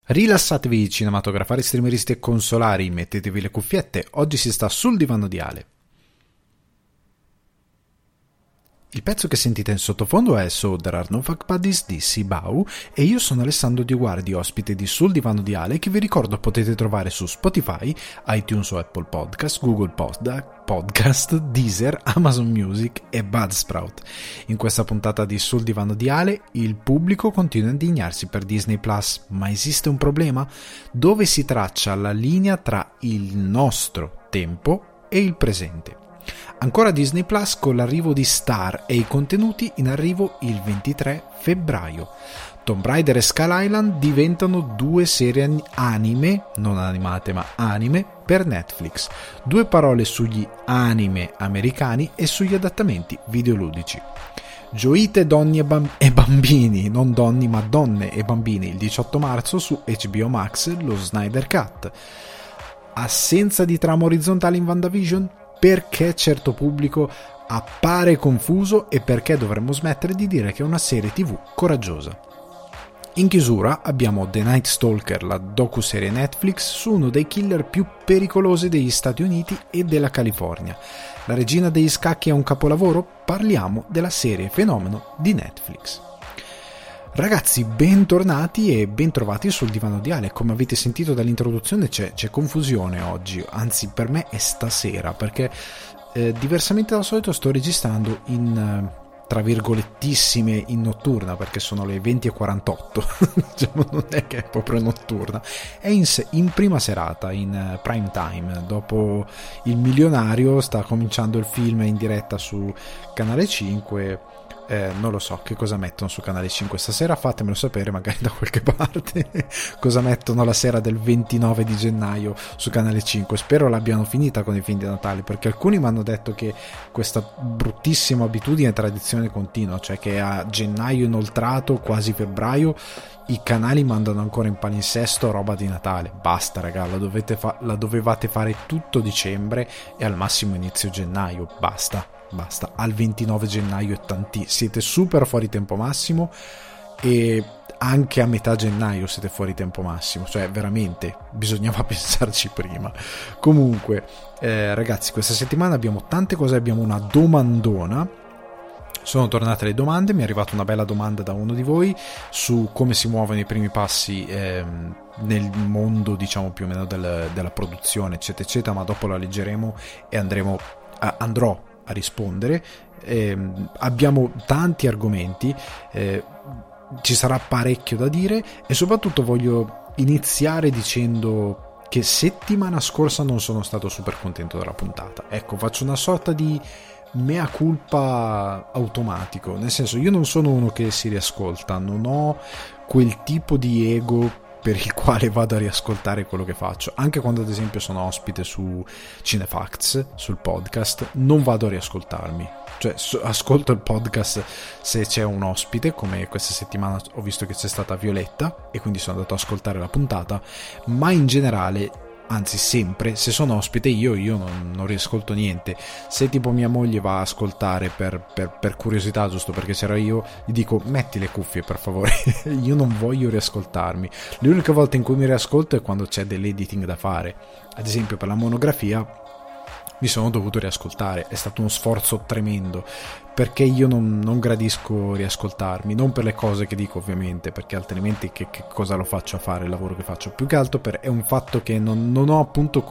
Rilassatevi cinematografari, streameristi e consolari, mettetevi le cuffiette, oggi si sta sul divano di Ale. Il pezzo che sentite in sottofondo è So There Are No Fuck Buddies di Sibau e io sono Alessandro Di Guardi, ospite di Sul Divano di Ale, che vi ricordo potete trovare su Spotify, iTunes o Apple Podcast, Google Podcast, Deezer, Amazon Music e Buzzsprout. In questa puntata di Sul Divano di Ale il pubblico continua a indignarsi per Disney Plus, ma esiste un problema? Dove si traccia la linea tra il nostro tempo e il presente? Ancora Disney Plus con l'arrivo di Star e i contenuti in arrivo il 23 febbraio. Tomb Raider e Skull Island diventano due serie anime, non animate ma anime, per Netflix. Due parole sugli anime americani e sugli adattamenti videoludici. Gioite donne e bambini, non donni ma donne e bambini, il 18 marzo su HBO Max lo Snyder Cut. Assenza di trama orizzontale in WandaVision? Perché certo pubblico appare confuso e perché dovremmo smettere di dire che è una serie TV coraggiosa. In chiusura abbiamo The Night Stalker, la docuserie Netflix su uno dei killer più pericolosi degli Stati Uniti e della California. La regina degli scacchi è un capolavoro? Parliamo della serie fenomeno di Netflix. Ragazzi, bentornati e bentrovati sul divano di Ale. Come avete sentito dall'introduzione c'è confusione oggi, anzi per me è stasera, perché diversamente dal solito sto registrando in tra virgolettissime in notturna, perché sono le 20:48 diciamo, non è che è proprio notturna, è in prima serata, in prime time. Dopo Il Milionario sta cominciando il film in diretta su Canale 5. Non lo so che cosa mettono su Canale 5 stasera, fatemelo sapere magari da qualche parte cosa mettono la sera del 29 di gennaio su Canale 5. Spero l'abbiano finita con i film di Natale, perché alcuni mi hanno detto che questa bruttissima abitudine, tradizione continua, cioè che a gennaio inoltrato, quasi febbraio, i canali mandano ancora in palinsesto roba di Natale. Basta raga, la dovevate fare tutto dicembre e al massimo inizio gennaio, basta, al 29 gennaio è tanti, siete super fuori tempo massimo, e anche a metà gennaio siete fuori tempo massimo, cioè veramente bisognava pensarci prima. Comunque ragazzi, questa settimana abbiamo tante cose, abbiamo una domandona. Sono tornate le domande, mi è arrivata una bella domanda da uno di voi su come si muovono i primi passi nel mondo, diciamo più o meno della produzione eccetera eccetera, ma dopo la leggeremo e andrò a rispondere. Abbiamo tanti argomenti, ci sarà parecchio da dire e soprattutto voglio iniziare dicendo che settimana scorsa non sono stato super contento della puntata. Ecco, faccio una sorta di mea culpa automatico, nel senso, io non sono uno che si riascolta, non ho quel tipo di ego per il quale vado a riascoltare quello che faccio. Anche quando ad esempio sono ospite su Cinefacts, sul podcast, non vado a riascoltarmi, cioè ascolto il podcast se c'è un ospite, come questa settimana ho visto che c'è stata Violetta e quindi sono andato ad ascoltare la puntata, ma in generale, anzi sempre, se sono ospite io non riascolto niente. Se tipo mia moglie va a ascoltare per curiosità, giusto perché c'era io, gli dico metti le cuffie per favore io non voglio riascoltarmi. L'unica volta in cui mi riascolto è quando c'è dell'editing da fare, ad esempio per la monografia mi sono dovuto riascoltare, è stato uno sforzo tremendo, perché io non gradisco riascoltarmi, non per le cose che dico ovviamente, perché altrimenti che cosa lo faccio a fare il lavoro che faccio, più che altro è un fatto che non ho appunto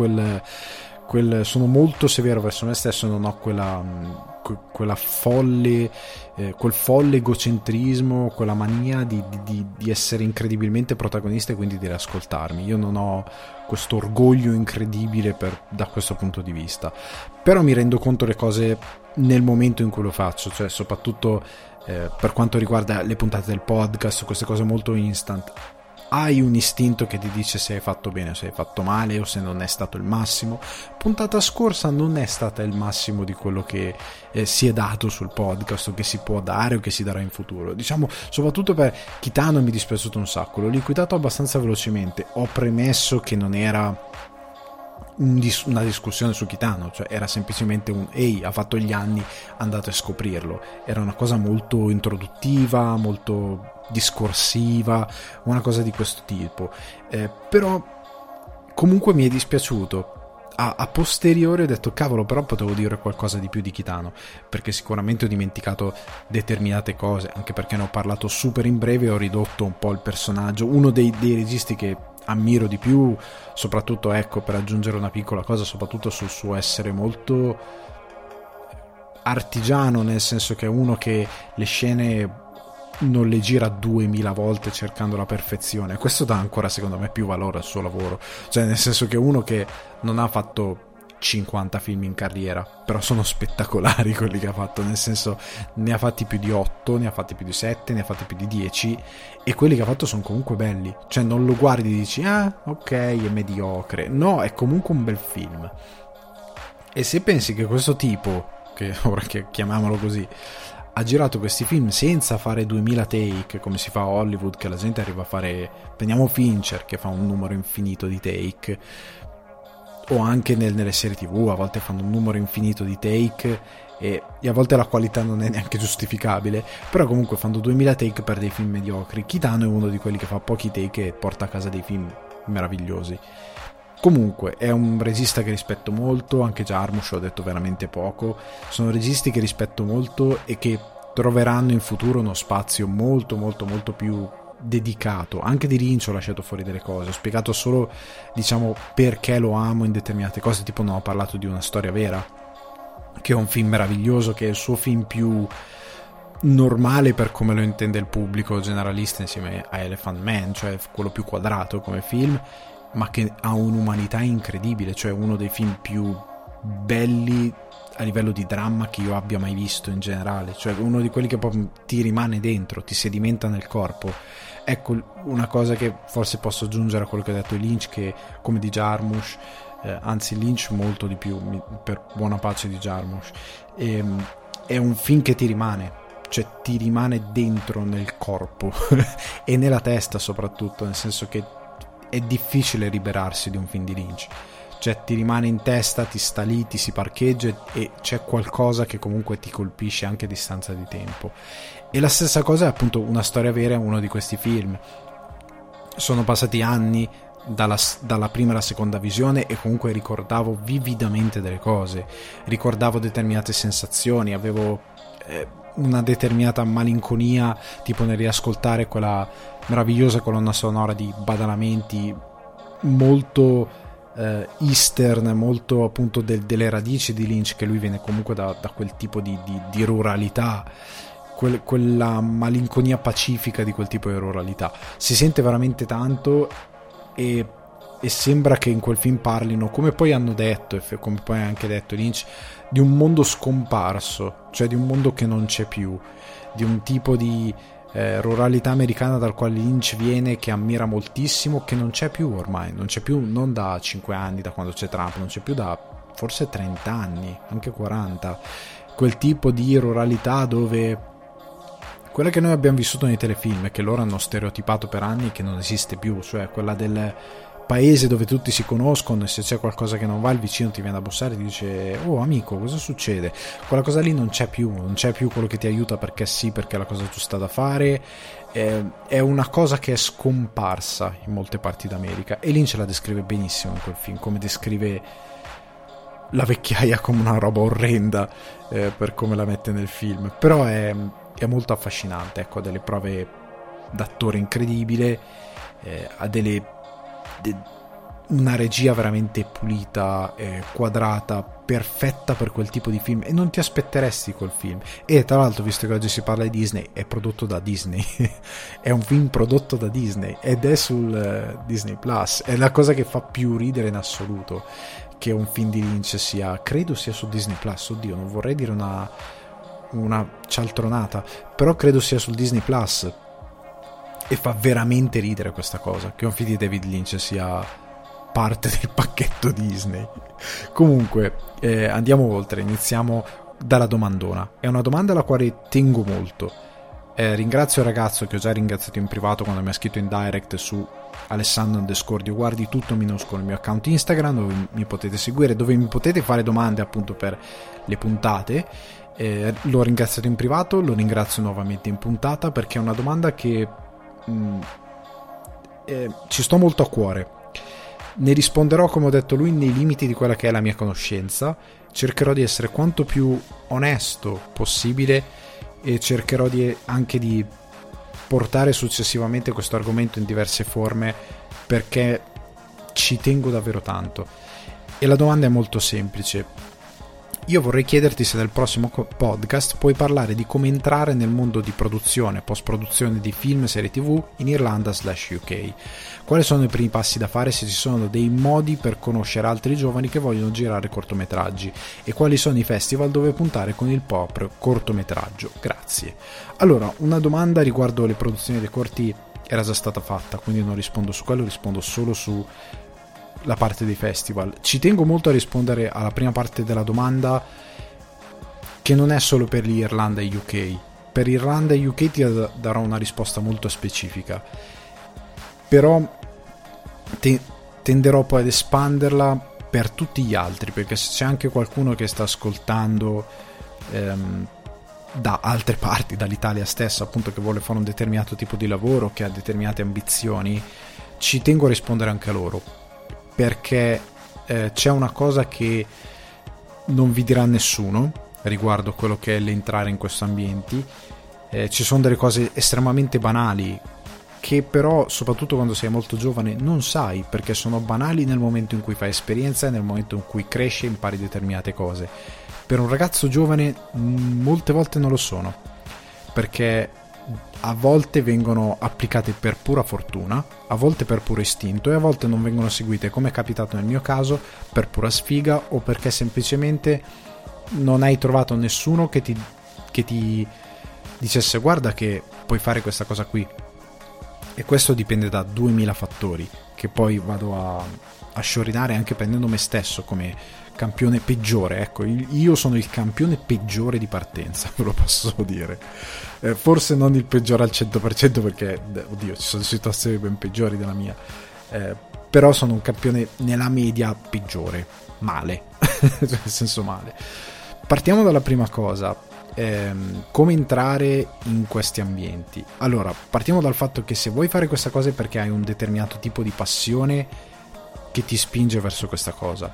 sono molto severo verso me stesso, non ho quella folle quel folle egocentrismo, quella mania di essere incredibilmente protagonista e quindi di riascoltarmi. Io non ho questo orgoglio incredibile da questo punto di vista, però mi rendo conto le cose nel momento in cui lo faccio, cioè soprattutto per quanto riguarda le puntate del podcast, queste cose molto instant. Hai un istinto che ti dice se hai fatto bene o se hai fatto male o se non è stato il massimo. Puntata scorsa non è stata il massimo di quello che si è dato sul podcast o che si può dare o che si darà in futuro, diciamo, soprattutto per Kitano mi è dispiaciuto un sacco, l'ho liquidato abbastanza velocemente, ho premesso che non era una discussione su Kitano, cioè era semplicemente ehi, ha fatto gli anni, andate a scoprirlo. Era una cosa molto introduttiva, molto discorsiva, una cosa di questo tipo, però comunque mi è dispiaciuto. A posteriori ho detto cavolo, però potevo dire qualcosa di più di Kitano, perché sicuramente ho dimenticato determinate cose, anche perché ne ho parlato super in breve e ho ridotto un po' il personaggio. Uno dei registi che ammiro di più, soprattutto, ecco, per aggiungere una piccola cosa, soprattutto sul suo essere molto artigiano, nel senso che è uno che le scene non le gira 2000 volte cercando la perfezione. Questo dà ancora, secondo me, più valore al suo lavoro, cioè nel senso che è uno che non ha fatto 50 film in carriera, però sono spettacolari quelli che ha fatto, nel senso ne ha fatti più di 8, ne ha fatti più di 7, ne ha fatti più di 10, e quelli che ha fatto sono comunque belli, cioè non lo guardi e dici ah ok è mediocre, no, è comunque un bel film. E se pensi che questo tipo, che ora che chiamiamolo così, ha girato questi film senza fare 2000 take come si fa a Hollywood, che la gente arriva a fare, prendiamo Fincher che fa un numero infinito di take, o anche nelle serie TV a volte fanno un numero infinito di take e a volte la qualità non è neanche giustificabile, però comunque fanno 2000 take per dei film mediocri. Kitano è uno di quelli che fa pochi take e porta a casa dei film meravigliosi. Comunque è un regista che rispetto molto, anche Jarmusch ho detto veramente poco, sono registi che rispetto molto e che troveranno in futuro uno spazio molto molto molto più dedicato. Anche di Lynch ho lasciato fuori delle cose, ho spiegato solo, diciamo, perché lo amo in determinate cose, tipo non ho parlato di Una storia vera, che è un film meraviglioso, che è il suo film più normale per come lo intende il pubblico generalista insieme a Elephant Man, cioè quello più quadrato come film, ma che ha un'umanità incredibile, cioè uno dei film più belli a livello di dramma che io abbia mai visto in generale, cioè uno di quelli che proprio ti rimane dentro, ti sedimenta nel corpo. Ecco, una cosa che forse posso aggiungere a quello che ha detto Lynch, che come di Jarmusch, anzi Lynch molto di più, per buona pace di Jarmusch, è un film che ti rimane, cioè ti rimane dentro nel corpo e nella testa soprattutto, nel senso che è difficile liberarsi di un film di Lynch, cioè ti rimane in testa, ti sta lì, ti si parcheggia e c'è qualcosa che comunque ti colpisce anche a distanza di tempo. E la stessa cosa è appunto Una storia vera, è uno di questi film. Sono passati anni dalla prima alla seconda visione e comunque ricordavo vividamente delle cose, ricordavo determinate sensazioni, avevo una determinata malinconia tipo nel riascoltare quella meravigliosa colonna sonora di Badalamenti, molto eastern, molto appunto delle radici di Lynch, che lui viene comunque da quel tipo di ruralità, quella malinconia pacifica di quel tipo di ruralità si sente veramente tanto, e sembra che in quel film parlino, come poi hanno detto e come poi ha anche detto Lynch, di un mondo scomparso, cioè di un mondo che non c'è più, di un tipo di ruralità americana dal quale Lynch viene, che ammira moltissimo, che non c'è più ormai, non c'è più, non da 5 anni, da quando c'è Trump, non c'è più da forse 30 anni, anche 40, quel tipo di ruralità dove quella che noi abbiamo vissuto nei telefilm e che loro hanno stereotipato per anni, che non esiste più, cioè quella del paese dove tutti si conoscono e se c'è qualcosa che non va il vicino ti viene a bussare e ti dice oh amico cosa succede, quella cosa lì non c'è più, non c'è più quello che ti aiuta perché sì, perché è la cosa giusta da fare, è una cosa che è scomparsa in molte parti d'America, e Lynch la descrive benissimo in quel film, come descrive la vecchiaia come una roba orrenda, per come la mette nel film, però è molto affascinante, ecco, ha delle prove d'attore incredibile, ha una regia veramente pulita, quadrata, perfetta per quel tipo di film, e non ti aspetteresti quel film. E tra l'altro, visto che oggi si parla di Disney, è prodotto da Disney è un film prodotto da Disney ed è sul Disney Plus, è la cosa che fa più ridere in assoluto, che un film di Lynch credo sia su Disney Plus, oddio non vorrei dire una cialtronata, però credo sia sul Disney Plus, e fa veramente ridere questa cosa, che un film di David Lynch sia parte del pacchetto Disney. Comunque andiamo oltre, iniziamo dalla domandona. È una domanda alla quale tengo molto, Ringrazio il ragazzo che ho già ringraziato in privato quando mi ha scritto in direct su Alessandro_Dio guardi tutto minuscolo il mio account Instagram, dove mi potete seguire, dove mi potete fare domande appunto per le puntate. L'ho ringraziato in privato, lo ringrazio nuovamente in puntata, perché è una domanda che ci sto molto a cuore. Ne risponderò, come ho detto lui, nei limiti di quella che è la mia conoscenza. Cercherò di essere quanto più onesto possibile e cercherò anche di portare successivamente questo argomento in diverse forme, perché ci tengo davvero tanto. E la domanda è molto semplice. Io vorrei chiederti se nel prossimo podcast puoi parlare di come entrare nel mondo di produzione, post-produzione di film e serie TV in Irlanda/UK. Quali sono i primi passi da fare, se ci sono dei modi per conoscere altri giovani che vogliono girare cortometraggi, e quali sono i festival dove puntare con il proprio cortometraggio. Grazie. Allora, una domanda riguardo le produzioni dei corti era già stata fatta, quindi non rispondo su quello, rispondo solo su la parte dei festival. Ci tengo molto a rispondere alla prima parte della domanda, che non è solo per l'Irlanda e UK. Per Irlanda e UK ti darò una risposta molto specifica, però tenderò poi ad espanderla per tutti gli altri, perché se c'è anche qualcuno che sta ascoltando da altre parti, dall'Italia stessa, appunto, che vuole fare un determinato tipo di lavoro, che ha determinate ambizioni, ci tengo a rispondere anche a loro, perché c'è una cosa che non vi dirà nessuno riguardo quello che è l'entrare in questi ambienti. Ci sono delle cose estremamente banali che però, soprattutto quando sei molto giovane, non sai, perché sono banali nel momento in cui fai esperienza e nel momento in cui cresci e impari determinate cose. Per un ragazzo giovane molte volte non lo sono, perché a volte vengono applicate per pura fortuna, a volte per puro istinto, e a volte non vengono seguite, come è capitato nel mio caso, per pura sfiga, o perché semplicemente non hai trovato nessuno che ti dicesse guarda che puoi fare questa cosa qui. E questo dipende da 2000 fattori, che poi vado a sciorinare anche prendendo me stesso come campione peggiore. Ecco, io sono il campione peggiore di partenza, ve lo posso dire. Forse non il peggiore al 100%, perché oddio, ci sono situazioni ben peggiori della mia, però sono un campione nella media peggiore, male. Cioè, nel senso male. Partiamo dalla prima cosa. Come entrare in questi ambienti. Allora, partiamo dal fatto che se vuoi fare questa cosa è perché hai un determinato tipo di passione che ti spinge verso questa cosa.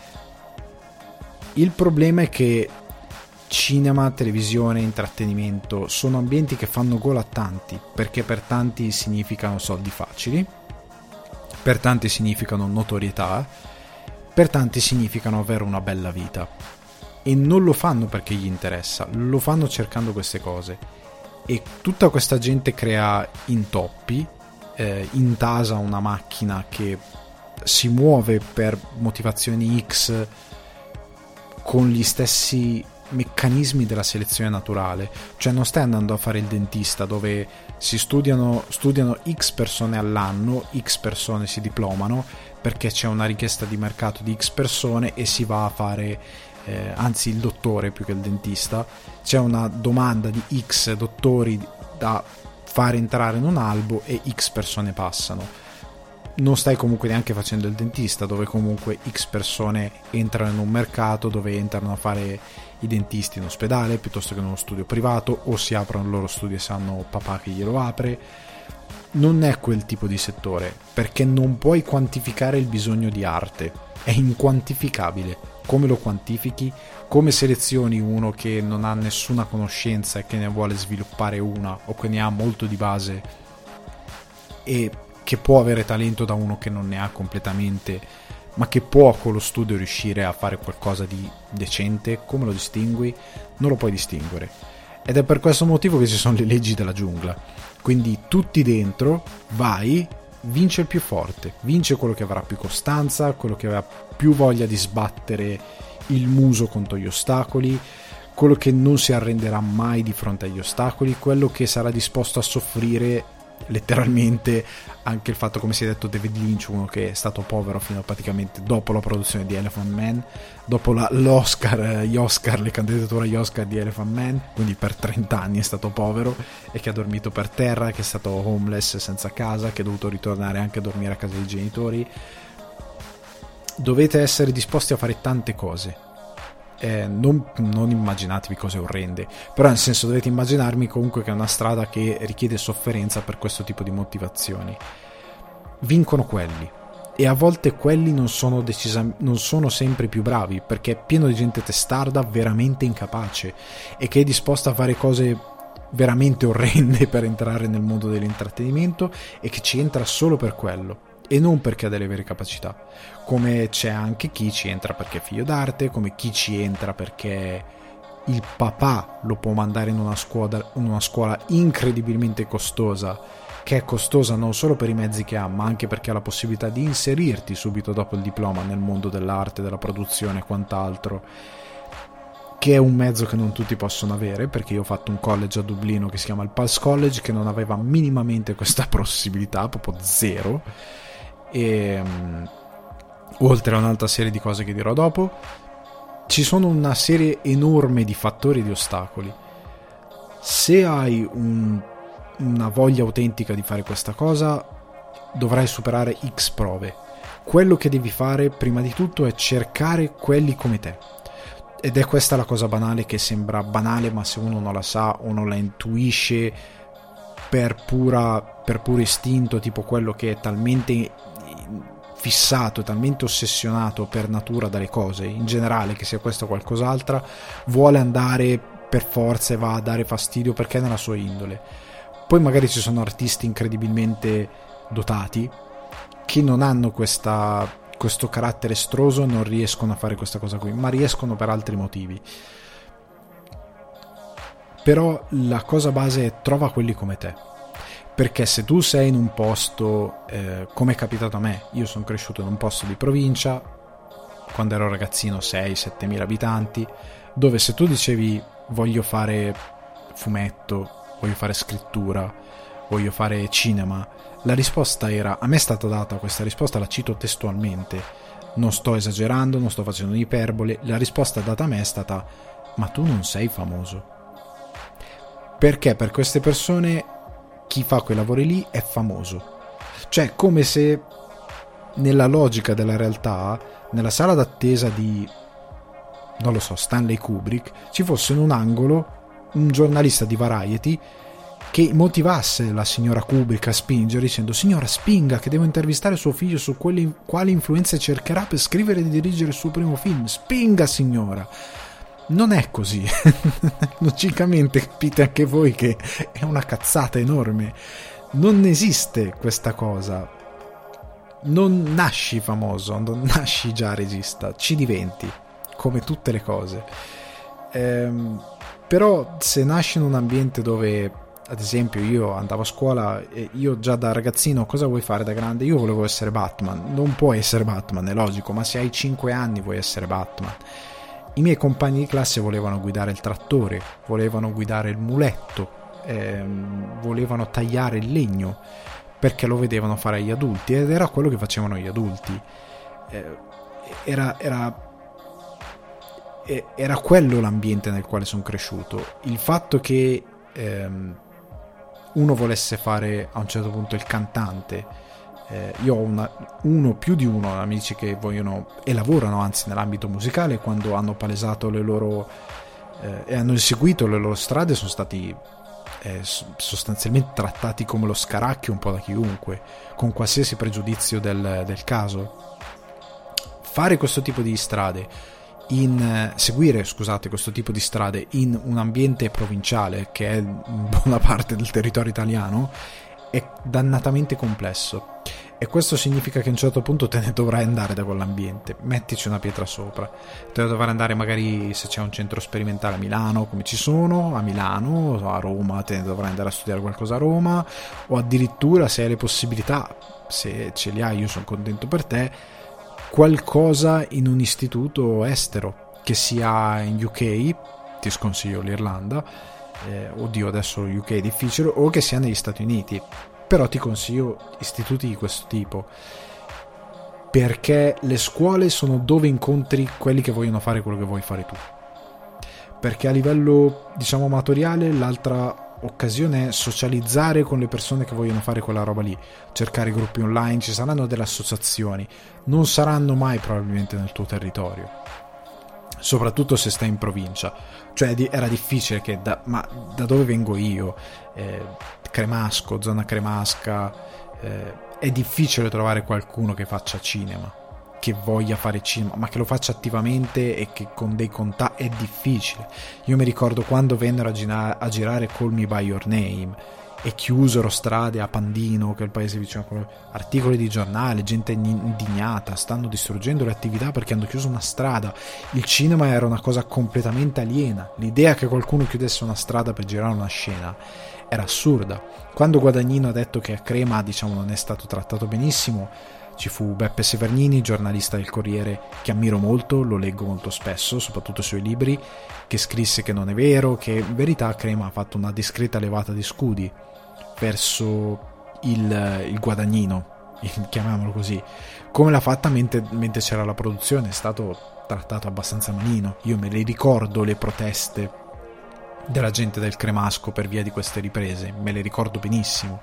Il problema è che cinema, televisione, intrattenimento sono ambienti che fanno gola a tanti, perché per tanti significano soldi facili, per tanti significano notorietà, per tanti significano avere una bella vita. E non lo fanno perché gli interessa, lo fanno cercando queste cose. E tutta questa gente crea intoppi, intasa una macchina che si muove per motivazioni X con gli stessi meccanismi della selezione naturale. Cioè non stai andando a fare il dentista dove si studiano X persone all'anno, X persone si diplomano perché c'è una richiesta di mercato di X persone e si va a fare anzi il dottore più che il dentista, c'è una domanda di X dottori da fare entrare in un albo e X persone passano. Non stai comunque neanche facendo il dentista dove comunque X persone entrano in un mercato dove entrano a fare i dentisti in ospedale piuttosto che in uno studio privato, o si aprono il loro studio e se hanno papà che glielo apre. Non è quel tipo di settore, perché non puoi quantificare il bisogno di arte, è inquantificabile. Come lo quantifichi? Come selezioni uno che non ha nessuna conoscenza e che ne vuole sviluppare una, o che ne ha molto di base e che può avere talento da uno che non ne ha completamente, ma che può con lo studio riuscire a fare qualcosa di decente? Come lo distingui? Non lo puoi distinguere. Ed è per questo motivo che ci sono le leggi della giungla. Quindi tutti dentro, vai, vince il più forte, vince quello che avrà più costanza, quello che avrà più voglia di sbattere il muso contro gli ostacoli, quello che non si arrenderà mai di fronte agli ostacoli, quello che sarà disposto a soffrire letteralmente anche il fatto, come si è detto, David Lynch, uno che è stato povero fino a praticamente dopo la produzione di Elephant Man, dopo le candidature agli Oscar di Elephant Man, quindi per 30 anni è stato povero e che ha dormito per terra, che è stato homeless, senza casa, che è dovuto ritornare anche a dormire a casa dei genitori. Dovete essere disposti a fare tante cose. Non immaginatevi cose orrende, però nel senso dovete immaginarmi comunque che è una strada che richiede sofferenza per questo tipo di motivazioni. Vincono quelli, e a volte quelli non sono sempre più bravi, perché è pieno di gente testarda veramente incapace e che è disposta a fare cose veramente orrende per entrare nel mondo dell'intrattenimento, e che ci entra solo per quello e non perché ha delle vere capacità. Come c'è anche chi ci entra perché è figlio d'arte, come chi ci entra perché il papà lo può mandare in una scuola incredibilmente costosa, che è costosa non solo per i mezzi che ha, ma anche perché ha la possibilità di inserirti subito dopo il diploma nel mondo dell'arte, della produzione e quant'altro, che è un mezzo che non tutti possono avere, perché io ho fatto un college a Dublino che si chiama il Pulse College, che non aveva minimamente questa possibilità, proprio zero. E oltre a un'altra serie di cose che dirò dopo, ci sono una serie enorme di fattori e di ostacoli. Se hai una voglia autentica di fare questa cosa, dovrai superare X prove. Quello che devi fare prima di tutto è cercare quelli come te, ed è questa la cosa banale, che sembra banale, ma se uno non la sa o non la intuisce per puro istinto, tipo quello che è talmente fissato, talmente ossessionato per natura dalle cose in generale, che sia questo o qualcos'altra, vuole andare per forza e va a dare fastidio perché è nella sua indole. Poi magari ci sono artisti incredibilmente dotati che non hanno questo carattere estroso e non riescono a fare questa cosa qui, ma riescono per altri motivi. Però la cosa base è: trova quelli come te, perché se tu sei in un posto come è capitato a me, io sono cresciuto in un posto di provincia quando ero ragazzino, 6-7 mila abitanti, dove se tu dicevi voglio fare fumetto, voglio fare scrittura, voglio fare cinema, la risposta era, a me è stata data questa risposta, la cito testualmente, non sto esagerando, non sto facendo un'iperbole, la risposta data a me è stata: ma tu non sei famoso. Perché per queste persone chi fa quei lavori lì è famoso. Cioè, come se nella logica della realtà, nella sala d'attesa di, non lo so, Stanley Kubrick, ci fosse in un angolo un giornalista di Variety che motivasse la signora Kubrick a spingere, dicendo: signora, spinga, che devo intervistare suo figlio su quali influenze cercherà per scrivere e dirigere il suo primo film, spinga signora. Non è così. Logicamente capite anche voi che è una cazzata enorme. Non esiste questa cosa. Non nasci famoso, non nasci già regista, ci diventi, come tutte le cose. Però se nasci in un ambiente dove, ad esempio, io andavo a scuola e io già da ragazzino, cosa vuoi fare da grande? Io volevo essere Batman. Non puoi essere Batman, è logico, ma se hai 5 anni vuoi essere Batman. I miei compagni di classe volevano guidare il trattore, volevano guidare il muletto, volevano tagliare il legno, perché lo vedevano fare agli adulti, ed era quello che facevano gli adulti. Era quello l'ambiente nel quale sono cresciuto. Il fatto che uno volesse fare a un certo punto il cantante, io ho più di uno amici che vogliono e lavorano anzi nell'ambito musicale, quando hanno palesato le loro e hanno inseguito le loro strade, sono stati sostanzialmente trattati come lo scaracchio un po' da chiunque, con qualsiasi pregiudizio del caso. Fare questo tipo di strade, seguire questo tipo di strade in un ambiente provinciale, che è buona parte del territorio italiano, è dannatamente complesso, e questo significa che a un certo punto te ne dovrai andare da quell'ambiente, mettici una pietra sopra, te ne dovrai andare, magari se c'è un centro sperimentale a Milano, come ci sono a Milano, a Roma te ne dovrai andare a studiare qualcosa a Roma, o addirittura, se hai le possibilità, se ce li hai, io sono contento per te, qualcosa in un istituto estero, che sia in UK, ti sconsiglio l'Irlanda, oddio adesso UK è difficile, o che sia negli Stati Uniti. Però ti consiglio istituti di questo tipo, perché le scuole sono dove incontri quelli che vogliono fare quello che vuoi fare tu. Perché a livello, diciamo, amatoriale, l'altra occasione è socializzare con le persone che vogliono fare quella roba lì, cercare gruppi online, ci saranno delle associazioni, non saranno mai probabilmente nel tuo territorio, soprattutto se stai in provincia. Cioè era difficile che ma da dove vengo io, Cremasco, zona cremasca, è difficile trovare qualcuno che faccia cinema, che voglia fare cinema, ma che lo faccia attivamente e che con dei contatti. È difficile. Io mi ricordo quando vennero a girare Call Me By Your Name e chiusero strade a Pandino, che è il paese vicino a quello, articoli di giornale, gente indignata, stanno distruggendo le attività perché hanno chiuso una strada. Il cinema era una cosa completamente aliena, l'idea che qualcuno chiudesse una strada per girare una scena era assurda. Quando Guadagnino ha detto che a Crema, diciamo, non è stato trattato benissimo, ci fu Beppe Severnini, giornalista del Corriere che ammiro molto, lo leggo molto spesso, soprattutto sui libri, che scrisse che non è vero, che in verità Crema ha fatto una discreta levata di scudi verso il Guadagnino, chiamiamolo così, come l'ha fatta mentre c'era la produzione. È stato trattato abbastanza malino. Io me le ricordo le proteste della gente del Cremasco per via di queste riprese, me le ricordo benissimo.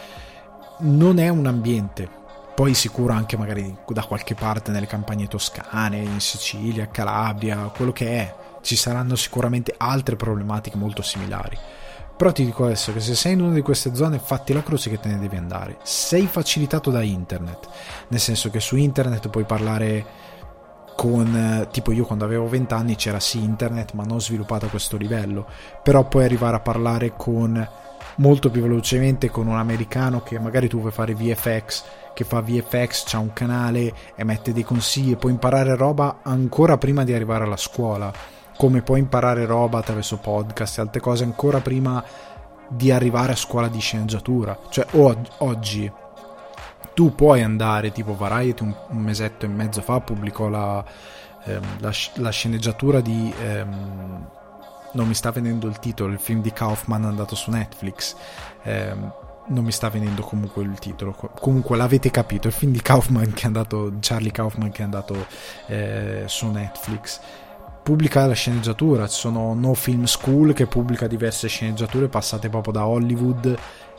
Non è un ambiente, poi sicuro anche magari da qualche parte nelle campagne toscane, in Sicilia, Calabria, quello che è, ci saranno sicuramente altre problematiche molto similari. Però ti dico adesso che se sei in una di queste zone, fatti la croce che te ne devi andare. Sei facilitato da internet, nel senso che su internet puoi parlare con, tipo, io quando avevo 20 anni c'era sì internet, ma non sviluppato a questo livello, però puoi arrivare a parlare con molto più velocemente con un americano che magari tu vuoi fare VFX, che fa VFX, c'ha un canale e mette dei consigli, e puoi imparare roba ancora prima di arrivare alla scuola, come puoi imparare roba attraverso podcast e altre cose ancora prima di arrivare a scuola di sceneggiatura. Cioè oggi tu puoi andare, tipo Variety un mesetto e mezzo fa pubblicò la sceneggiatura di non mi sta venendo il titolo, il film di Kaufman andato su Netflix, non mi sta venendo comunque il titolo, comunque l'avete capito, il film di Kaufman che è andato, Charlie Kaufman, che è andato su Netflix. Pubblica la sceneggiatura, ci sono No Film School che pubblica diverse sceneggiature passate proprio da Hollywood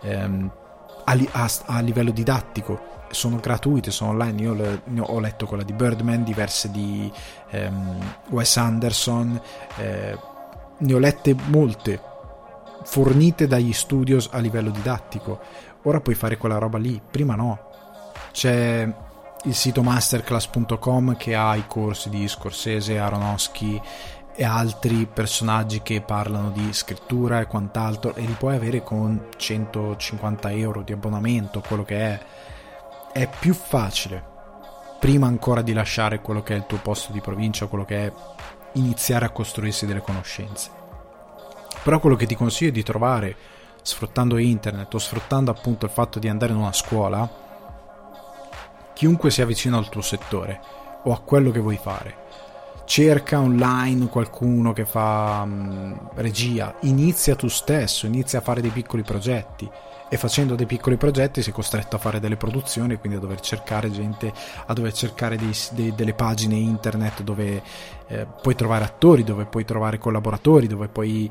a livello didattico, sono gratuite, sono online. Io ho letto quella di Birdman, diverse di Wes Anderson, ne ho lette molte fornite dagli studios a livello didattico. Ora puoi fare quella roba lì, prima no. C'è il sito masterclass.com che ha i corsi di Scorsese, Aronofsky e altri personaggi che parlano di scrittura e quant'altro, e li puoi avere con 150 euro di abbonamento, quello che è più facile, prima ancora di lasciare quello che è il tuo posto di provincia, quello che è iniziare a costruirsi delle conoscenze. Però quello che ti consiglio è di trovare, sfruttando internet o sfruttando appunto il fatto di andare in una scuola, chiunque sia vicino al tuo settore o a quello che vuoi fare. Cerca online qualcuno che fa regia, inizia tu stesso, inizia a fare dei piccoli progetti, e facendo dei piccoli progetti sei costretto a fare delle produzioni, quindi a dover cercare gente, a dover cercare delle pagine internet dove puoi trovare attori, dove puoi trovare collaboratori, dove puoi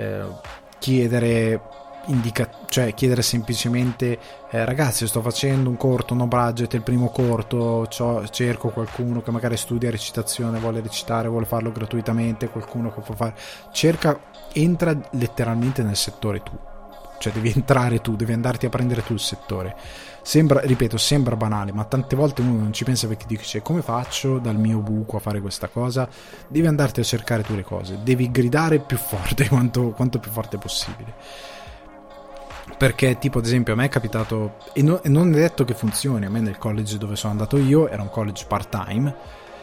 chiedere cioè chiedere semplicemente ragazzi, sto facendo un corto no budget, il primo corto, cerco qualcuno che magari studia recitazione, vuole recitare, vuole farlo gratuitamente, qualcuno che può fare, entra letteralmente nel settore tu, cioè devi entrare tu, devi andarti a prendere tu il settore. Sembra banale, ma tante volte uno non ci pensa, perché dice come faccio dal mio buco a fare questa cosa. Devi andarti a cercare tu le cose, devi gridare più forte quanto più forte possibile. Perché tipo ad esempio a me è capitato, e non è detto che funzioni, a me nel college dove sono andato io era un college part time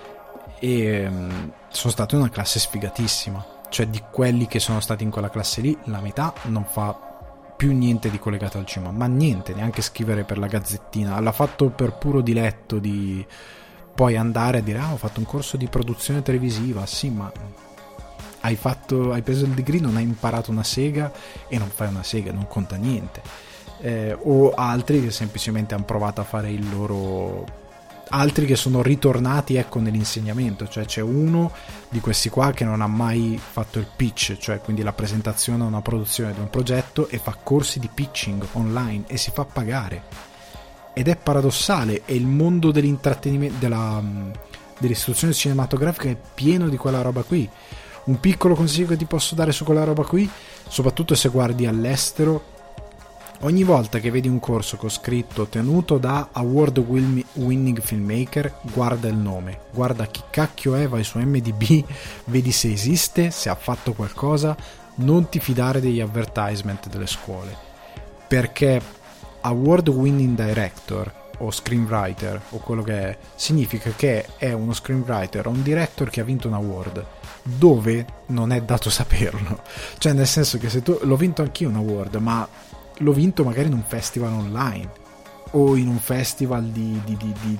e sono stato in una classe sfigatissima, cioè di quelli che sono stati in quella classe lì la metà non fa più niente di collegato al cinema, ma niente, neanche scrivere per la gazzettina, l'ha fatto per puro diletto di poi andare a dire ho fatto un corso di produzione televisiva. Sì, ma hai preso il degree, non hai imparato una sega e non fai una sega, non conta niente. o altri che semplicemente hanno provato a fare il loro, altri che sono ritornati, ecco, nell'insegnamento. Cioè c'è uno di questi qua che non ha mai fatto il pitch, cioè quindi la presentazione a una produzione di un progetto, e fa corsi di pitching online e si fa pagare, ed è paradossale. E il mondo dell'intrattenimento, dell'istruzione cinematografica è pieno di quella roba qui. Un piccolo consiglio che ti posso dare su quella roba qui, soprattutto se guardi all'estero: ogni volta che vedi un corso con scritto tenuto da award winning filmmaker, guarda il nome, guarda chi cacchio è, vai su MDB, vedi se esiste, se ha fatto qualcosa. Non ti fidare degli advertisement delle scuole, perché award winning director o screenwriter o quello che è, significa che è uno screenwriter o un director che ha vinto un award, dove non è dato saperlo. Cioè, nel senso che se tu, l'ho vinto anch'io un award, ma l'ho vinto magari in un festival online o in un festival di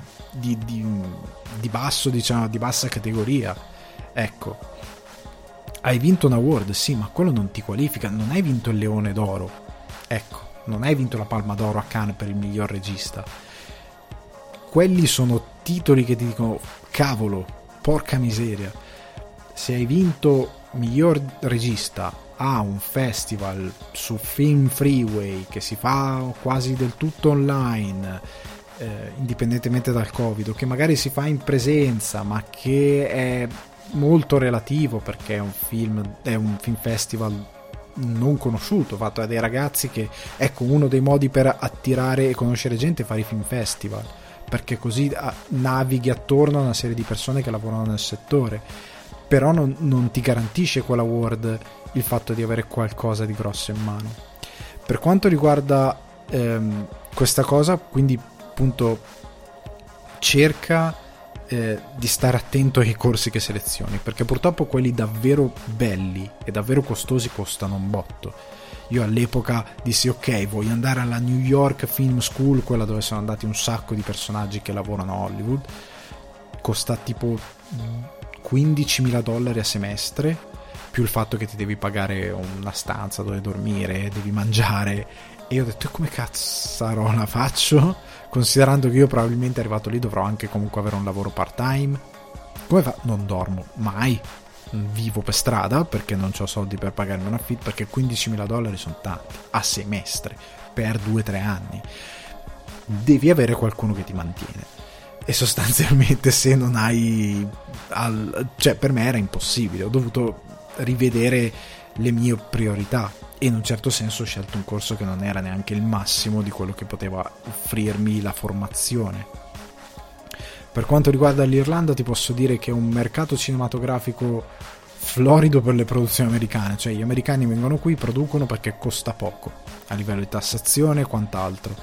basso, diciamo, di bassa categoria. Ecco, hai vinto un award, sì, ma quello non ti qualifica. Non hai vinto il Leone d'Oro, ecco, non hai vinto la Palma d'Oro a Cannes per il miglior regista. Quelli sono titoli che ti dicono: cavolo, porca miseria, se hai vinto miglior regista a un festival su Film Freeway che si fa quasi del tutto online, indipendentemente dal Covid, o che magari si fa in presenza ma che è molto relativo perché è un film festival non conosciuto, fatto da dei ragazzi che, ecco, uno dei modi per attirare e conoscere gente è fare i film festival, perché così navighi attorno a una serie di persone che lavorano nel settore. Però non ti garantisce quell'award il fatto di avere qualcosa di grosso in mano. Per quanto riguarda questa cosa, quindi appunto cerca di stare attento ai corsi che selezioni, perché purtroppo quelli davvero belli e davvero costosi costano un botto. Io all'epoca dissi: ok, voglio andare alla New York Film School, quella dove sono andati un sacco di personaggi che lavorano a Hollywood, costa tipo $15.000 a semestre, più il fatto che ti devi pagare una stanza dove dormire, devi mangiare. E io ho detto: come cazzarola la faccio? Considerando che io probabilmente arrivato lì dovrò anche comunque avere un lavoro part time. Come fa? Non dormo mai, vivo per strada perché non ho soldi per pagarmi un affitto, perché $15.000 sono tanti a semestre per 2-3 anni. Devi avere qualcuno che ti mantiene, e sostanzialmente se non hai cioè, per me era impossibile. Ho dovuto rivedere le mie priorità e in un certo senso ho scelto un corso che non era neanche il massimo di quello che poteva offrirmi la formazione. Per quanto riguarda l'Irlanda, ti posso dire che è un mercato cinematografico florido per le produzioni americane. Cioè, gli americani vengono qui, producono perché costa poco a livello di tassazione e quant'altro.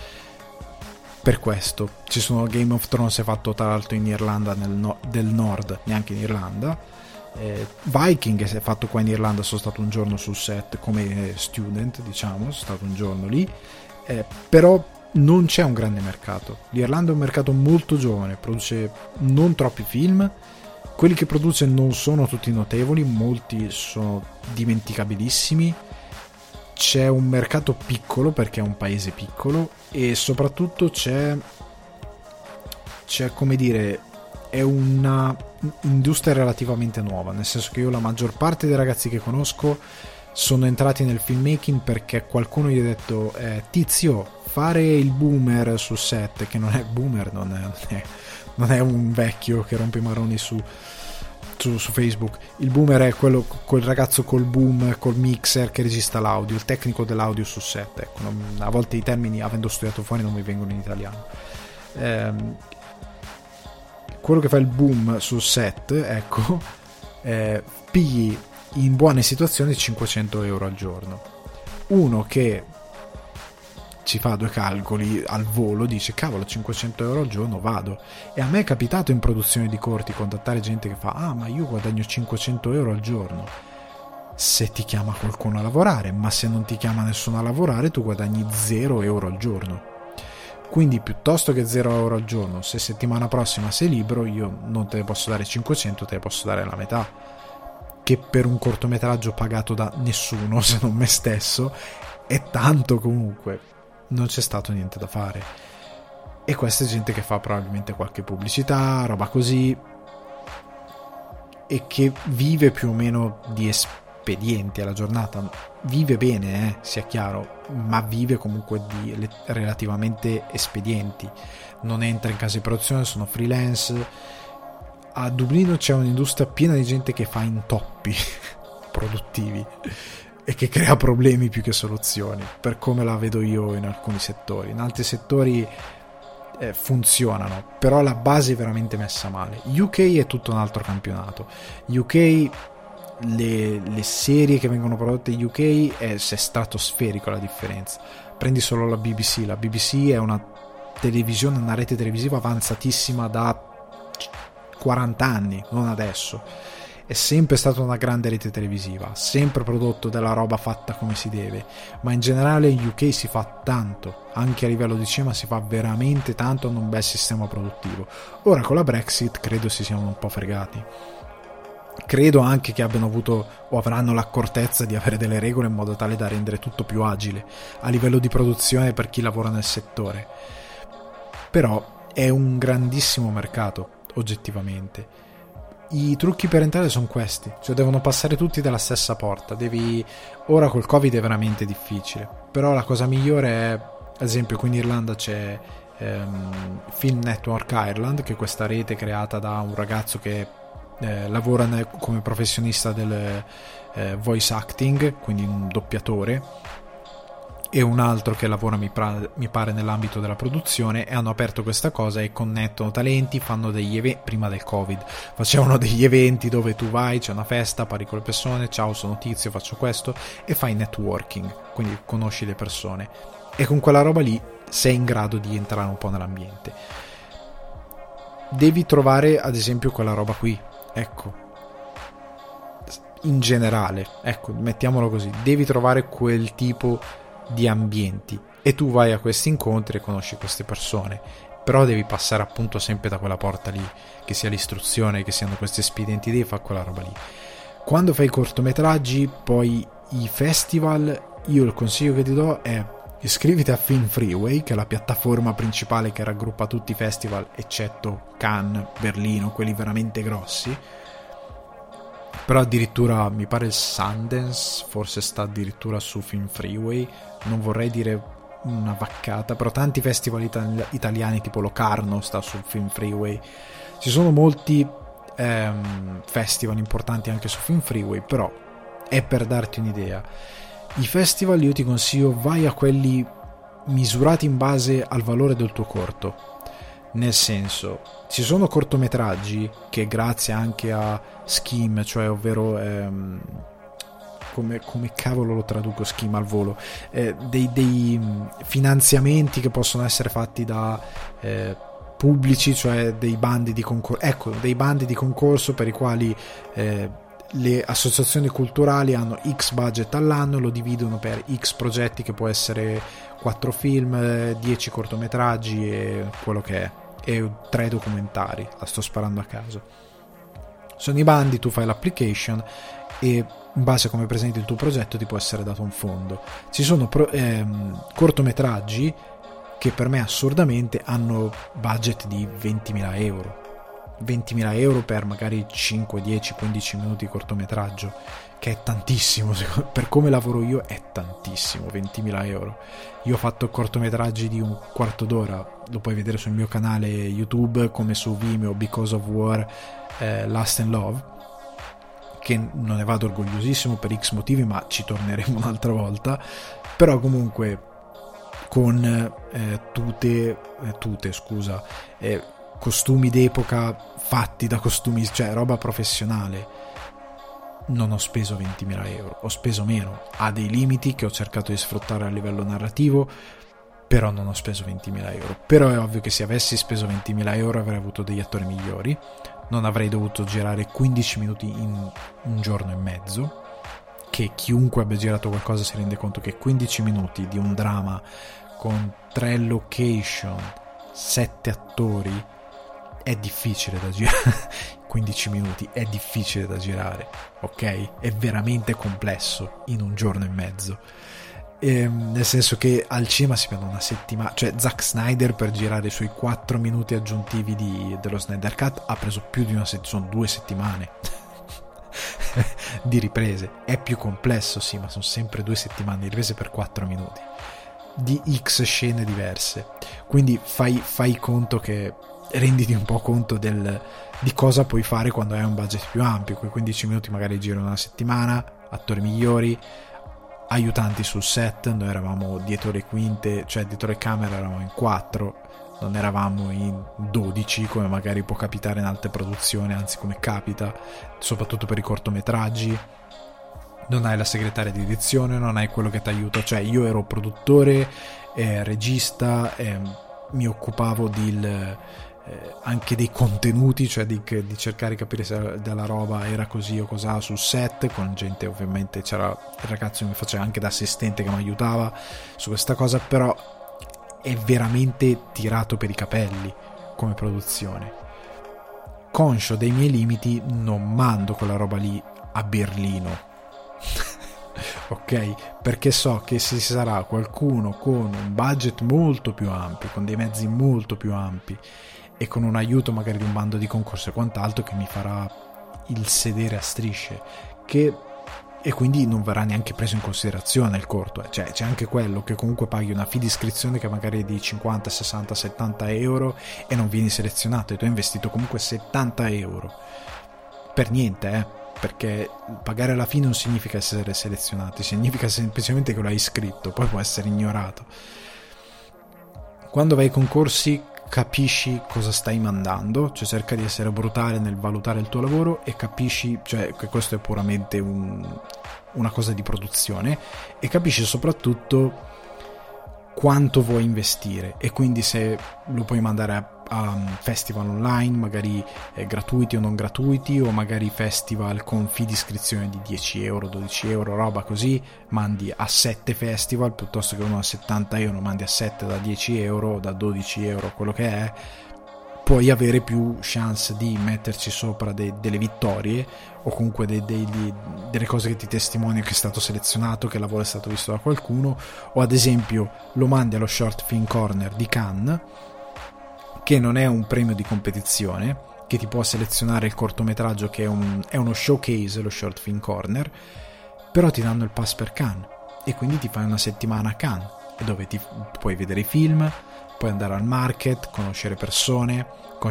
Per questo ci sono Game of Thrones, è fatto tra l'altro in Irlanda del Nord, neanche in Irlanda. Viking è fatto qua in Irlanda, sono stato un giorno sul set come student, diciamo, sono stato un giorno lì, però non c'è un grande mercato. L'Irlanda è un mercato molto giovane, produce non troppi film, quelli che produce non sono tutti notevoli, molti sono dimenticabilissimi. C'è un mercato piccolo perché è un paese piccolo, e soprattutto c'è come dire, è una industria relativamente nuova, nel senso che io, la maggior parte dei ragazzi che conosco sono entrati nel filmmaking perché qualcuno gli ha detto: tizio, fare il boomer sul set, che non è boomer, non è un vecchio che rompe i maroni su Facebook. Il boomer è quello, quel ragazzo col boom, col mixer che registra l'audio, il tecnico dell'audio sul set. Ecco, a volte i termini, avendo studiato fuori, non mi vengono in italiano. Quello che fa il boom sul set, ecco, pigli in buone situazioni 500 euro al giorno. Uno che ci fa due calcoli al volo dice: cavolo, 500 euro al giorno, vado. E a me è capitato in produzione di corti contattare gente che fa: ah, ma io guadagno 500 euro al giorno. Se ti chiama qualcuno a lavorare, ma se non ti chiama nessuno a lavorare, tu guadagni 0 euro al giorno. Quindi, piuttosto che 0 euro al giorno, se settimana prossima sei libero, io non te ne posso dare 500, te ne posso dare la metà, che per un cortometraggio pagato da nessuno se non me stesso è tanto comunque. non c'è stato niente da fare. E questa è gente che fa probabilmente qualche pubblicità, roba così, e che vive più o meno di espedienti alla giornata. Vive bene, sia chiaro, ma vive comunque di relativamente espedienti. Non entra in case di produzione, sono freelance. A Dublino c'è un'industria piena di gente che fa intoppi produttivi e che crea problemi più che soluzioni, per come la vedo io in alcuni settori. In altri settori funzionano, però la base è veramente messa male. UK è tutto un altro campionato. UK, le serie che vengono prodotte in UK è stratosferico la differenza. Prendi solo la BBC è una televisione, una rete televisiva avanzatissima da 40 anni, non adesso. È sempre stata una grande rete televisiva, sempre prodotto della roba fatta come si deve, ma in generale in UK si fa tanto, anche a livello di cinema si fa veramente tanto, hanno un bel sistema produttivo. Ora con la Brexit credo si siano un po' fregati, credo anche che abbiano avuto o avranno l'accortezza di avere delle regole in modo tale da rendere tutto più agile a livello di produzione per chi lavora nel settore. Però è un grandissimo mercato oggettivamente. I trucchi per entrare sono questi, cioè devono passare tutti dalla stessa porta. Ora col Covid è veramente difficile, però la cosa migliore è, ad esempio qui in Irlanda c'è Film Network Ireland, che è questa rete creata da un ragazzo che lavora come professionista del voice acting, quindi un doppiatore, e un altro che lavora mi pare nell'ambito della produzione, e hanno aperto questa cosa e connettono talenti, fanno degli eventi. Prima del Covid facevano degli eventi dove tu vai, c'è una festa, parli con le persone, ciao sono Tizio, faccio questo, e fai networking, quindi conosci le persone, e con quella roba lì sei in grado di entrare un po' nell'ambiente. Devi trovare ad esempio quella roba qui, ecco, in generale, ecco, mettiamolo così, devi trovare quel tipo di ambienti e tu vai a questi incontri e conosci queste persone, però devi passare appunto sempre da quella porta lì, che sia l'istruzione, che siano questi espedienti, devi fare quella roba lì. Quando fai cortometraggi, poi i festival, io il consiglio che ti do è iscriviti a Film Freeway, che è la piattaforma principale che raggruppa tutti i festival eccetto Cannes, Berlino, quelli veramente grossi. Però addirittura mi pare il Sundance forse sta addirittura su Film Freeway, non vorrei dire una vaccata, però tanti festival italiani tipo Locarno sta su Film Freeway. Ci sono molti festival importanti anche su Film Freeway, però è per darti un'idea. I festival io ti consiglio, vai a quelli misurati in base al valore del tuo corto, nel senso, ci sono cortometraggi che grazie anche a Scheme, cioè ovvero come cavolo lo traduco Scheme al volo, dei finanziamenti che possono essere fatti da pubblici, cioè dei bandi di concorso, ecco, dei bandi di concorso per i quali le associazioni culturali hanno X budget all'anno, lo dividono per X progetti, che può essere 4 film, 10 cortometraggi e quello che è, e 3 documentari, la sto sparando a caso. Sono i bandi, tu fai l'application e in base a come presenti il tuo progetto ti può essere dato un fondo. Ci sono cortometraggi che per me assurdamente hanno budget di 20.000 euro. 20.000 euro per magari 5, 10, 15 minuti di cortometraggio, che è tantissimo, per come lavoro io è tantissimo. 20.000 euro. Io ho fatto cortometraggi di un quarto d'ora, lo puoi vedere sul mio canale YouTube, come su Vimeo, Because of War, Lust and Love, che non ne vado orgogliosissimo per X motivi, ma ci torneremo un'altra volta. Però comunque con costumi d'epoca fatti da costumi, cioè roba professionale, non ho speso 20.000 euro, ho speso meno, ha dei limiti che ho cercato di sfruttare a livello narrativo, però non ho speso 20.000 euro. Però è ovvio che se avessi speso 20.000 euro avrei avuto degli attori migliori, non avrei dovuto girare 15 minuti in un giorno e mezzo, che chiunque abbia girato qualcosa si rende conto che 15 minuti di un dramma con 3 location, 7 attori è difficile da girare. 15 minuti è difficile da girare, ok? È veramente complesso in un giorno e mezzo. nel senso che al cinema si prende una settimana, cioè Zack Snyder per girare i suoi 4 minuti aggiuntivi dello Snyder Cut ha preso più di sono 2 settimane di riprese. È più complesso, sì, ma sono sempre 2 settimane di riprese per 4 minuti di X scene diverse, quindi fai conto che renditi un po' conto di cosa puoi fare quando hai un budget più ampio. Quei 15 minuti magari girano una settimana, attori migliori, aiutanti sul set, noi eravamo dietro le quinte, cioè dietro le camere eravamo in 4, non eravamo in 12 come magari può capitare in altre produzioni, anzi come capita soprattutto per i cortometraggi. Non hai la segretaria di edizione, non hai quello che ti aiuta, cioè io ero produttore, regista, mi occupavo anche dei contenuti, cioè di cercare di capire se della roba era così o cos'ha sul set, con gente, ovviamente c'era il ragazzo che mi faceva anche da assistente che mi aiutava su questa cosa, però è veramente tirato per i capelli come produzione. Conscio dei miei limiti non mando quella roba lì a Berlino ok, perché so che se ci sarà qualcuno con un budget molto più ampio, con dei mezzi molto più ampi e con un aiuto magari di un bando di concorso e quant'altro, che mi farà il sedere a strisce, e quindi non verrà neanche preso in considerazione il corto, cioè c'è anche quello che comunque paghi una fee di iscrizione che magari è di 50, 60, 70 euro e non vieni selezionato, e tu hai investito comunque 70 euro per niente, perché pagare la fee non significa essere selezionati, significa semplicemente che lo hai iscritto, poi può essere ignorato. Quando vai ai concorsi capisci cosa stai mandando, cioè cerca di essere brutale nel valutare il tuo lavoro e capisci, cioè che questo è puramente una cosa di produzione, e capisci soprattutto quanto vuoi investire, e quindi se lo puoi mandare a festival online magari gratuiti o non gratuiti, o magari festival con fee di iscrizione di 10 euro, 12 euro, roba così, mandi a 7 festival piuttosto che uno a 70 euro, mandi a 7 da 10 euro, da 12 euro, quello che è, puoi avere più chance di metterci sopra delle vittorie, o comunque delle cose che ti testimoniano che è stato selezionato, che il lavoro è stato visto da qualcuno. O ad esempio lo mandi allo Short Film Corner di Cannes, che non è un premio di competizione, che ti può selezionare il cortometraggio, che è uno showcase, lo Short Film Corner, però ti danno il pass per Cannes e quindi ti fai una settimana a Cannes, dove ti puoi vedere i film, puoi andare al market, conoscere persone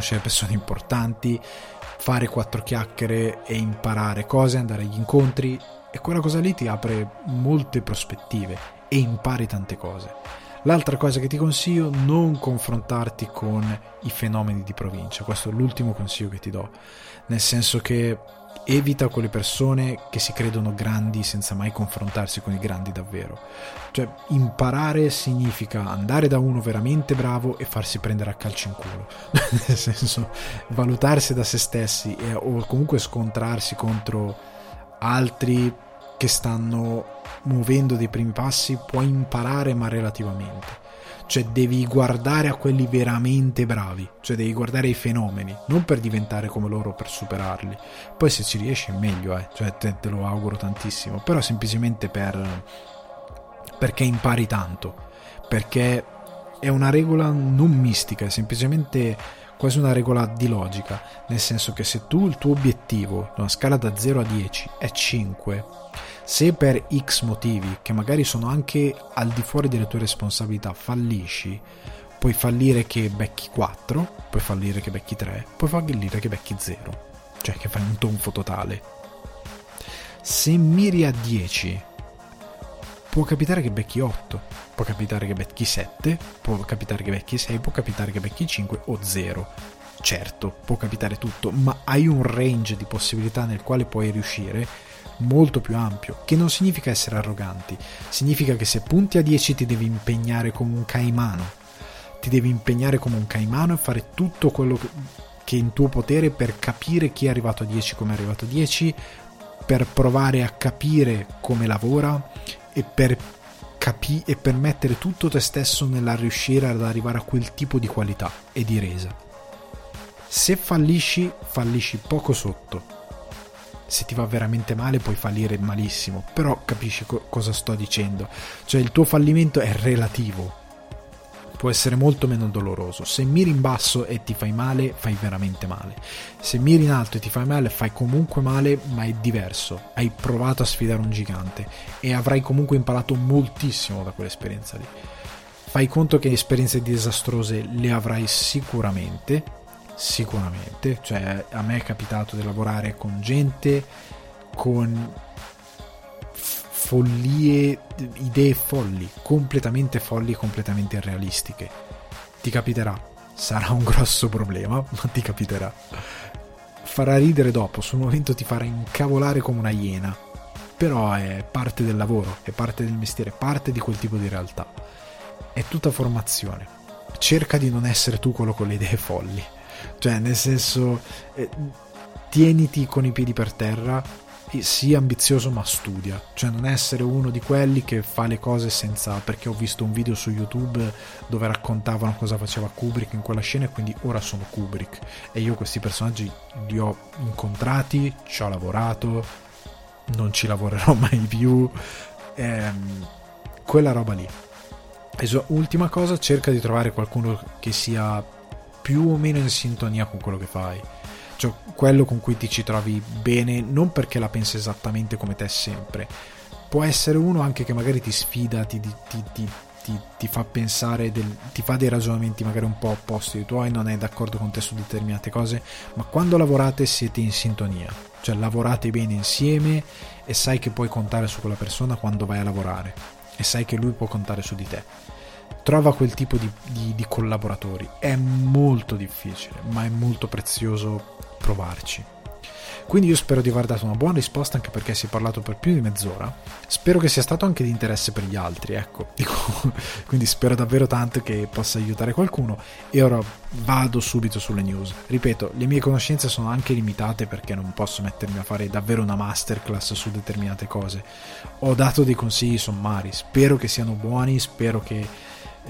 importanti, fare 4 chiacchiere e imparare cose, andare agli incontri, e quella cosa lì ti apre molte prospettive e impari tante cose. L'altra cosa che ti consiglio: non confrontarti con i fenomeni di provincia. Questo è l'ultimo consiglio che ti do, nel senso che evita quelle persone che si credono grandi senza mai confrontarsi con i grandi davvero. Cioè, imparare significa andare da uno veramente bravo e farsi prendere a calci in culo nel senso, valutarsi da se stessi o comunque scontrarsi contro altri che stanno muovendo dei primi passi. Puoi imparare, ma relativamente, cioè devi guardare a quelli veramente bravi, cioè devi guardare i fenomeni, non per diventare come loro, per superarli. Poi se ci riesci meglio, cioè te lo auguro tantissimo, però semplicemente perché impari tanto, perché è una regola non mistica, è semplicemente quasi una regola di logica, nel senso che se tu il tuo obiettivo, una scala da 0 a 10 è 5, se per X motivi, che magari sono anche al di fuori delle tue responsabilità, fallisci, puoi fallire che becchi 4, puoi fallire che becchi 3, puoi fallire che becchi 0, cioè che fai un tonfo totale. Se miri a 10, può capitare che becchi 8, può capitare che becchi 7, può capitare che becchi 6, può capitare che becchi 5 o 0. Certo, può capitare tutto, ma hai un range di possibilità nel quale puoi riuscire molto più ampio, che non significa essere arroganti, significa che se punti a 10 ti devi impegnare come un caimano, e fare tutto quello che è in tuo potere per capire chi è arrivato a 10 come è arrivato a 10, per provare a capire come lavora e per mettere tutto te stesso nella riuscire ad arrivare a quel tipo di qualità e di resa. Se fallisci poco sotto, se ti va veramente male puoi fallire malissimo, però capisci cosa sto dicendo, cioè il tuo fallimento è relativo, può essere molto meno doloroso. Se miri in basso e ti fai male, fai veramente male. Se miri in alto e ti fai male, fai comunque male, ma è diverso. Hai provato a sfidare un gigante e avrai comunque imparato moltissimo da quell'esperienza lì. Fai conto che esperienze disastrose le avrai sicuramente, cioè a me è capitato di lavorare con gente con follie, idee folli, completamente irrealistiche. Ti capiterà, sarà un grosso problema, ma ti capiterà. Farà ridere dopo, sul momento ti farà incavolare come una iena, però è parte del lavoro, è parte del mestiere, è parte di quel tipo di realtà. È tutta formazione. Cerca di non essere tu quello con le idee folli, cioè nel senso, tieniti con i piedi per terra, sii ambizioso ma studia, cioè non essere uno di quelli che fa le cose senza, perché ho visto un video su YouTube dove raccontavano cosa faceva Kubrick in quella scena e quindi ora sono Kubrick, e io questi personaggi li ho incontrati, ci ho lavorato, non ci lavorerò mai più, quella roba lì. Ultima cosa, cerca di trovare qualcuno che sia più o meno in sintonia con quello che fai, cioè quello con cui ti ci trovi bene, non perché la pensa esattamente come te sempre, può essere uno anche che magari ti sfida, ti fa pensare, ti fa dei ragionamenti magari un po' opposti ai tuoi, non è d'accordo con te su determinate cose, ma quando lavorate siete in sintonia, cioè lavorate bene insieme e sai che puoi contare su quella persona quando vai a lavorare e sai che lui può contare su di te. Trova quel tipo di collaboratori, è molto difficile ma è molto prezioso provarci. Quindi io spero di aver dato una buona risposta, anche perché si è parlato per più di mezz'ora, spero che sia stato anche di interesse per gli altri, ecco. Quindi spero davvero tanto che possa aiutare qualcuno, e ora vado subito sulle news. Ripeto, le mie conoscenze sono anche limitate perché non posso mettermi a fare davvero una masterclass su determinate cose. Ho dato dei consigli sommari, spero che siano buoni, spero che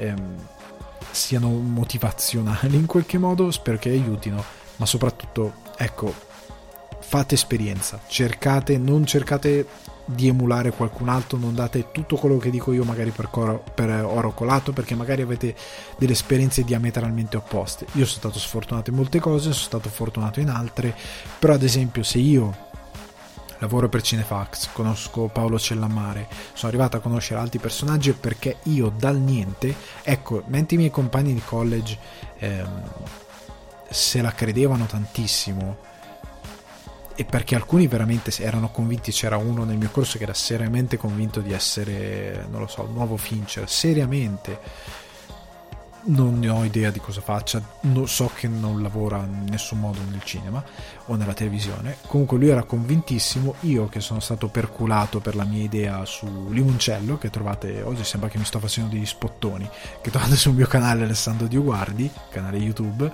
siano motivazionali in qualche modo, spero che aiutino, ma soprattutto, ecco, fate esperienza, non cercate di emulare qualcun altro, non date tutto quello che dico io magari per oro colato, perché magari avete delle esperienze diametralmente opposte. Io sono stato sfortunato in molte cose, sono stato fortunato in altre, però ad esempio se io lavoro per Cinefax, conosco Paolo Cellammare, sono arrivato a conoscere altri personaggi perché io dal niente, ecco, mentre i miei compagni di college se la credevano tantissimo, e perché alcuni veramente erano convinti, c'era uno nel mio corso che era seriamente convinto di essere, non lo so, il nuovo Fincher, seriamente. Non ne ho idea di cosa faccia, so che non lavora in nessun modo nel cinema o nella televisione, comunque lui era convintissimo. Io che sono stato perculato per la mia idea su Limoncello, che trovate oggi, sembra che mi sto facendo degli spottoni, che trovate sul mio canale Alessandro Dioguardi, canale YouTube,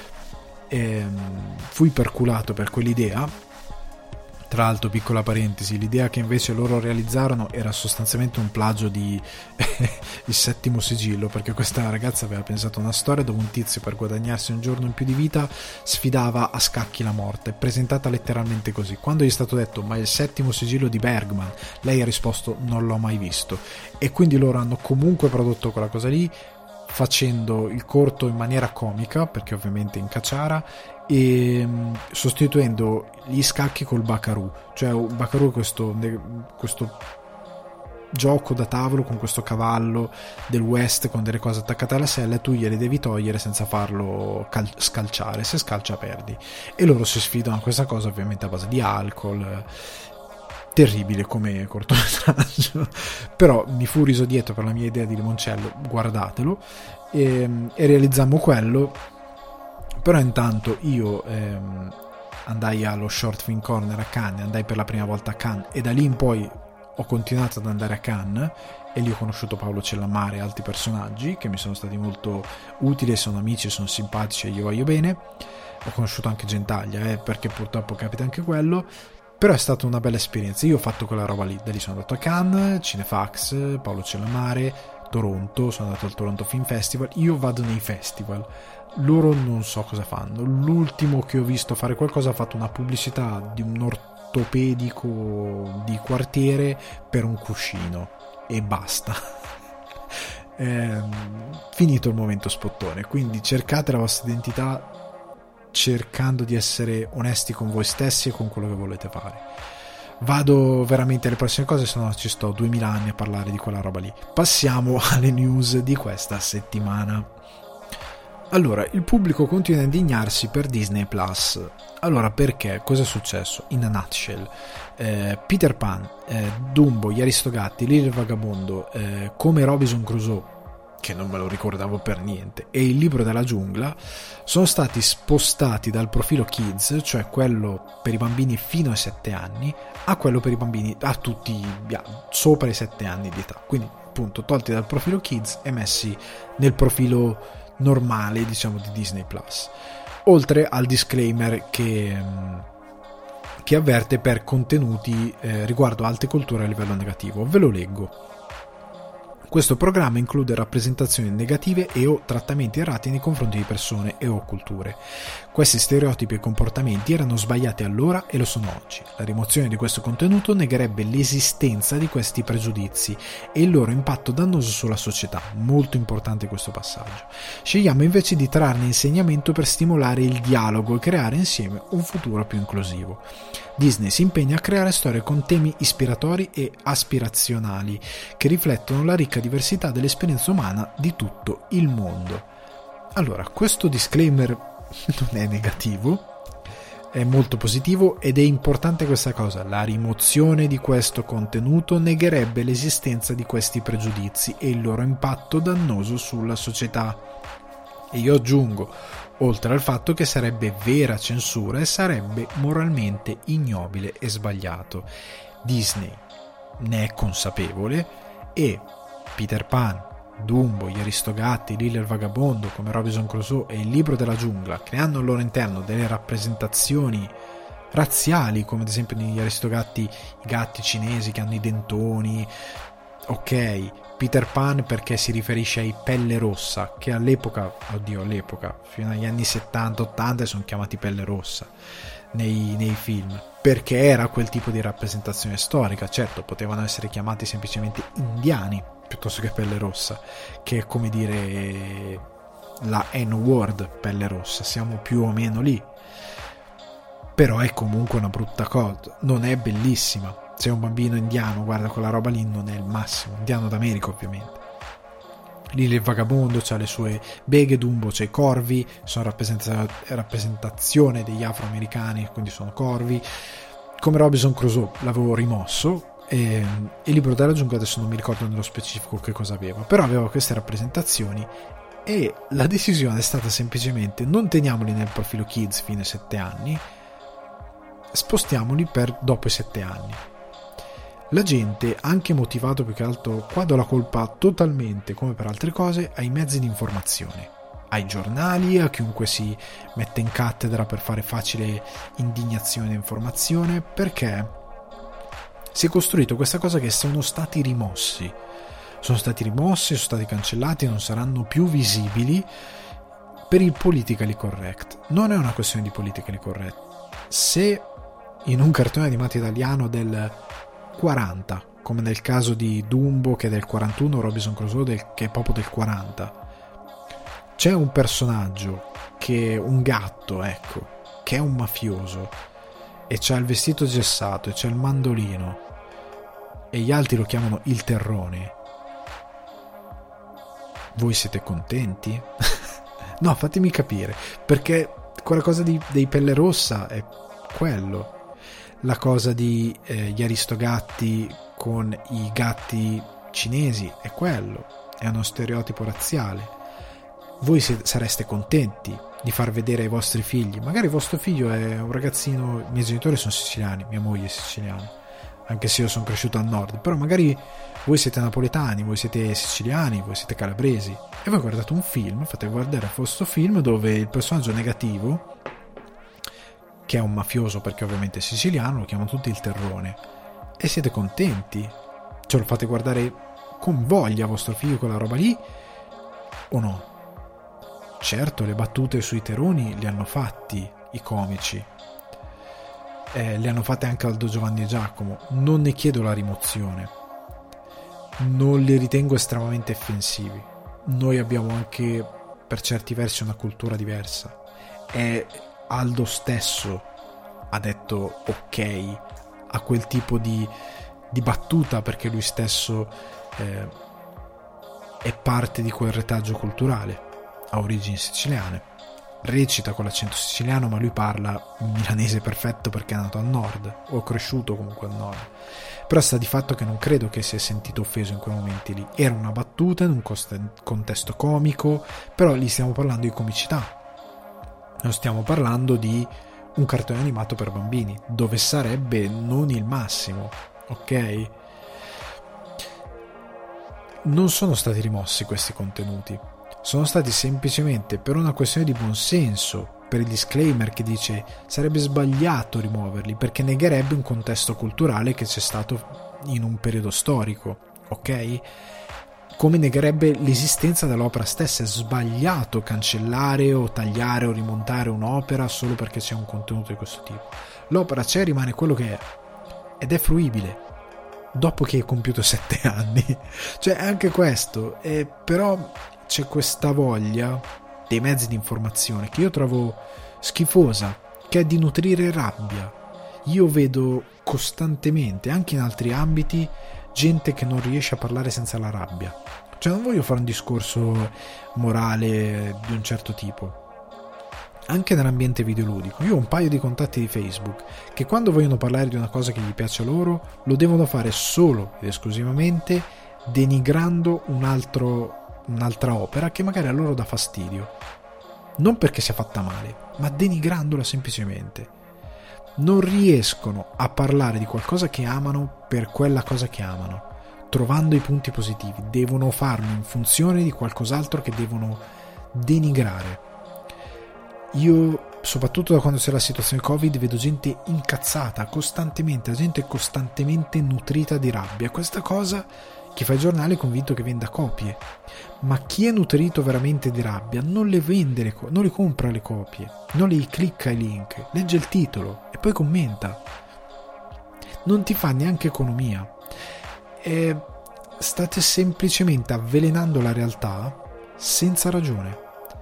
fui perculato per quell'idea. Tra l'altro, piccola parentesi, l'idea che invece loro realizzarono era sostanzialmente un plagio di Il Settimo Sigillo, perché questa ragazza aveva pensato a una storia dove un tizio, per guadagnarsi un giorno in più di vita, sfidava a scacchi la morte, presentata letteralmente così. Quando gli è stato detto ma è Il Settimo Sigillo di Bergman, lei ha risposto non l'ho mai visto, e quindi loro hanno comunque prodotto quella cosa lì, facendo il corto in maniera comica, perché ovviamente in cacciara, e sostituendo gli scacchi col Baccaru, cioè Baccaru è questo gioco da tavolo con questo cavallo del West con delle cose attaccate alla sella, e tu gliele devi togliere senza farlo scalciare, se scalcia perdi, e loro si sfidano a questa cosa, ovviamente a base di alcol. Terribile come cortometraggio, però mi fu riso dietro per la mia idea di Limoncello, guardatelo, e realizzammo quello. Però intanto io andai allo Short Film Corner a Cannes, andai per la prima volta a Cannes, e da lì in poi ho continuato ad andare a Cannes, e lì ho conosciuto Paolo Cellammare e altri personaggi che mi sono stati molto utili, sono amici, sono simpatici e gli voglio bene. Ho conosciuto anche Gentaglia, perché purtroppo capita anche quello, però è stata una bella esperienza. Io ho fatto quella roba lì, da lì sono andato a Cannes, Cinefax, Paolo Cellammare, Toronto, sono andato al Toronto Film Festival. Io vado nei festival, loro non so cosa fanno. L'ultimo che ho visto fare qualcosa ha fatto una pubblicità di un ortopedico di quartiere per un cuscino e basta. Finito il momento spottone, quindi cercate la vostra identità cercando di essere onesti con voi stessi e con quello che volete fare. Vado veramente alle prossime cose, se no ci sto 2000 anni a parlare di quella roba lì. Passiamo alle news di questa settimana. Allora, il pubblico continua a indignarsi per Disney Plus. Allora, perché? Cosa è successo? In a nutshell, Peter Pan, Dumbo, Gli Aristogatti, Lily il Vagabondo, come Robinson Crusoe, che non me lo ricordavo per niente, e Il Libro della Giungla sono stati spostati dal profilo Kids, cioè quello per i bambini fino ai 7 anni, a quello per i bambini a tutti sopra i 7 anni di età. Quindi, appunto, tolti dal profilo Kids e messi nel profilo normale, diciamo, di Disney Plus, oltre al disclaimer che avverte per contenuti riguardo alte culture a livello negativo. Ve lo leggo. Questo programma include rappresentazioni negative e o trattamenti errati nei confronti di persone e o culture. Questi stereotipi e comportamenti erano sbagliati allora e lo sono oggi. La rimozione di questo contenuto negherebbe l'esistenza di questi pregiudizi e il loro impatto dannoso sulla società. Molto importante questo passaggio. Scegliamo invece di trarne insegnamento per stimolare il dialogo e creare insieme un futuro più inclusivo. Disney si impegna a creare storie con temi ispiratori e aspirazionali che riflettono la ricca diversità dell'esperienza umana di tutto il mondo. Allora, questo disclaimer non è negativo, è molto positivo ed è importante questa cosa. La rimozione di questo contenuto negherebbe l'esistenza di questi pregiudizi e il loro impatto dannoso sulla società. E io aggiungo, oltre al fatto che sarebbe vera censura e sarebbe moralmente ignobile e sbagliato. Disney ne è consapevole e Peter Pan, Dumbo, Gli Aristogatti, Lily il Vagabondo, come Robinson Crusoe e Il Libro della Giungla, che hanno al loro interno delle rappresentazioni razziali, come ad esempio negli Aristogatti i gatti cinesi che hanno i dentoni, ok, Peter Pan perché si riferisce ai Pelle Rossa, che all'epoca, fino agli anni 70-80 sono chiamati Pelle Rossa nei film, perché era quel tipo di rappresentazione storica. Certo, potevano essere chiamati semplicemente indiani piuttosto che Pelle Rossa, che è come dire la N-word, Pelle Rossa, siamo più o meno lì, però è comunque una brutta cosa, non è bellissima. Se un bambino indiano guarda quella roba lì non è il massimo, indiano d'America ovviamente. Lily il Vagabondo c'ha le sue beghe, Dumbo c'ha i corvi, sono rappresentazione degli afroamericani, quindi sono corvi. Come Robinson Crusoe l'avevo rimosso, e il Libro della Giungla adesso non mi ricordo nello specifico che cosa aveva, però aveva queste rappresentazioni e la decisione è stata semplicemente: non teniamoli nel profilo Kids fino ai 7 anni, spostiamoli per dopo i 7 anni. La gente, anche motivato più che altro, qua do la colpa totalmente, come per altre cose, ai mezzi di informazione, ai giornali, a chiunque si mette in cattedra per fare facile indignazione e informazione, perché si è costruito questa cosa che sono stati rimossi, sono stati cancellati, non saranno più visibili per il politically correct. Non è una questione di politically correct. Se in un cartone animato italiano del 40, come nel caso di Dumbo che è del 41, Robinson Crusoe che è proprio del 40, c'è un personaggio che è un gatto, ecco, che è un mafioso e c'ha il vestito gessato e c'è il mandolino e gli altri lo chiamano il terrone, voi siete contenti? No, fatemi capire, perché quella cosa dei Pelle Rossa è quello. La cosa di gli Aristogatti con i gatti cinesi è quello, è uno stereotipo razziale. Voi sareste contenti di far vedere ai vostri figli, magari vostro figlio è un ragazzino, i miei genitori sono siciliani, mia moglie è siciliana, anche se io sono cresciuto al nord, però magari voi siete napoletani, voi siete siciliani, voi siete calabresi e voi guardate un film, fate guardare questo film dove il personaggio negativo, che è un mafioso perché ovviamente è siciliano, lo chiamano tutti il terrone, e siete contenti? Ce lo fate guardare con voglia a vostro figlio quella roba lì o no? Certo, le battute sui terroni li hanno fatti i comici, le hanno fatte anche Aldo, Giovanni e Giacomo. Non ne chiedo la rimozione, non li ritengo estremamente offensivi. Noi abbiamo anche per certi versi una cultura diversa, e Aldo stesso ha detto ok a quel tipo di battuta, perché lui stesso è parte di quel retaggio culturale, ha origini siciliane, recita con l'accento siciliano, ma lui parla milanese perfetto perché è nato al nord o cresciuto comunque al nord. Però sta di fatto che non credo che si è sentito offeso in quei momenti lì. Era una battuta in un contesto comico, però lì stiamo parlando di comicità, non stiamo parlando di un cartone animato per bambini, dove sarebbe non il massimo, ok? Non sono stati rimossi questi contenuti, sono stati semplicemente, per una questione di buonsenso, per il disclaimer che dice sarebbe sbagliato rimuoverli perché negherebbe un contesto culturale che c'è stato in un periodo storico, ok? Come negherebbe l'esistenza dell'opera stessa. È sbagliato cancellare o tagliare o rimontare un'opera solo perché c'è un contenuto di questo tipo. L'opera c'è, rimane quello che è, ed è fruibile dopo che hai compiuto 7 anni. Cioè anche questo, però c'è questa voglia dei mezzi di informazione che io trovo schifosa, che è di nutrire rabbia. Io vedo costantemente, anche in altri ambiti, gente che non riesce a parlare senza la rabbia. Cioè non voglio fare un discorso morale di un certo tipo, anche nell'ambiente videoludico. Io ho un paio di contatti di Facebook che quando vogliono parlare di una cosa che gli piace a loro lo devono fare solo ed esclusivamente denigrando un'altra opera che magari a loro dà fastidio, non perché sia fatta male, ma denigrandola semplicemente. Non riescono a parlare di qualcosa che amano per quella cosa che amano, trovando i punti positivi. Devono farlo in funzione di qualcos'altro che devono denigrare. Io, soprattutto da quando c'è la situazione Covid, vedo gente incazzata costantemente, gente costantemente nutrita di rabbia. Questa cosa, chi fa i giornali è convinto che venda copie, ma chi è nutrito veramente di rabbia non le vende, non le compra le copie, non le clicca i link, legge il titolo e poi commenta. Non ti fa neanche economia. State semplicemente avvelenando la realtà senza ragione.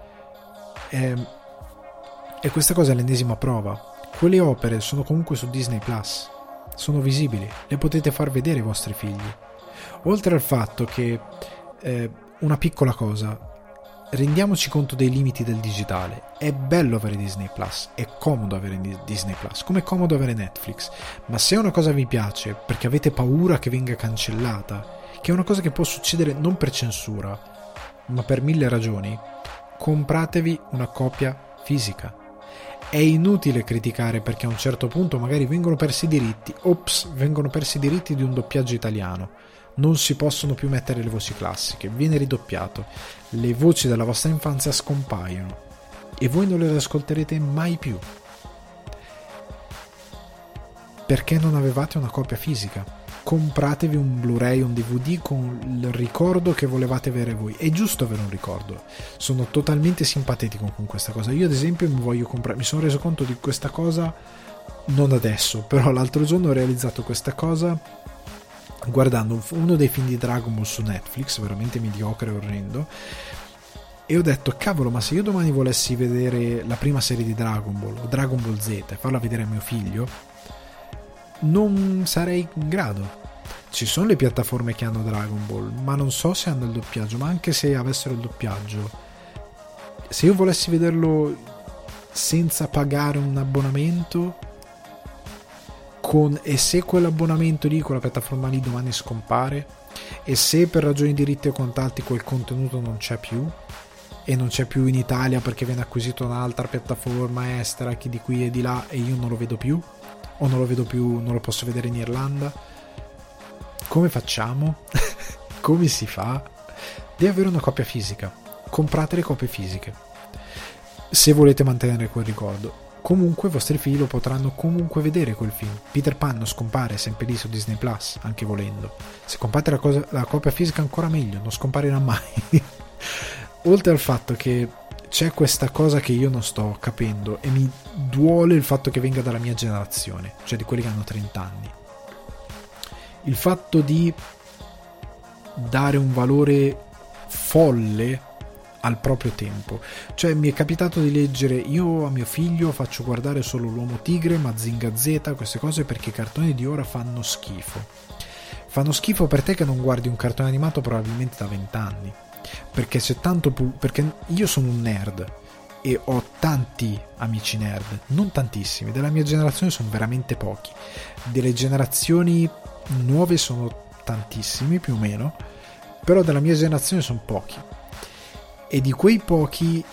E questa cosa è l'ennesima prova. Quelle opere sono comunque su Disney Plus, sono visibili, le potete far vedere ai vostri figli. Oltre al fatto che una piccola cosa, rendiamoci conto dei limiti del digitale. È bello avere Disney Plus, è comodo avere Disney Plus, come è comodo avere Netflix, ma se una cosa vi piace perché avete paura che venga cancellata, che è una cosa che può succedere non per censura ma per 1000 ragioni, compratevi una copia fisica. È inutile criticare perché a un certo punto magari vengono persi i diritti. Vengono persi i diritti di un doppiaggio italiano, non si possono più mettere le voci classiche, viene ridoppiato, le voci della vostra infanzia scompaiono e voi non le ascolterete mai più perché non avevate una copia fisica. Compratevi un Blu-ray, un DVD con il ricordo che volevate avere voi. È giusto avere un ricordo, sono totalmente simpatetico con questa cosa. Io ad esempio mi sono reso conto di questa cosa non adesso, però l'altro giorno ho realizzato questa cosa guardando uno dei film di Dragon Ball su Netflix, veramente mediocre e orrendo, e ho detto cavolo, ma se io domani volessi vedere la prima serie di Dragon Ball o Dragon Ball Z e farla vedere a mio figlio, non sarei in grado. Ci sono le piattaforme che hanno Dragon Ball, ma non so se hanno il doppiaggio. Ma anche se avessero il doppiaggio, se io volessi vederlo senza pagare un abbonamento, e se quell'abbonamento lì, quella piattaforma lì domani scompare, e se per ragioni di diritti o quant'altro quel contenuto non c'è più e non c'è più in Italia perché viene acquisito un'altra piattaforma estera, chi di qui e di là, e io non lo vedo più, o non lo vedo più, non lo posso vedere in Irlanda, come facciamo? Come si fa? Devi avere una copia fisica, comprate le copie fisiche se volete mantenere quel ricordo. Comunque i vostri figli lo potranno comunque vedere quel film. Peter Pan non scompare, è sempre lì su Disney Plus, anche volendo. Se comprate la copia fisica ancora meglio, non scomparirà mai. Oltre al fatto che c'è questa cosa che io non sto capendo e mi duole il fatto che venga dalla mia generazione, cioè di quelli che hanno 30 anni. Il fatto di dare un valore folle al proprio tempo. Cioè mi è capitato di leggere, io a mio figlio faccio guardare solo l'Uomo Tigre, Mazinga Z, queste cose perché i cartoni di ora fanno schifo. Fanno schifo per te che non guardi un cartone animato probabilmente da 20 anni. Perché c'è tanto perché io sono un nerd e ho tanti amici nerd, non tantissimi, della mia generazione sono veramente pochi, delle generazioni nuove sono tantissimi più o meno, però della mia generazione sono pochi, e di quei pochi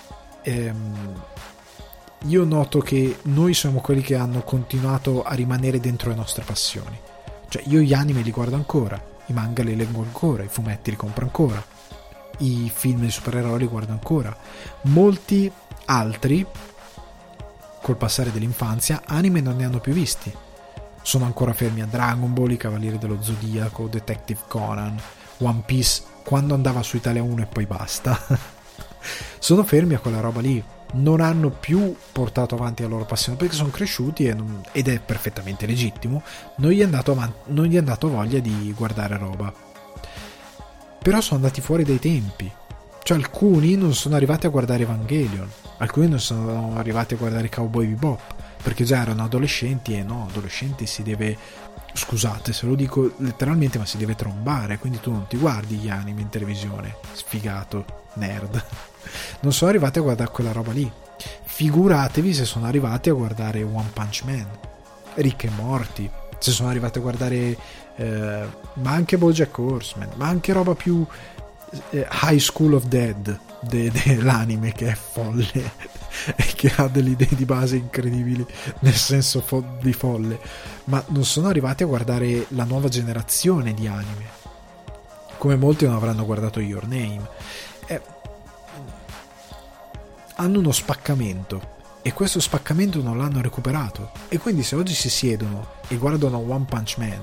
io noto che noi siamo quelli che hanno continuato a rimanere dentro le nostre passioni. Cioè io gli anime li guardo ancora, i manga li leggo ancora, i fumetti li compro ancora, i film di supereroi li guardo ancora. Molti altri col passare dell'infanzia anime non ne hanno più visti, sono ancora fermi a Dragon Ball, i Cavalieri dello Zodiaco, Detective Conan, One Piece quando andava su Italia 1 e poi basta. Sono fermi a quella roba lì, non hanno più portato avanti la loro passione perché sono cresciuti ed è perfettamente legittimo, non gli è andato voglia di guardare roba, però sono andati fuori dai tempi. Cioè alcuni non sono arrivati a guardare Evangelion, alcuni non sono arrivati a guardare Cowboy Bebop perché già erano adolescenti, e no, adolescenti si deve, scusate se lo dico letteralmente, ma si deve trombare, quindi tu non ti guardi gli anime in televisione, sfigato nerd. Non sono arrivati a guardare quella roba lì, figuratevi se sono arrivati a guardare One Punch Man, Rick e Morty, se sono arrivati a guardare ma anche BoJack Horseman, ma anche roba più High School of Dead dell'anime, che è folle e che ha delle idee di base incredibili nel senso di folle, ma non sono arrivati a guardare la nuova generazione di anime, come molti non avranno guardato Your Name. Hanno uno spaccamento e questo spaccamento non l'hanno recuperato, e quindi se oggi si siedono e guardano One Punch Man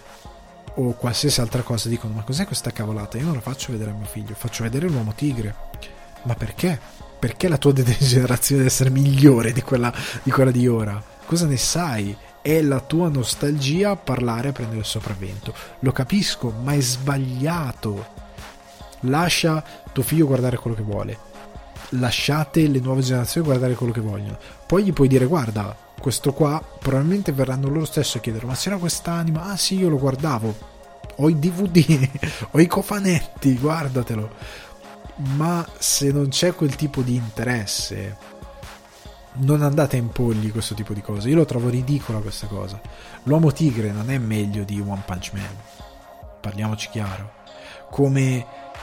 o qualsiasi altra cosa dicono ma cos'è questa cavolata, io non la faccio vedere a mio figlio, faccio vedere l'Uomo Tigre. Ma perché? Perché la tua generazione deve essere migliore di quella di ora? Cosa ne sai? È la tua nostalgia a parlare, a prendere il sopravvento, lo capisco, ma è sbagliato. Lascia tuo figlio guardare quello che vuole, lasciate le nuove generazioni guardare quello che vogliono, poi gli puoi dire guarda questo qua, probabilmente verranno loro stesso a chiedere ma c'era quest'anima, ah sì io lo guardavo, ho i DVD ho i cofanetti, guardatelo. Ma se non c'è quel tipo di interesse, non andate a imporgli questo tipo di cose. Io lo trovo ridicola questa cosa. L'Uomo Tigre non è meglio di One Punch Man, parliamoci chiaro. Come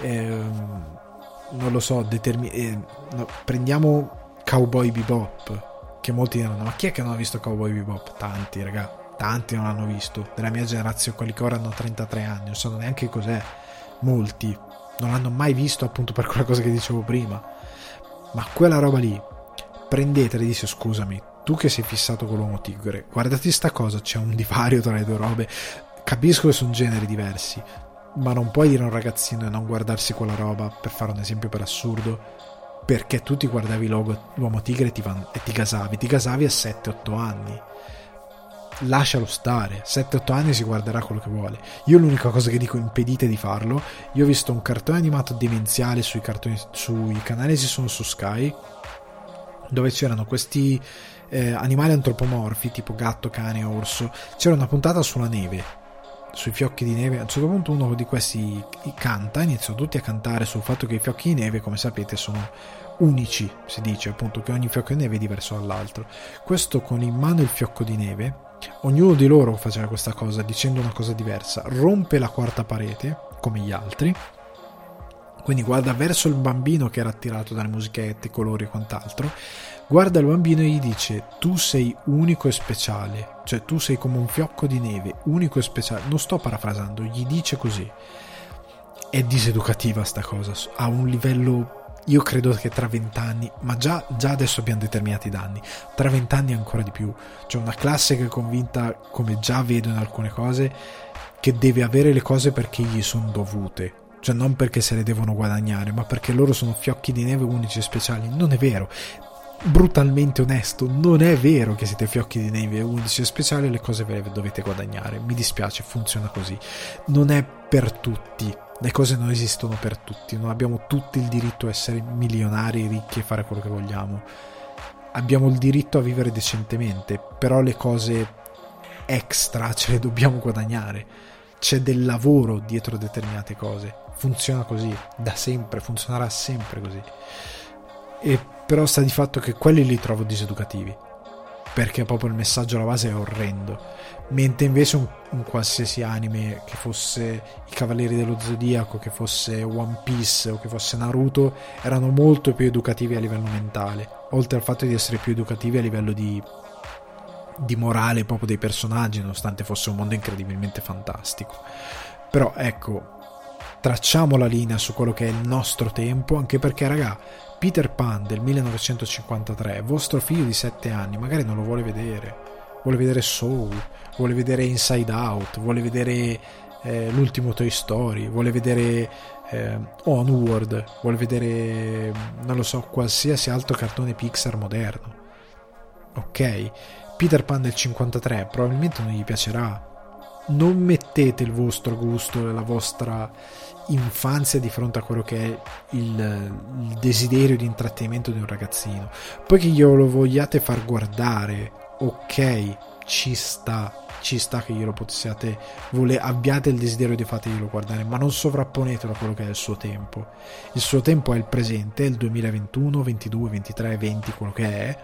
non lo so, prendiamo Cowboy Bebop, che molti diranno ma chi è che non ha visto Cowboy Bebop? Tanti, raga, tanti non l'hanno visto, della mia generazione, quelli che ora hanno 33 anni, non sanno neanche cos'è, molti non l'hanno mai visto, appunto per quella cosa che dicevo prima. Ma quella roba lì, prendetela e dite scusami, tu che sei fissato con l'Uomo Tigre, guardati sta cosa, c'è un divario tra le due robe, capisco che sono generi diversi, ma non puoi dire a un ragazzino di non guardarsi quella roba, per fare un esempio per assurdo, perché tu ti guardavi l'Uomo Tigre e ti gasavi a 7-8 anni. Lascialo stare, 7-8 anni si guarderà quello che vuole. Io l'unica cosa che dico, impedite di farlo. Io ho visto un cartone animato demenziale sui canali che sono su Sky, dove c'erano questi animali antropomorfi tipo gatto, cane, orso. C'era una puntata sulla neve, sui fiocchi di neve. A un certo punto uno di questi canta, iniziano tutti a cantare sul fatto che i fiocchi di neve, come sapete, sono unici, si dice appunto che ogni fiocco di neve è diverso dall'altro. Questo con in mano il fiocco di neve, ognuno di loro faceva questa cosa dicendo una cosa diversa, rompe la quarta parete come gli altri, quindi guarda verso il bambino che era attirato dalle musichette, colori e quant'altro, guarda il bambino e gli dice tu sei unico e speciale, cioè tu sei come un fiocco di neve, unico e speciale, non sto parafrasando, gli dice così. È diseducativa sta cosa, a un livello, io credo che tra 20 anni, ma già adesso abbiamo determinati danni, tra 20 anni ancora di più. C'è una classe che è convinta, come già vedo in alcune cose, che deve avere le cose perché gli sono dovute. cioè non perché se le devono guadagnare, ma perché loro sono fiocchi di neve unici e speciali. Non è vero, brutalmente onesto, non è vero che siete fiocchi di neve unici e speciali e le cose ve le dovete guadagnare. Mi dispiace, funziona così, non è per tutti, le cose non esistono per tutti, non abbiamo tutti il diritto a essere milionari, ricchi e fare quello che vogliamo. Abbiamo il diritto a vivere decentemente, però le cose extra ce le dobbiamo guadagnare. C'è del lavoro dietro determinate cose. Funziona così, da sempre, funzionerà sempre così. E però sta di fatto che quelli li trovo diseducativi, perché proprio il messaggio alla base è orrendo. Mentre invece un qualsiasi anime, che fosse i Cavalieri dello Zodiaco, che fosse One Piece o che fosse Naruto, erano molto più educativi a livello mentale, oltre al fatto di essere più educativi a livello di morale proprio dei personaggi, nonostante fosse un mondo incredibilmente fantastico. Però ecco, tracciamo la linea su quello che è il nostro tempo, anche perché raga, Peter Pan del 1953, vostro figlio di 7 anni magari non lo vuole vedere Soul, vuole vedere Inside Out, vuole vedere l'ultimo Toy Story, vuole vedere Onward, vuole vedere, non lo so, qualsiasi altro cartone Pixar moderno. Ok, Peter Pan del 53 probabilmente non gli piacerà. Non mettete il vostro gusto e la vostra infanzia di fronte a quello che è il desiderio di intrattenimento di un ragazzino. Poi che glielo vogliate far guardare, ok, ci sta che glielo possiate abbiate il desiderio di farglielo guardare, ma non sovrapponetelo a quello che è il suo tempo. Il suo tempo è il presente, il 2021, 22, 23, 20, quello che è.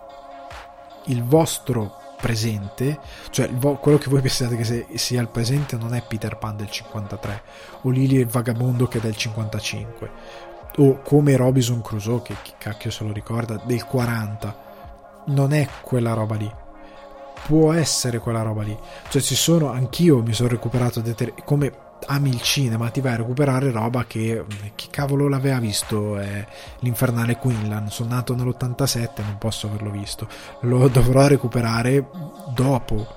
Il vostro presente, cioè quello che voi pensate che sia il presente, non è Peter Pan del 53 o Lily il vagabondo che è del 55 o come Robinson Crusoe, che chi cacchio se lo ricorda, del 40. Non è quella roba lì, può essere quella roba lì, cioè anch'io mi sono recuperato come ami il cinema, ti vai a recuperare roba che chi cavolo l'aveva visto, l'Infernale Quinlan, sono nato nell'87, non posso averlo visto, lo dovrò recuperare dopo,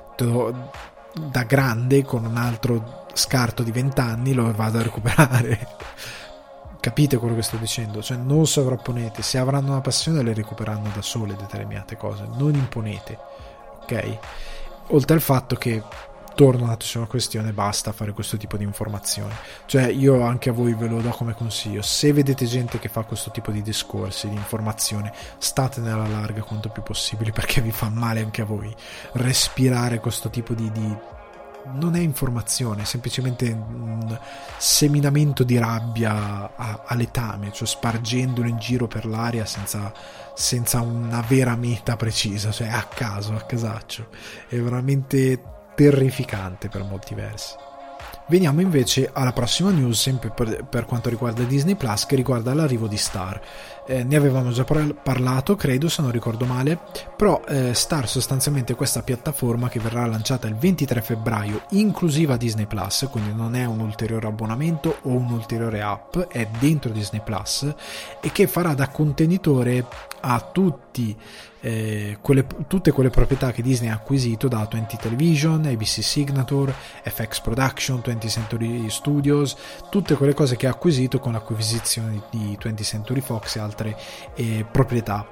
da grande, con un altro scarto di 20 anni lo vado a recuperare. Capite quello che sto dicendo? Cioè non sovrapponete, se avranno una passione le recupereranno da sole determinate cose, non imponete, ok? Oltre al fatto che, torno un attimo sulla questione, basta fare questo tipo di informazioni. Cioè io anche a voi ve lo do come consiglio: se vedete gente che fa questo tipo di discorsi, di informazione, statene alla larga quanto più possibile, perché vi fa male anche a voi respirare questo tipo di non è informazione, è semplicemente un seminamento di rabbia a letame, cioè spargendolo in giro per l'aria senza una vera meta precisa, cioè a caso, a casaccio. È veramente terrificante per molti versi. Veniamo invece alla prossima news, sempre per quanto riguarda Disney Plus, che riguarda l'arrivo di Star. Ne avevamo già parlato, credo, se non ricordo male, però Star sostanzialmente è questa piattaforma che verrà lanciata il 23 febbraio, inclusiva Disney Plus, quindi non è un ulteriore abbonamento o un'ulteriore app, è dentro Disney Plus, e che farà da contenitore a tutte quelle proprietà che Disney ha acquisito da 20th Television, ABC Signature, FX Production, 20th Century Studios, tutte quelle cose che ha acquisito con l'acquisizione di 20th Century Fox e altre proprietà.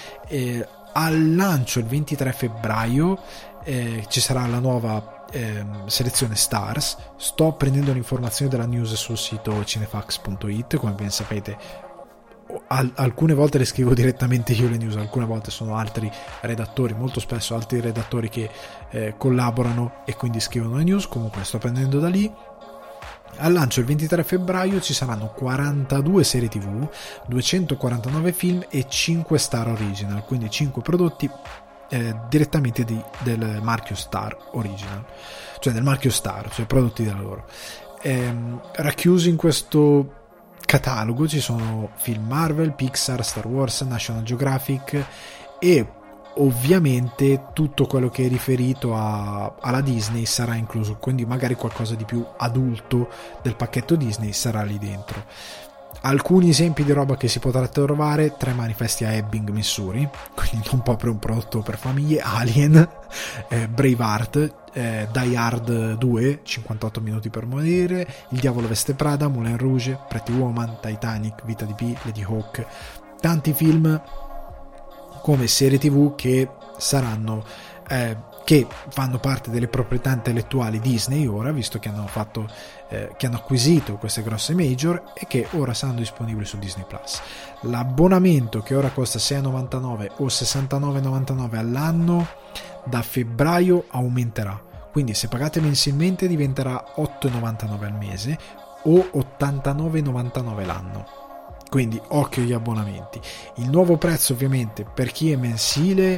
Al lancio il 23 febbraio ci sarà la nuova selezione Stars. Sto prendendo l'informazione della news sul sito cinefax.it, come ben sapete. Alcune volte le scrivo direttamente io le news, alcune volte sono altri redattori, molto spesso altri redattori che collaborano e quindi scrivono le news. Comunque sto prendendo da lì. Al lancio il 23 febbraio ci saranno 42 serie tv, 249 film e 5 Star Original, quindi 5 prodotti direttamente del marchio Star Original, cioè del marchio Star, cioè prodotti da loro. Racchiusi in questo catalogo ci sono film Marvel, Pixar, Star Wars, National Geographic e ovviamente tutto quello che è riferito alla Disney sarà incluso, quindi magari qualcosa di più adulto del pacchetto Disney sarà lì dentro. Alcuni esempi di roba che si potrà trovare: Tre manifesti a Ebbing, Missouri, quindi non proprio un prodotto per famiglie. Alien, Braveheart, Die Hard 2, 58 minuti per morire, Il diavolo veste Prada, Moulin Rouge, Pretty Woman, Titanic, Vita di Pi, Lady Hawk, tanti film come serie TV che saranno che fanno parte delle proprietà intellettuali Disney ora, visto che hanno fatto che hanno acquisito queste grosse major e che ora saranno disponibili su Disney Plus. L'abbonamento, che ora costa 6,99 o 69,99 all'anno, da febbraio aumenterà, quindi se pagate mensilmente diventerà 8,99 al mese o 89,99 l'anno. Quindi occhio agli abbonamenti. Il nuovo prezzo ovviamente per chi è mensile,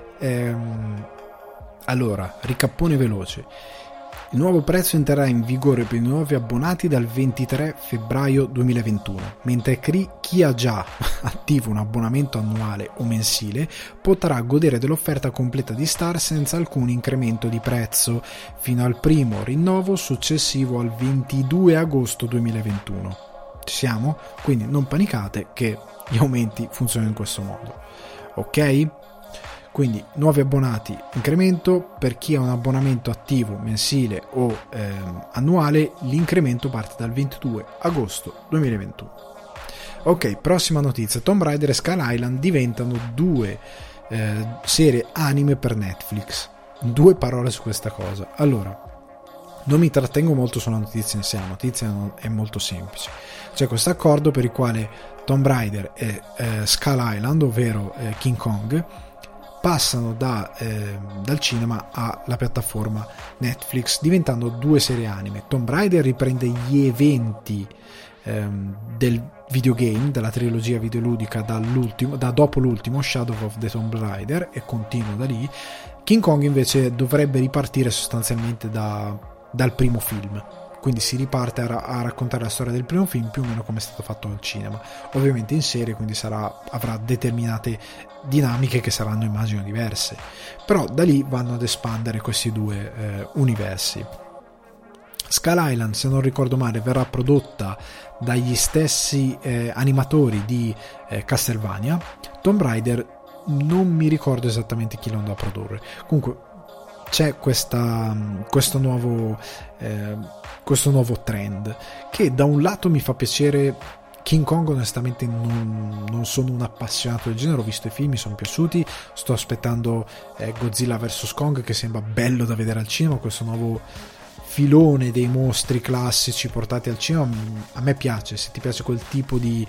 allora, ricappone veloce. Il nuovo prezzo entrerà in vigore per i nuovi abbonati dal 23 febbraio 2021, mentre chi ha già attivo un abbonamento annuale o mensile potrà godere dell'offerta completa di Star senza alcun incremento di prezzo fino al primo rinnovo successivo al 22 agosto 2021. Ci siamo? Quindi non panicate che gli aumenti funzionano in questo modo. Ok? Quindi nuovi abbonati, incremento. Per chi ha un abbonamento attivo mensile o annuale, l'incremento parte dal 22 agosto 2021. Ok, prossima notizia. Tomb Raider e Skull Island diventano due serie anime per Netflix. 2 parole su questa cosa. Allora, non mi trattengo molto sulla notizia in sé, la notizia è molto semplice. C'è questo accordo per il quale Tomb Raider e Skull Island, ovvero King Kong, passano dal cinema alla piattaforma Netflix, diventando 2 serie anime. Tomb Raider riprende gli eventi del videogame, della trilogia videoludica da dopo l'ultimo Shadow of the Tomb Raider, e continua da lì. King Kong invece dovrebbe ripartire sostanzialmente dal primo film, quindi si riparte a raccontare la storia del primo film più o meno come è stato fatto al cinema, ovviamente in serie, quindi avrà determinate dinamiche che saranno, immagino, diverse, però da lì vanno ad espandere questi 2 universi. Skull Island, se non ricordo male, verrà prodotta dagli stessi animatori di Castlevania. Tomb Raider non mi ricordo esattamente chi lo andrà a produrre. Comunque c'è questo nuovo trend che da un lato mi fa piacere. King Kong onestamente non sono un appassionato del genere, ho visto i film, mi sono piaciuti, sto aspettando Godzilla vs Kong, che sembra bello da vedere al cinema, questo nuovo filone dei mostri classici portati al cinema. A me piace, se ti piace quel tipo di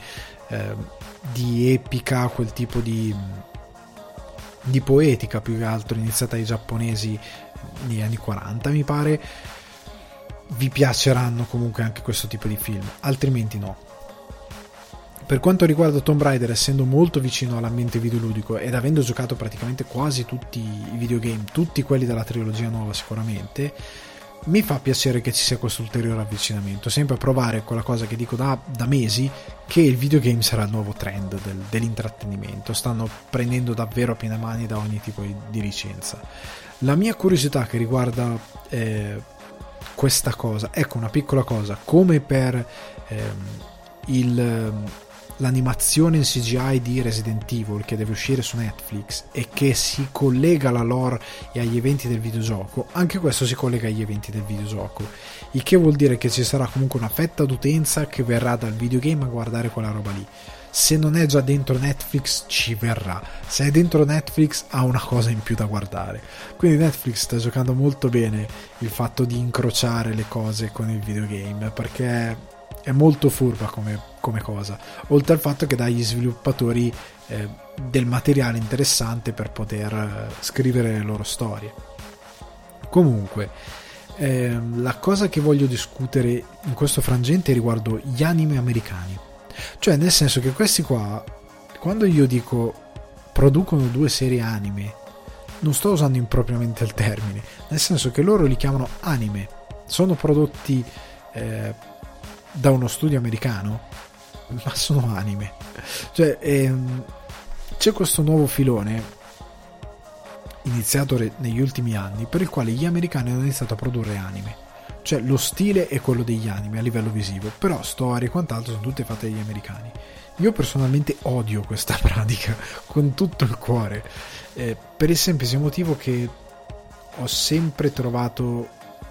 epica, quel tipo di poetica più che altro iniziata dai giapponesi negli anni 40 mi pare, vi piaceranno comunque anche questo tipo di film, altrimenti no. Per quanto riguarda Tomb Raider, essendo molto vicino all'ambiente videoludico ed avendo giocato praticamente quasi tutti i videogame, tutti quelli della trilogia nuova sicuramente, mi fa piacere che ci sia questo ulteriore avvicinamento, sempre a provare quella cosa che dico da mesi, che il videogame sarà il nuovo trend dell'intrattenimento. Stanno prendendo davvero a piene mani da ogni tipo di licenza. La mia curiosità che riguarda questa cosa, ecco, una piccola cosa, come per l'animazione in CGI di Resident Evil che deve uscire su Netflix e che si collega alla lore e agli eventi del videogioco, anche questo si collega agli eventi del videogioco, il che vuol dire che ci sarà comunque una fetta d'utenza che verrà dal videogame a guardare quella roba lì. Se non è già dentro Netflix, ci verrà. Se è dentro Netflix, ha una cosa in più da guardare. Quindi Netflix sta giocando molto bene il fatto di incrociare le cose con il videogame, perché è molto furba come cosa, oltre al fatto che dà agli sviluppatori del materiale interessante per poter scrivere le loro storie. Comunque la cosa che voglio discutere in questo frangente riguardo gli anime americani, cioè nel senso che questi qua, quando io dico producono 2 serie anime, non sto usando impropriamente il termine, nel senso che loro li chiamano anime, sono prodotti da uno studio americano, ma sono anime. Cioè c'è questo nuovo filone iniziato negli ultimi anni, per il quale gli americani hanno iniziato a produrre anime, cioè lo stile è quello degli anime a livello visivo, però storie e quant'altro sono tutte fatte dagli americani. Io personalmente odio questa pratica con tutto il cuore, per il semplice motivo che ho sempre trovato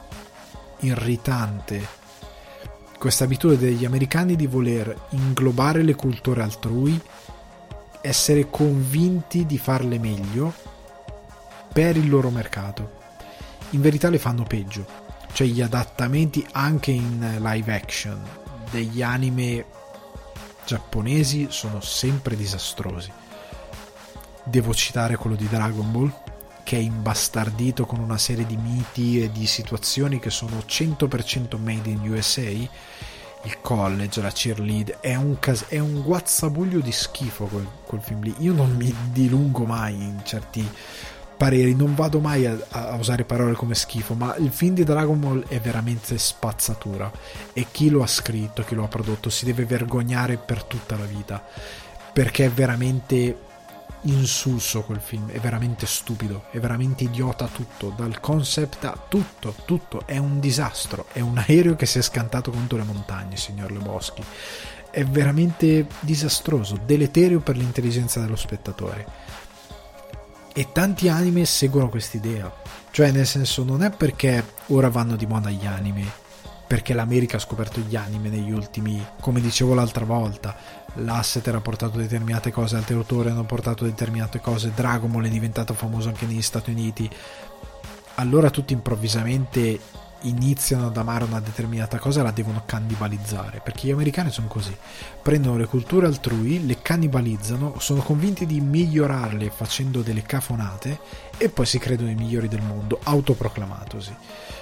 irritante questa abitudine degli americani di voler inglobare le culture altrui, essere convinti di farle meglio per il loro mercato. In verità le fanno peggio, cioè gli adattamenti anche in live action degli anime giapponesi sono sempre disastrosi. Devo citare quello di Dragon Ball, che è imbastardito con una serie di miti e di situazioni che sono 100% made in USA. Il college, la cheerleader, è un guazzabuglio di schifo quel film lì. Io non mi dilungo mai in certi pareri, non vado mai a usare parole come schifo, ma il film di Dragon Ball è veramente spazzatura, e chi lo ha scritto, chi lo ha prodotto si deve vergognare per tutta la vita, perché è veramente insulso quel film, è veramente stupido, è veramente idiota tutto, dal concept a tutto è un disastro, è un aereo che si è scantato contro le montagne, signor Lebowski, è veramente disastroso, deleterio per l'intelligenza dello spettatore. E tanti anime seguono quest'idea, cioè nel senso, non è perché ora vanno di moda gli anime, perché l'America ha scoperto gli anime negli ultimi, come dicevo l'altra volta, l'Asseter ha portato determinate cose, altri autori hanno portato determinate cose, Dragon Ball è diventato famoso anche negli Stati Uniti, allora tutti improvvisamente iniziano ad amare una determinata cosa e la devono cannibalizzare, perché gli americani sono così, prendono le culture altrui, le cannibalizzano, sono convinti di migliorarle facendo delle cafonate e poi si credono i migliori del mondo, autoproclamatosi.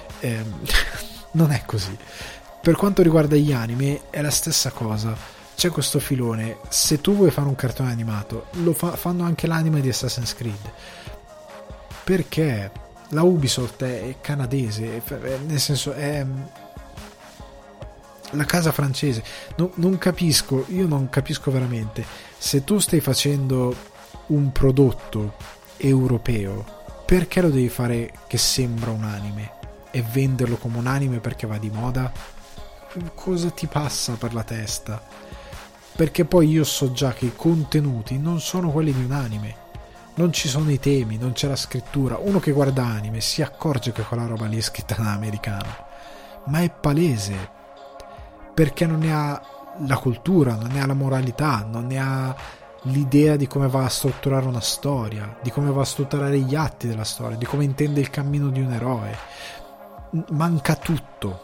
Non è così. Per quanto riguarda gli anime è la stessa cosa, c'è questo filone, se tu vuoi fare un cartone animato lo fanno anche l'anime di Assassin's Creed, perché la Ubisoft è canadese, nel senso è la casa francese, non capisco, io non capisco veramente, se tu stai facendo un prodotto europeo, perché lo devi fare che sembra un anime e venderlo come un anime perché va di moda? Cosa ti passa per la testa? Perché poi io so già che i contenuti non sono quelli di un anime, non ci sono i temi, non c'è la scrittura. Uno che guarda anime si accorge che quella roba lì è scritta da americano, ma è palese, perché non ne ha la cultura, non ne ha la moralità, non ne ha l'idea di come va a strutturare una storia, di come va a strutturare gli atti della storia, di come intende il cammino di un eroe. Manca tutto.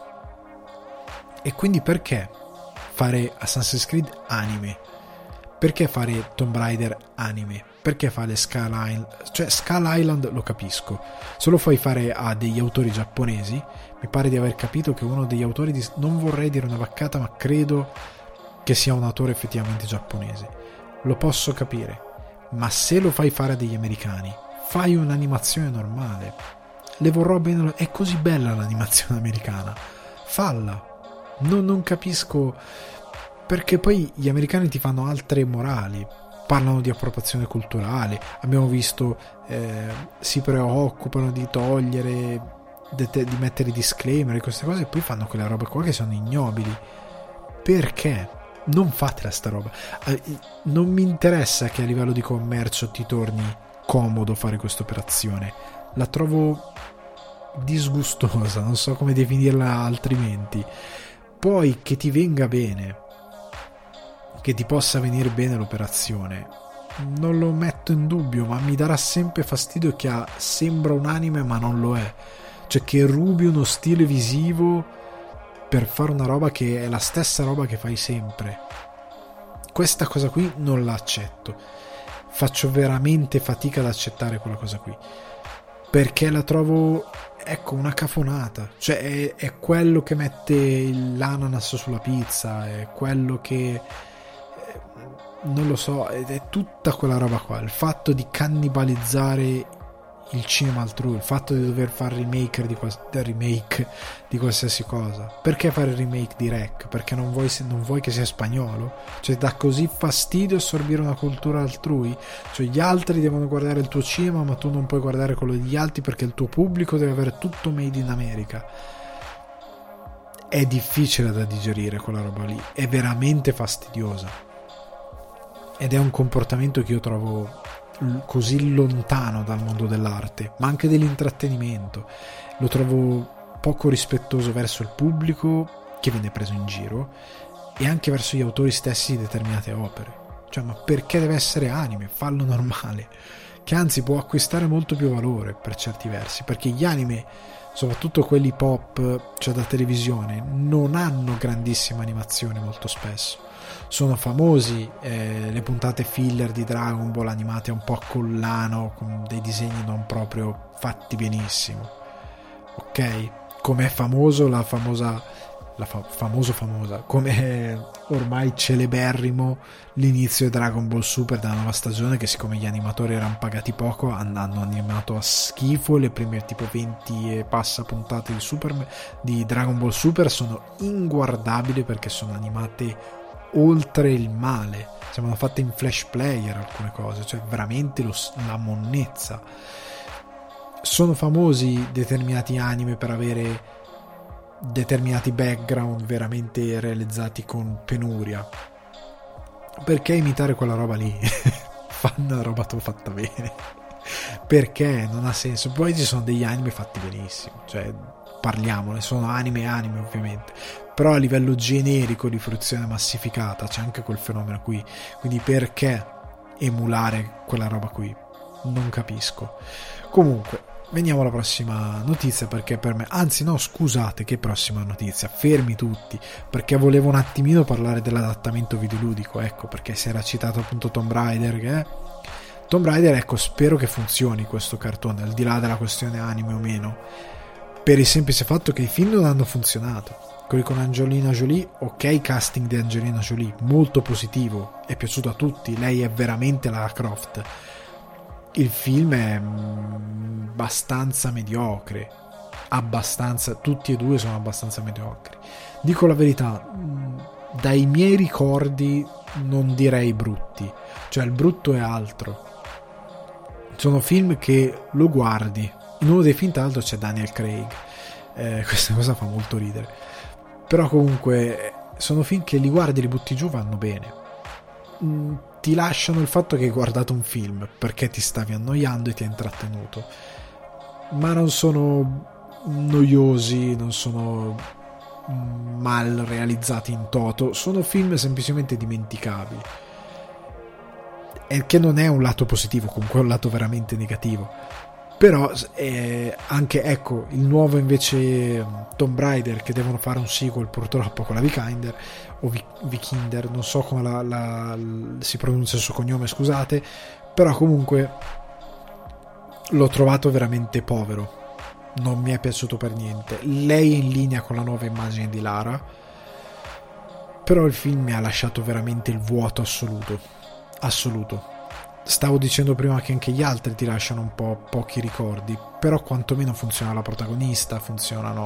E quindi perché fare Assassin's Creed anime? Perché fare Tomb Raider anime? Perché fare Skull Island? Cioè Skull Island lo capisco, se lo fai fare a degli autori giapponesi, mi pare di aver capito che uno degli autori non vorrei dire una vaccata, ma credo che sia un autore effettivamente giapponese, lo posso capire, ma se lo fai fare a degli americani, fai un'animazione normale. Le vorrò bene, è così bella l'animazione americana, falla. Non capisco perché poi gli americani ti fanno altre morali, parlano di appropriazione culturale, abbiamo visto si preoccupano di togliere, di mettere disclaimer e queste cose, e poi fanno quelle robe qua che sono ignobili. Perché? Non fatela sta roba. Non mi interessa che a livello di commercio ti torni comodo fare questa operazione, la trovo disgustosa, non so come definirla altrimenti. Poi che ti venga bene, che ti possa venire bene l'operazione, non lo metto in dubbio, ma mi darà sempre fastidio che sembra un anime ma non lo è, cioè che rubi uno stile visivo per fare una roba che è la stessa roba che fai sempre. Questa cosa qui non l'accetto, faccio veramente fatica ad accettare quella cosa qui, perché la trovo, ecco, una cafonata, cioè è quello che mette l'ananas sulla pizza, è quello che non lo so, è tutta quella roba qua, il fatto di cannibalizzare il cinema altrui, il fatto di dover fare remake di qualsiasi cosa. Perché fare il remake di Rec? Perché non vuoi che sia spagnolo? Cioè dà così fastidio assorbire una cultura altrui? Cioè gli altri devono guardare il tuo cinema ma tu non puoi guardare quello degli altri perché il tuo pubblico deve avere tutto made in America. È difficile da digerire quella roba lì, è veramente fastidiosa, ed è un comportamento che io trovo così lontano dal mondo dell'arte, ma anche dell'intrattenimento. Lo trovo poco rispettoso verso il pubblico che viene preso in giro e anche verso gli autori stessi di determinate opere. Cioè, ma perché deve essere anime? Fallo normale, che anzi può acquistare molto più valore per certi versi, perché gli anime, soprattutto quelli pop, cioè da televisione, non hanno grandissima animazione molto spesso. Sono famosi le puntate filler di Dragon Ball animate un po' a collano, con dei disegni non proprio fatti benissimo, ok? Come è famoso famosa, come ormai celeberrimo l'inizio di Dragon Ball Super della nuova stagione, che siccome gli animatori erano pagati poco hanno animato a schifo. Le prime tipo 20 e passa puntate di Dragon Ball Super sono inguardabili perché sono animate oltre il male, sembrano fatte in flash player alcune cose, cioè veramente la monnezza. Sono famosi determinati anime per avere determinati background veramente realizzati con penuria. Perché imitare quella roba lì? Fanno una roba fatta bene, perché non ha senso. Poi ci sono degli anime fatti benissimo, cioè parliamone, sono anime ovviamente, però a livello generico di fruizione massificata c'è anche quel fenomeno qui, quindi perché emulare quella roba qui? Non capisco. Comunque veniamo alla prossima notizia, perché per me, anzi no, scusate, che prossima notizia, fermi tutti, perché volevo un attimino parlare dell'adattamento videoludico, ecco, perché si era citato appunto Tomb Raider, ecco, spero che funzioni questo cartone, al di là della questione anime o meno, per il semplice fatto che i film non hanno funzionato. Quelli con Angelina Jolie, ok, casting di Angelina Jolie molto positivo, è piaciuto a tutti, lei è veramente Lara Croft. Il film è abbastanza mediocre, tutti e due sono abbastanza mediocri. Dico la verità, dai miei ricordi non direi brutti, cioè il brutto è altro. Sono film che lo guardi, in uno dei film tra l'altro c'è Daniel Craig, questa cosa fa molto ridere, però comunque sono film che li guardi e li butti giù, vanno bene. Ti lasciano il fatto che hai guardato un film perché ti stavi annoiando e ti ha intrattenuto, ma non sono noiosi, non sono mal realizzati in toto, sono film semplicemente dimenticabili, e che non è un lato positivo, comunque è un lato veramente negativo. Però anche, ecco, il nuovo invece Tomb Raider, che devono fare un sequel purtroppo con la Vikander o Vikinder, non so come si pronuncia il suo cognome, scusate, però comunque l'ho trovato veramente povero, non mi è piaciuto per niente. Lei è in linea con la nuova immagine di Lara, però il film mi ha lasciato veramente il vuoto assoluto. Stavo dicendo prima che anche gli altri ti lasciano un po' pochi ricordi, però quantomeno funziona la protagonista, funziona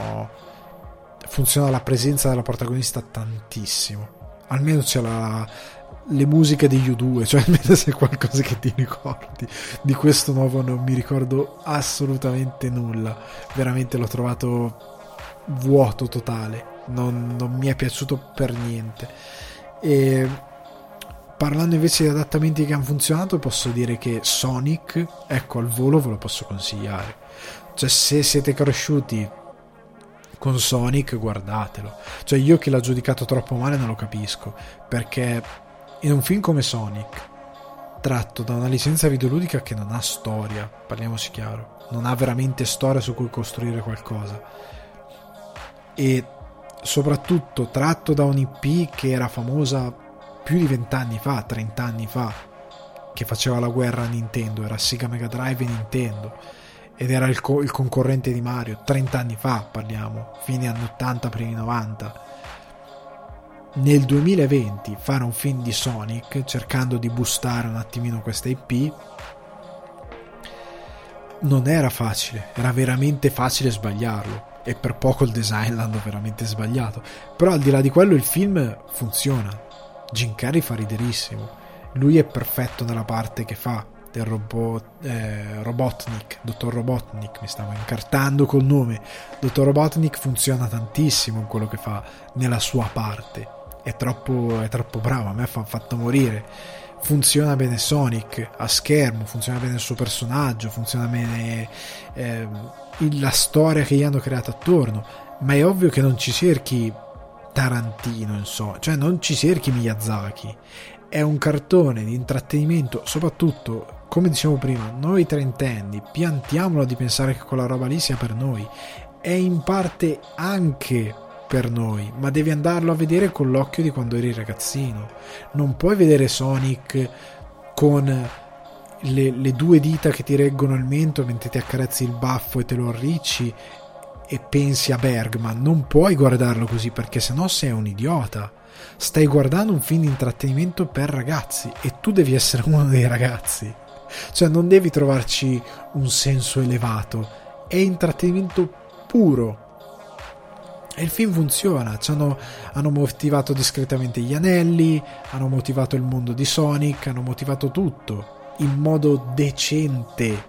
la presenza della protagonista tantissimo. Almeno c'è le musiche degli U2, cioè almeno c'è qualcosa che ti ricordi. Di questo nuovo non mi ricordo assolutamente nulla, veramente l'ho trovato vuoto totale, non mi è piaciuto per niente. E parlando invece di adattamenti che hanno funzionato, posso dire che Sonic, ecco, al volo ve lo posso consigliare. Cioè, se siete cresciuti con Sonic, guardatelo. Cioè, io che l'ho giudicato troppo male non lo capisco, perché in un film come Sonic, tratto da una licenza videoludica che non ha storia, parliamoci chiaro, non ha veramente storia su cui costruire qualcosa, e soprattutto tratto da un'IP che era famosa più di 20 anni fa, 30 anni fa, che faceva la guerra a Nintendo, era Sega Mega Drive e Nintendo, ed era il concorrente di Mario, 30 anni fa parliamo, fine anni 80, primi 90. Nel 2020 fare un film di Sonic, cercando di boostare un attimino questa IP, non era facile, era veramente facile sbagliarlo, e per poco il design l'hanno veramente sbagliato. Però al di là di quello il film funziona. Jim Carrey fa riderissimo, lui è perfetto nella parte che fa del Robotnik, Dottor Robotnik, mi stavo incartando col nome. Dottor Robotnik funziona tantissimo in quello che fa nella sua parte, è troppo bravo, a me ha fatto morire. funziona bene Sonic a schermo, funziona bene il suo personaggio, funziona bene la storia che gli hanno creato attorno, ma è ovvio che non ci cerchi Tarantino, insomma, cioè non ci cerchi Miyazaki. È un cartone di intrattenimento, soprattutto, come dicevo prima, noi trentenni piantiamolo di pensare che quella roba lì sia per noi, è in parte anche per noi, ma devi andarlo a vedere con l'occhio di quando eri ragazzino. Non puoi vedere Sonic con le due dita che ti reggono il mento mentre ti accarezzi il baffo e te lo arricci e pensi a Bergman. Non puoi guardarlo così, perché sennò sei un idiota. Stai guardando un film di intrattenimento per ragazzi e tu devi essere uno dei ragazzi, cioè non devi trovarci un senso elevato, è intrattenimento puro. E il film funziona, hanno motivato discretamente gli anelli, hanno motivato il mondo di Sonic, hanno motivato tutto in modo decente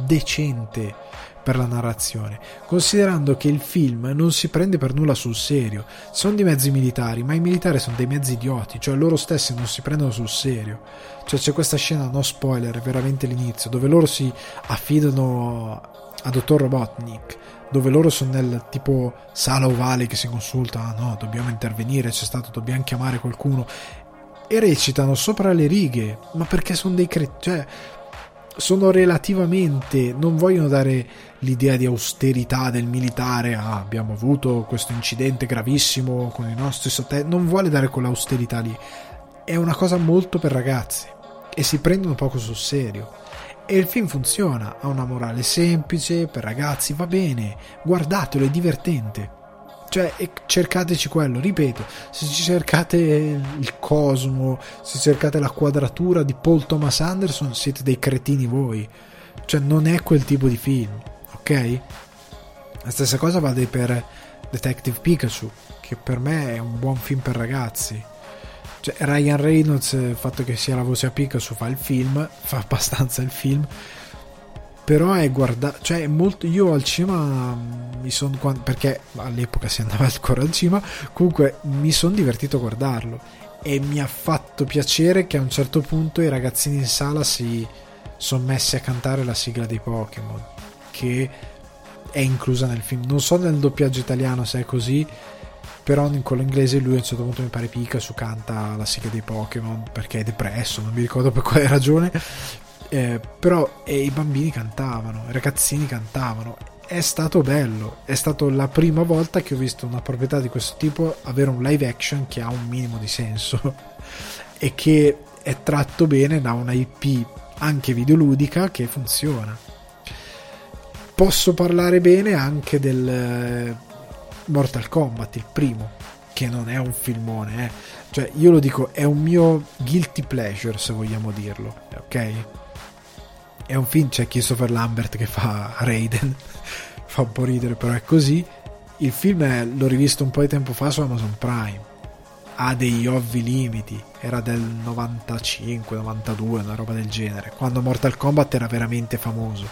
per la narrazione, considerando che il film non si prende per nulla sul serio. Sono dei mezzi militari, ma i militari sono dei mezzi idioti, cioè loro stessi non si prendono sul serio. Cioè c'è questa scena, no spoiler, veramente l'inizio, dove loro si affidano a Dottor Robotnik, dove loro sono nel tipo sala ovale che si consulta, no, dobbiamo intervenire, dobbiamo chiamare qualcuno, e recitano sopra le righe, ma perché sono dei cioè sono relativamente, non vogliono dare l'idea di austerità del militare, abbiamo avuto questo incidente gravissimo con i nostri satelliti, non vuole dare quell'austerità lì, è una cosa molto per ragazzi e si prendono poco sul serio. E il film funziona, ha una morale semplice, per ragazzi, va bene, guardatelo, è divertente. Cioè, cercateci quello, ripeto, se ci cercate il cosmo, se cercate la quadratura di Paul Thomas Anderson, siete dei cretini voi. Cioè, non è quel tipo di film, ok? La stessa cosa vale per Detective Pikachu, che per me è un buon film per ragazzi. Cioè, Ryan Reynolds, il fatto che sia la voce a Pikachu fa abbastanza il film, però è cioè è molto, io al cinema perché all'epoca si andava ancora al cinema, comunque mi sono divertito a guardarlo e mi ha fatto piacere che a un certo punto i ragazzini in sala si sono messi a cantare la sigla dei Pokémon, che è inclusa nel film. Non so nel doppiaggio italiano se è così, però in quello inglese lui a un certo punto, mi pare, Pikachu canta la sigla dei Pokémon perché è depresso, non mi ricordo per quale ragione, però i bambini cantavano, i ragazzini cantavano. È stato bello, è stata la prima volta che ho visto una proprietà di questo tipo avere un live action che ha un minimo di senso e che è tratto bene da una IP anche videoludica che funziona. Posso parlare bene anche del Mortal Kombat, il primo, che non è un filmone, cioè io lo dico, è un mio guilty pleasure, se vogliamo dirlo, ok? È un film, c'è Christopher Lambert che fa Raiden fa un po' ridere, però è così. Il film l'ho rivisto un po' di tempo fa su Amazon Prime, ha degli ovvi limiti, era del 95-92, una roba del genere, quando Mortal Kombat era veramente famoso,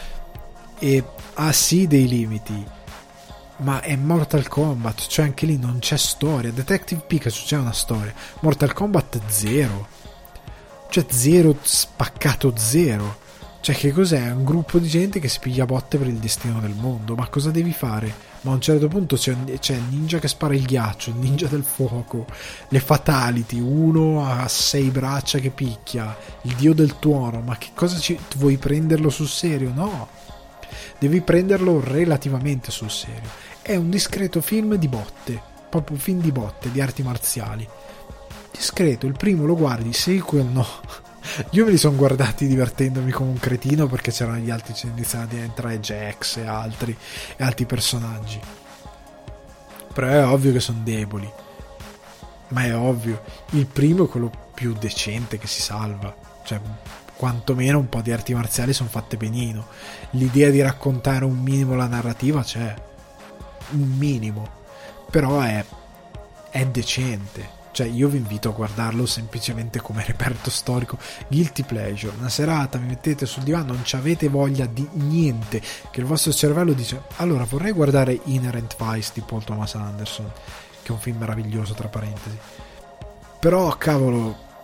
e ha sì dei limiti, ma è Mortal Kombat, cioè anche lì non c'è storia. Detective Pikachu c'è una storia, Mortal Kombat zero, cioè zero spaccato zero. Cioè, che cos'è? Un gruppo di gente che si piglia botte per il destino del mondo. Ma cosa devi fare? Ma a un certo punto c'è il ninja che spara il ghiaccio, il ninja del fuoco, le fatality, uno a 6 braccia che picchia, il dio del tuono. Ma che cosa vuoi prenderlo sul serio? No, devi prenderlo relativamente sul serio. È un discreto film di botte, proprio un film di botte, di arti marziali. Discreto, il primo lo guardi, il sequel no. Io me li sono guardati divertendomi come un cretino, perché c'erano gli altri, iniziano a entrare Jax e altri personaggi, però è ovvio che sono deboli, ma è ovvio. Il primo è quello più decente che si salva, cioè quantomeno un po' di arti marziali sono fatte benino, l'idea di raccontare un minimo la narrativa c'è, un minimo, però è decente. Cioè io vi invito a guardarlo semplicemente come reperto storico, guilty pleasure, una serata, vi mettete sul divano, non ci avete voglia di niente, che il vostro cervello dice allora vorrei guardare Inherent Vice di Paul Thomas Anderson, che è un film meraviglioso tra parentesi, però cavolo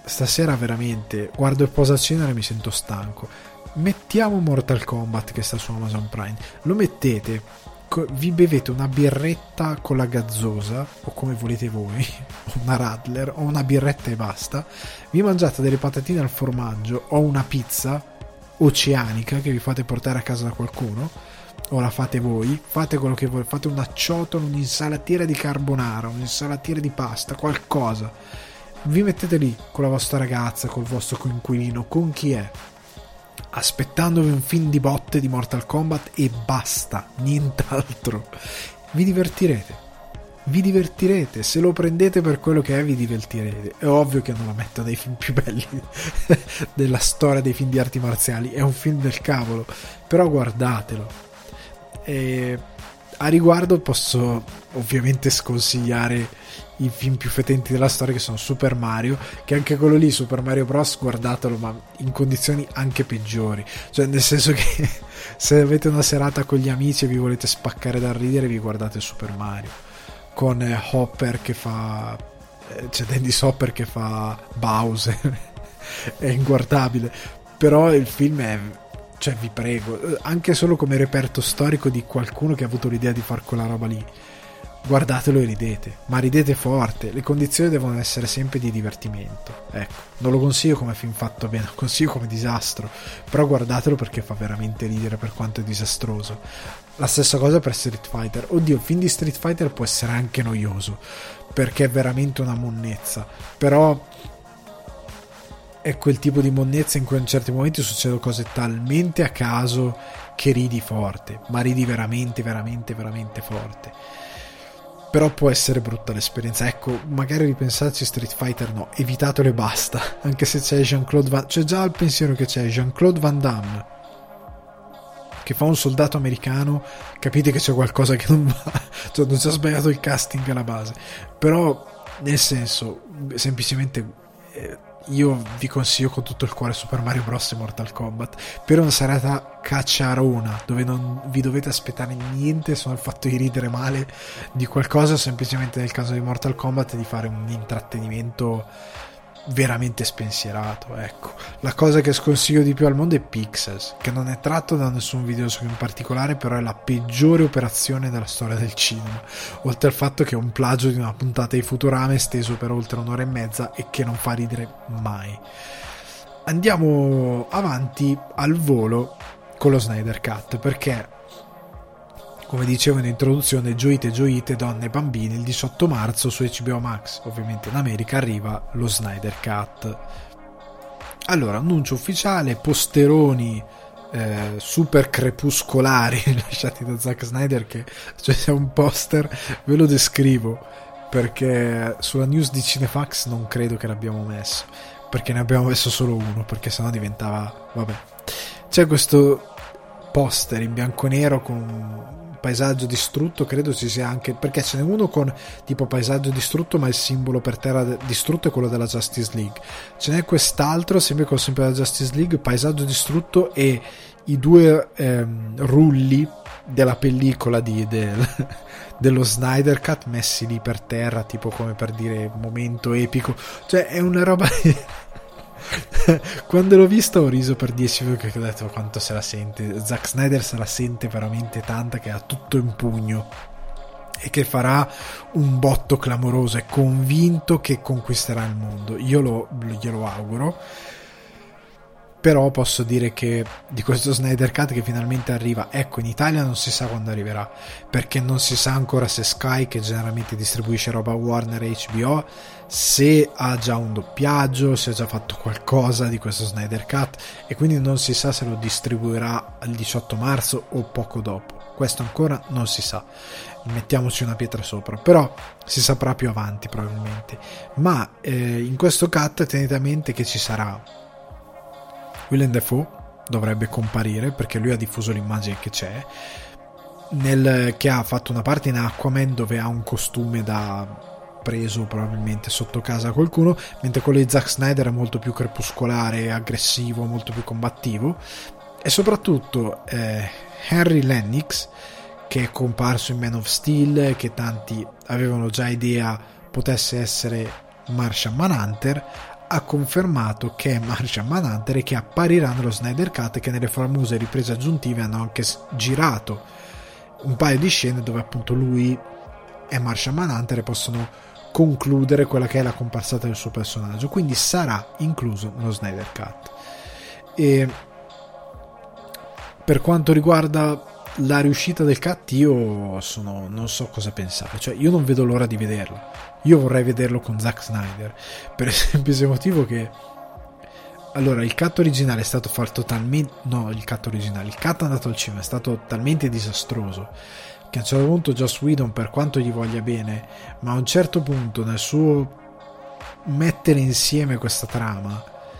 stasera veramente guardo il posacenere e mi sento stanco. Mettiamo Mortal Kombat che sta su Amazon Prime, lo mettete, vi bevete una birretta con la gazzosa o come volete voi, una Radler o una birretta e basta, vi mangiate delle patatine al formaggio o una pizza oceanica che vi fate portare a casa da qualcuno o la fate voi, fate quello che volete, fate una ciotola, un'insalatiera di carbonara, un'insalatiera di pasta, qualcosa, vi mettete lì con la vostra ragazza, col vostro coinquilino, con chi è, aspettandovi un film di botte di Mortal Kombat e basta, nient'altro. Vi divertirete, se lo prendete per quello che è vi divertirete. È ovvio che non la metto nei film più belli della storia dei film di arti marziali, è un film del cavolo, però guardatelo. E a riguardo posso ovviamente sconsigliare i film più fetenti della storia, che sono Super Mario, che anche quello lì, Super Mario Bros, guardatelo, ma in condizioni anche peggiori, cioè nel senso che se avete una serata con gli amici e vi volete spaccare dal ridere vi guardate Super Mario con Hopper che fa c'è Dennis Hopper che fa Bowser è inguardabile, però il film è, cioè vi prego, anche solo come reperto storico di qualcuno che ha avuto l'idea di far quella roba lì, guardatelo e ridete, ma ridete forte. Le condizioni devono essere sempre di divertimento, ecco, non lo consiglio come film fatto bene, lo consiglio come disastro, però guardatelo perché fa veramente ridere per quanto è disastroso. La stessa cosa per Street Fighter. Oddio, il film di Street Fighter può essere anche noioso perché è veramente una monnezza, però è quel tipo di monnezza in cui in certi momenti succedono cose talmente a caso che ridi forte, ma ridi veramente veramente veramente forte. Però può essere brutta l'esperienza, ecco, magari ripensarci Street Fighter no, evitatelo e basta, anche se c'è Jean-Claude Van, c'è già il pensiero che c'è Jean-Claude Van Damme che fa un soldato americano, capite che c'è qualcosa che non va, cioè non c'è sbagliato il casting alla base, però nel senso, semplicemente io vi consiglio con tutto il cuore Super Mario Bros. E Mortal Kombat per una serata cacciarona dove non vi dovete aspettare niente se non il fatto di ridere male di qualcosa, semplicemente nel caso di Mortal Kombat di fare un intrattenimento veramente spensierato. Ecco, la cosa che sconsiglio di più al mondo è Pixels, che non è tratto da nessun videogioco in particolare, però è la peggiore operazione della storia del cinema, oltre al fatto che è un plagio di una puntata di Futurama esteso per oltre un'ora e mezza e che non fa ridere mai. Andiamo avanti al volo con lo Snyder Cut, perché come dicevo in introduzione, gioite donne e bambini, il 18 marzo su HBO Max, ovviamente in America, arriva lo Snyder Cut. Allora, annuncio ufficiale, posteroni super crepuscolari lasciati da Zack Snyder, che cioè c'è un poster, ve lo descrivo perché sulla news di Cinefax non credo che l'abbiamo messo, perché ne abbiamo messo solo uno, perché sennò diventava, vabbè, c'è questo poster in bianco e nero con paesaggio distrutto, credo ci sia anche, perché ce n'è uno con tipo paesaggio distrutto ma il simbolo per terra distrutto è quello della Justice League, ce n'è quest'altro sempre con il simbolo della Justice League, paesaggio distrutto e i due rulli della pellicola dello Snyder Cut messi lì per terra, tipo come per dire momento epico, cioè è una roba quando l'ho visto ho riso per 10 minuti, perché ho detto quanto se la sente Zack Snyder, se la sente veramente tanta, che ha tutto in pugno e che farà un botto clamoroso, è convinto che conquisterà il mondo, io glielo auguro. Però posso dire che di questo Snyder Cut che finalmente arriva, ecco, in Italia non si sa quando arriverà, perché non si sa ancora se Sky, che generalmente distribuisce roba Warner e HBO, se ha già un doppiaggio, se ha già fatto qualcosa di questo Snyder Cut, e quindi non si sa se lo distribuirà il 18 marzo o poco dopo. Questo ancora non si sa, mettiamoci una pietra sopra, però si saprà più avanti probabilmente. Ma in questo cut tenete a mente che ci sarà Willem Dafoe, dovrebbe comparire perché lui ha diffuso l'immagine che c'è, che ha fatto una parte in Aquaman dove ha un costume da preso probabilmente sotto casa a qualcuno, mentre quello di Zack Snyder è molto più crepuscolare, aggressivo, molto più combattivo. E soprattutto Henry Lennox, che è comparso in Man of Steel, che tanti avevano già idea potesse essere Martian Manhunter, ha confermato che è Martian Manhunter e che apparirà nello Snyder Cut, e che nelle famose riprese aggiuntive hanno anche girato un paio di scene dove appunto lui è Martian Manhunter e possono concludere quella che è la comparsata del suo personaggio, quindi sarà incluso nello Snyder Cut. E per quanto riguarda la riuscita del cut, io non so cosa pensare, cioè io non vedo l'ora di vederlo. Io vorrei vederlo con Zack Snyder, per il semplice motivo che, allora, il cut originale è stato fatto talmente, no, il cut andato al cinema è stato talmente disastroso che a un certo punto Joss Whedon, per quanto gli voglia bene, ma a un certo punto nel suo mettere insieme questa trama,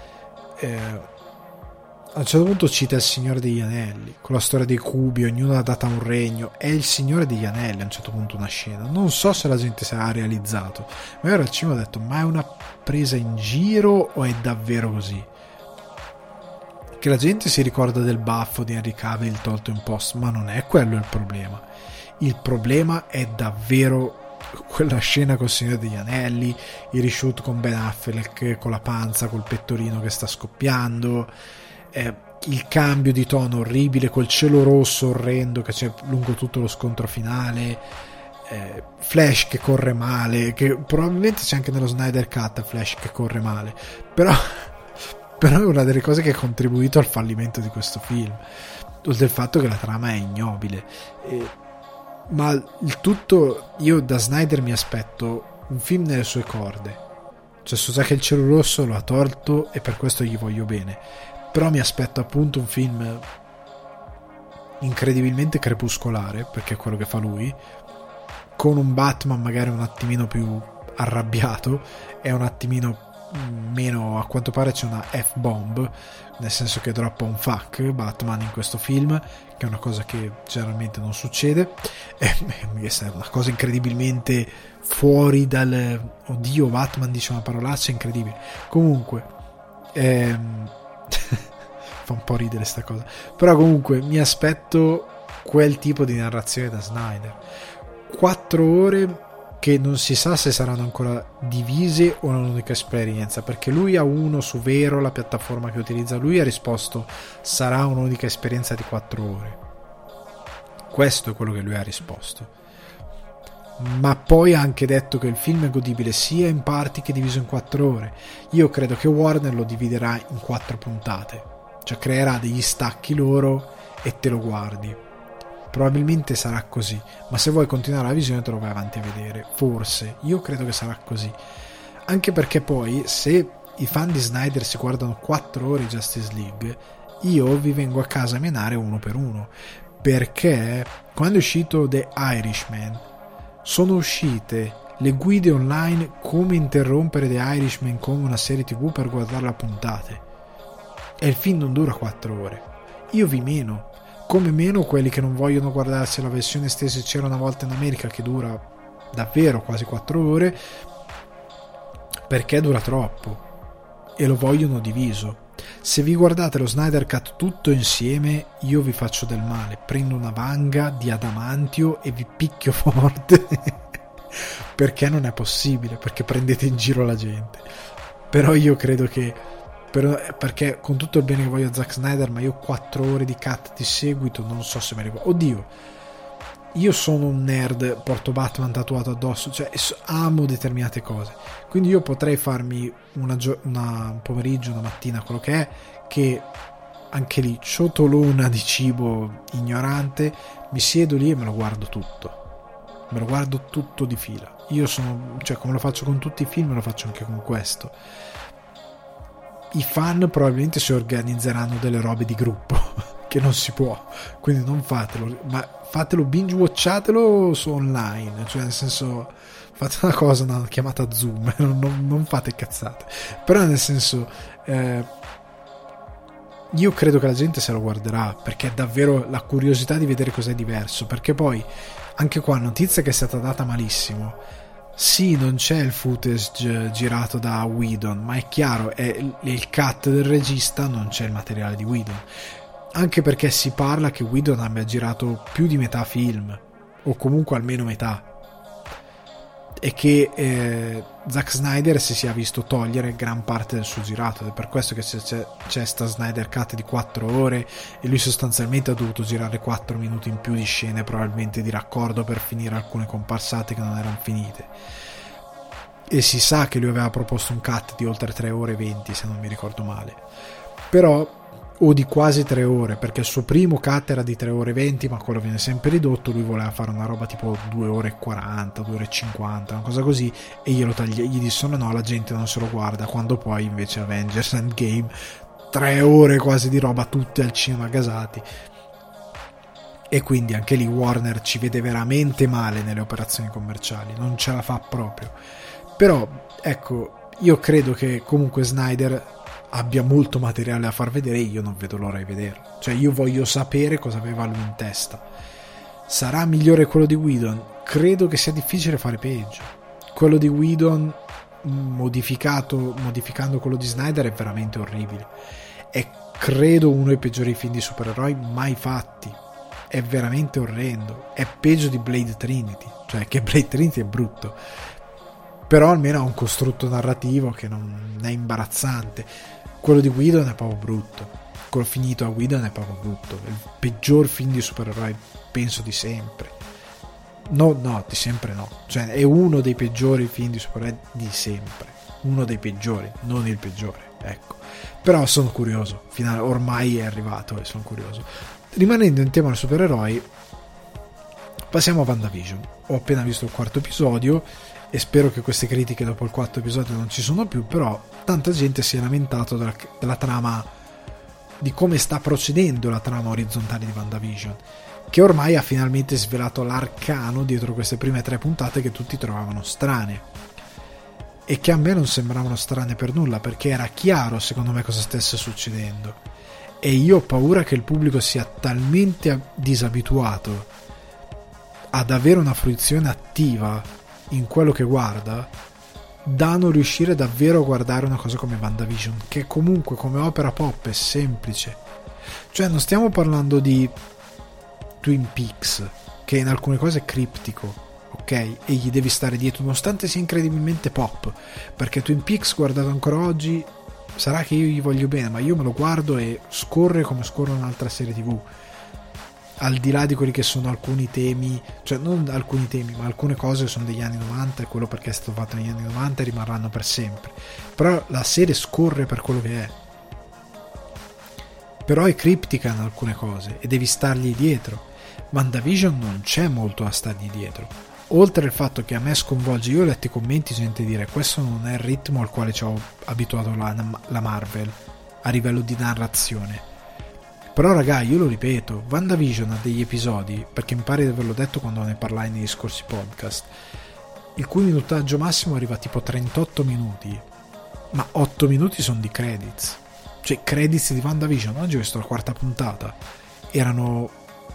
a un certo punto cita il Signore degli Anelli con la storia dei cubi, ognuno ha dato un regno. È il Signore degli Anelli a un certo punto una scena, non so se la gente se l'ha realizzato, ma io al cinema ho detto: ma è una presa in giro o è davvero così? Che la gente si ricorda del baffo di Henry Cavill tolto in post, ma non è quello il problema. Il problema è davvero quella scena col Signore degli Anelli, il reshoot con Ben Affleck con la panza, col pettorino che sta scoppiando, il cambio di tono orribile, quel cielo rosso orrendo che c'è lungo tutto lo scontro finale, Flash che corre male, che probabilmente c'è anche nello Snyder Cut Flash che corre male, però è una delle cose che ha contribuito al fallimento di questo film, oltre al fatto che la trama è ignobile. Ma il tutto, io da Snyder mi aspetto un film nelle sue corde, cioè so già che il cielo rosso lo ha tolto e per questo gli voglio bene, però mi aspetto appunto un film incredibilmente crepuscolare, perché è quello che fa lui, con un Batman magari un attimino più arrabbiato e un attimino meno, a quanto pare c'è una F-bomb, nel senso che droppa un fuck Batman in questo film, che è una cosa che generalmente non succede, è una cosa incredibilmente fuori dal oddio Batman dice una parolaccia incredibile, comunque fa un po' ridere sta cosa, però comunque mi aspetto quel tipo di narrazione da Snyder. 4 ore che non si sa se saranno ancora divise o un'unica esperienza, perché lui ha uno su Vero, la piattaforma che utilizza lui, ha risposto sarà un'unica esperienza di 4 ore. Questo è quello che lui ha risposto, ma poi ha anche detto che il film è godibile sia in parti che diviso in 4 ore. Io credo che Warner lo dividerà in 4 puntate, cioè creerà degli stacchi loro e te lo guardi. Probabilmente sarà così, ma se vuoi continuare la visione te lo vai avanti a vedere, forse, io credo che sarà così, anche perché poi se i fan di Snyder si guardano 4 ore di Justice League, io vi vengo a casa a menare uno per uno, perché quando è uscito The Irishman sono uscite le guide online come interrompere The Irishman come una serie TV per guardarla a puntate, e il film non dura 4 ore. Io vi meno, come meno quelli che non vogliono guardarsi la versione stessa C'era una volta in America, che dura davvero quasi 4 ore, perché dura troppo e lo vogliono diviso. Se vi guardate lo Snyder Cut tutto insieme, io vi faccio del male, prendo una vanga di adamantio e vi picchio forte perché non è possibile, perché prendete in giro la gente. Però io credo che perché con tutto il bene che voglio a Zack Snyder, ma io 4 ore di cut di seguito non so se me ne guardo. Oddio, io sono un nerd, porto Batman tatuato addosso, cioè amo determinate cose, quindi io potrei farmi un pomeriggio, una mattina, quello che è, che anche lì ciotolona di cibo ignorante, mi siedo lì e me lo guardo tutto di fila. Io sono, cioè, come lo faccio con tutti i film, lo faccio anche con questo. I fan probabilmente si organizzeranno delle robe di gruppo che non si può, quindi non fatelo, ma fatelo, binge watchatelo su online, cioè nel senso fate una cosa, una chiamata Zoom, non fate cazzate, però nel senso io credo che la gente se lo guarderà, perché è davvero la curiosità di vedere cos'è diverso, perché poi anche qua notizia che è stata data malissimo. Sì, non c'è il footage girato da Whedon, ma è chiaro, è il cut del regista, non c'è il materiale di Whedon, anche perché si parla che Whedon abbia girato più di metà film, o comunque almeno metà, è che Zack Snyder si sia visto togliere gran parte del suo girato, ed è per questo che c'è sta Snyder Cut di 4 ore e lui sostanzialmente ha dovuto girare 4 minuti in più di scene, probabilmente di raccordo, per finire alcune comparsate che non erano finite. E si sa che lui aveva proposto un cut di oltre 3 ore e 20, se non mi ricordo male, però, o di quasi 3 ore, perché il suo primo cut era di 3 ore e 20, ma quello viene sempre ridotto. Lui voleva fare una roba tipo 2 ore e 40, 2 ore e 50, una cosa così, e gli dissero no, la gente non se lo guarda, quando poi invece Avengers Endgame 3 ore quasi di roba, tutti al cinema gasati. E quindi anche lì Warner ci vede veramente male nelle operazioni commerciali, non ce la fa proprio. Però ecco, io credo che comunque Snyder abbia molto materiale da far vedere, e io non vedo l'ora di vederlo. Cioè, io voglio sapere cosa aveva lui in testa. Sarà migliore quello di Whedon? Credo che sia difficile fare peggio. Quello di Whedon modificando quello di Snyder è veramente orribile. È credo uno dei peggiori film di supereroi mai fatti. È veramente orrendo. È peggio di Blade Trinity. Cioè, che Blade Trinity è brutto, però almeno ha un costrutto narrativo che non è imbarazzante. Quello di Whedon è proprio brutto. Quello finito a Whedon è proprio brutto. È il peggior film di supereroi, penso, di sempre. No, di sempre no. Cioè, è uno dei peggiori film di supereroi di sempre. Uno dei peggiori, non il peggiore, ecco. Però sono curioso. Ormai è arrivato e sono curioso. Rimanendo in tema dei supereroi, passiamo a WandaVision. Ho appena visto il 4º episodio e spero che queste critiche dopo il 4º episodio non ci sono più, però tanta gente si è lamentato della trama, di come sta procedendo la trama orizzontale di WandaVision, che ormai ha finalmente svelato l'arcano dietro queste prime 3 puntate che tutti trovavano strane, e che a me non sembravano strane per nulla, perché era chiaro secondo me cosa stesse succedendo, e io ho paura che il pubblico sia talmente disabituato ad avere una fruizione attiva in quello che guarda da non riuscire davvero a guardare una cosa come WandaVision, che comunque come opera pop è semplice. Cioè, non stiamo parlando di Twin Peaks, che in alcune cose è criptico, ok? E gli devi stare dietro nonostante sia incredibilmente pop, perché Twin Peaks, guardato ancora oggi, sarà che io gli voglio bene, ma io me lo guardo e scorre come scorre un'altra serie TV, al di là di quelli che sono alcuni temi, cioè non alcuni temi, ma alcune cose sono degli anni 90, e quello perché è stato fatto negli anni 90 e rimarranno per sempre. Però la serie scorre per quello che è, però è criptica in alcune cose e devi stargli dietro. WandaVision non c'è molto a stargli dietro, oltre al fatto che a me sconvolge. Io ho letto i commenti, gente dire questo non è il ritmo al quale ci ho abituato la Marvel a livello di narrazione. Però raga, io lo ripeto, WandaVision ha degli episodi, perché mi pare di averlo detto quando ne parlai negli scorsi podcast, il cui minutaggio massimo arriva tipo 38 minuti, ma 8 minuti sono di credits. Cioè, credits di WandaVision, oggi ho visto la 4ª puntata, erano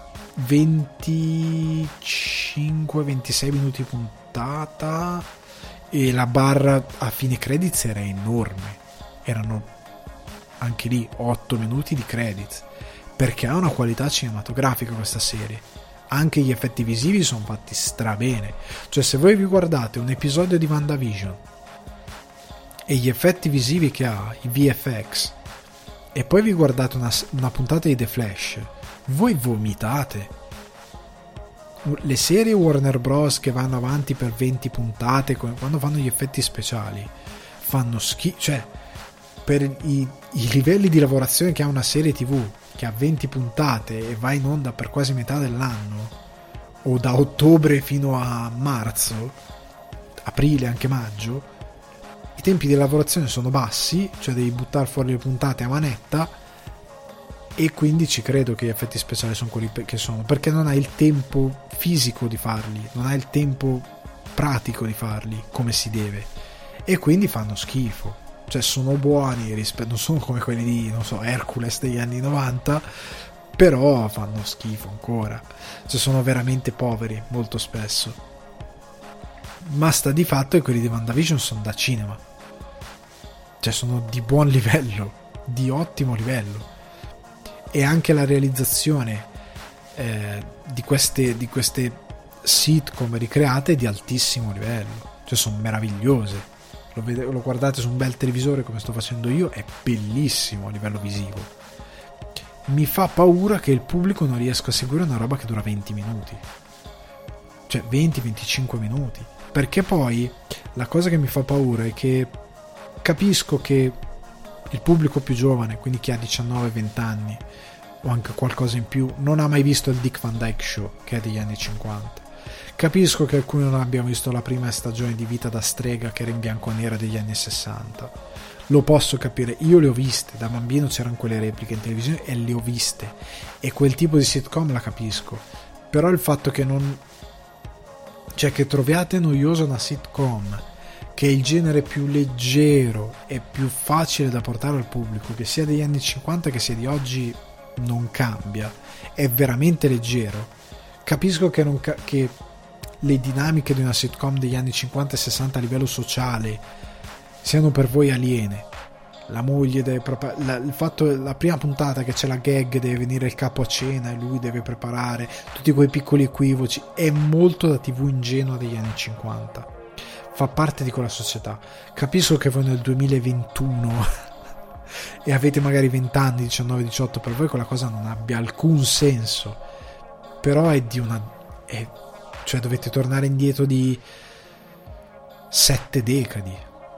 25-26 minuti puntata, e la barra a fine credits era enorme, erano anche lì 8 minuti di credits, perché ha una qualità cinematografica questa serie. Anche gli effetti visivi sono fatti strabene. Cioè, se voi vi guardate un episodio di WandaVision e gli effetti visivi che ha, i VFX, e poi vi guardate una puntata di The Flash, voi vomitate. Le serie Warner Bros. Che vanno avanti per 20 puntate, quando fanno gli effetti speciali, fanno schifo. Cioè, per i livelli di lavorazione che ha una serie TV che ha 20 puntate e va in onda per quasi metà dell'anno, o da ottobre fino a marzo, aprile, anche maggio, i tempi di lavorazione sono bassi, cioè devi buttare fuori le puntate a manetta, e quindi ci credo che gli effetti speciali sono quelli che sono, perché non hai il tempo fisico di farli, non hai il tempo pratico di farli come si deve, e quindi fanno schifo. Cioè, sono buoni, non sono come quelli di, non so, Hercules degli anni 90, però fanno schifo ancora. Cioè, sono veramente poveri molto spesso. Ma sta di fatto che quelli di WandaVision sono da cinema, cioè sono di buon livello, di ottimo livello, e anche la realizzazione di queste sitcom ricreate di altissimo livello, cioè sono meravigliose. Lo guardate su un bel televisore come sto facendo io, è bellissimo a livello visivo. Mi fa paura che il pubblico non riesca a seguire una roba che dura 20 minuti, cioè 20-25 minuti, perché poi la cosa che mi fa paura è che capisco che il pubblico più giovane, quindi chi ha 19-20 anni o anche qualcosa in più, non ha mai visto il Dick Van Dyke Show, che è degli anni 50. Capisco che alcuni non abbiano visto la prima stagione di Vita da strega, che era in bianco e nero, degli anni 60. Lo posso capire, io le ho viste, da bambino c'erano quelle repliche in televisione e le ho viste, e quel tipo di sitcom la capisco. Però il fatto che non, cioè che troviate noiosa una sitcom che è il genere più leggero e più facile da portare al pubblico, che sia degli anni 50 che sia di oggi, non cambia, è veramente leggero. Capisco che le dinamiche di una sitcom degli anni 50 e 60 a livello sociale siano per voi aliene. La moglie deve il fatto, la prima puntata che c'è la gag, deve venire il capo a cena e lui deve preparare tutti quei piccoli equivoci, è molto da TV ingenua degli anni 50, fa parte di quella società. Capisco che voi nel 2021 e avete magari 20 anni, 19-18, per voi quella cosa non abbia alcun senso, però è di una cioè dovete tornare indietro di 7 decadi,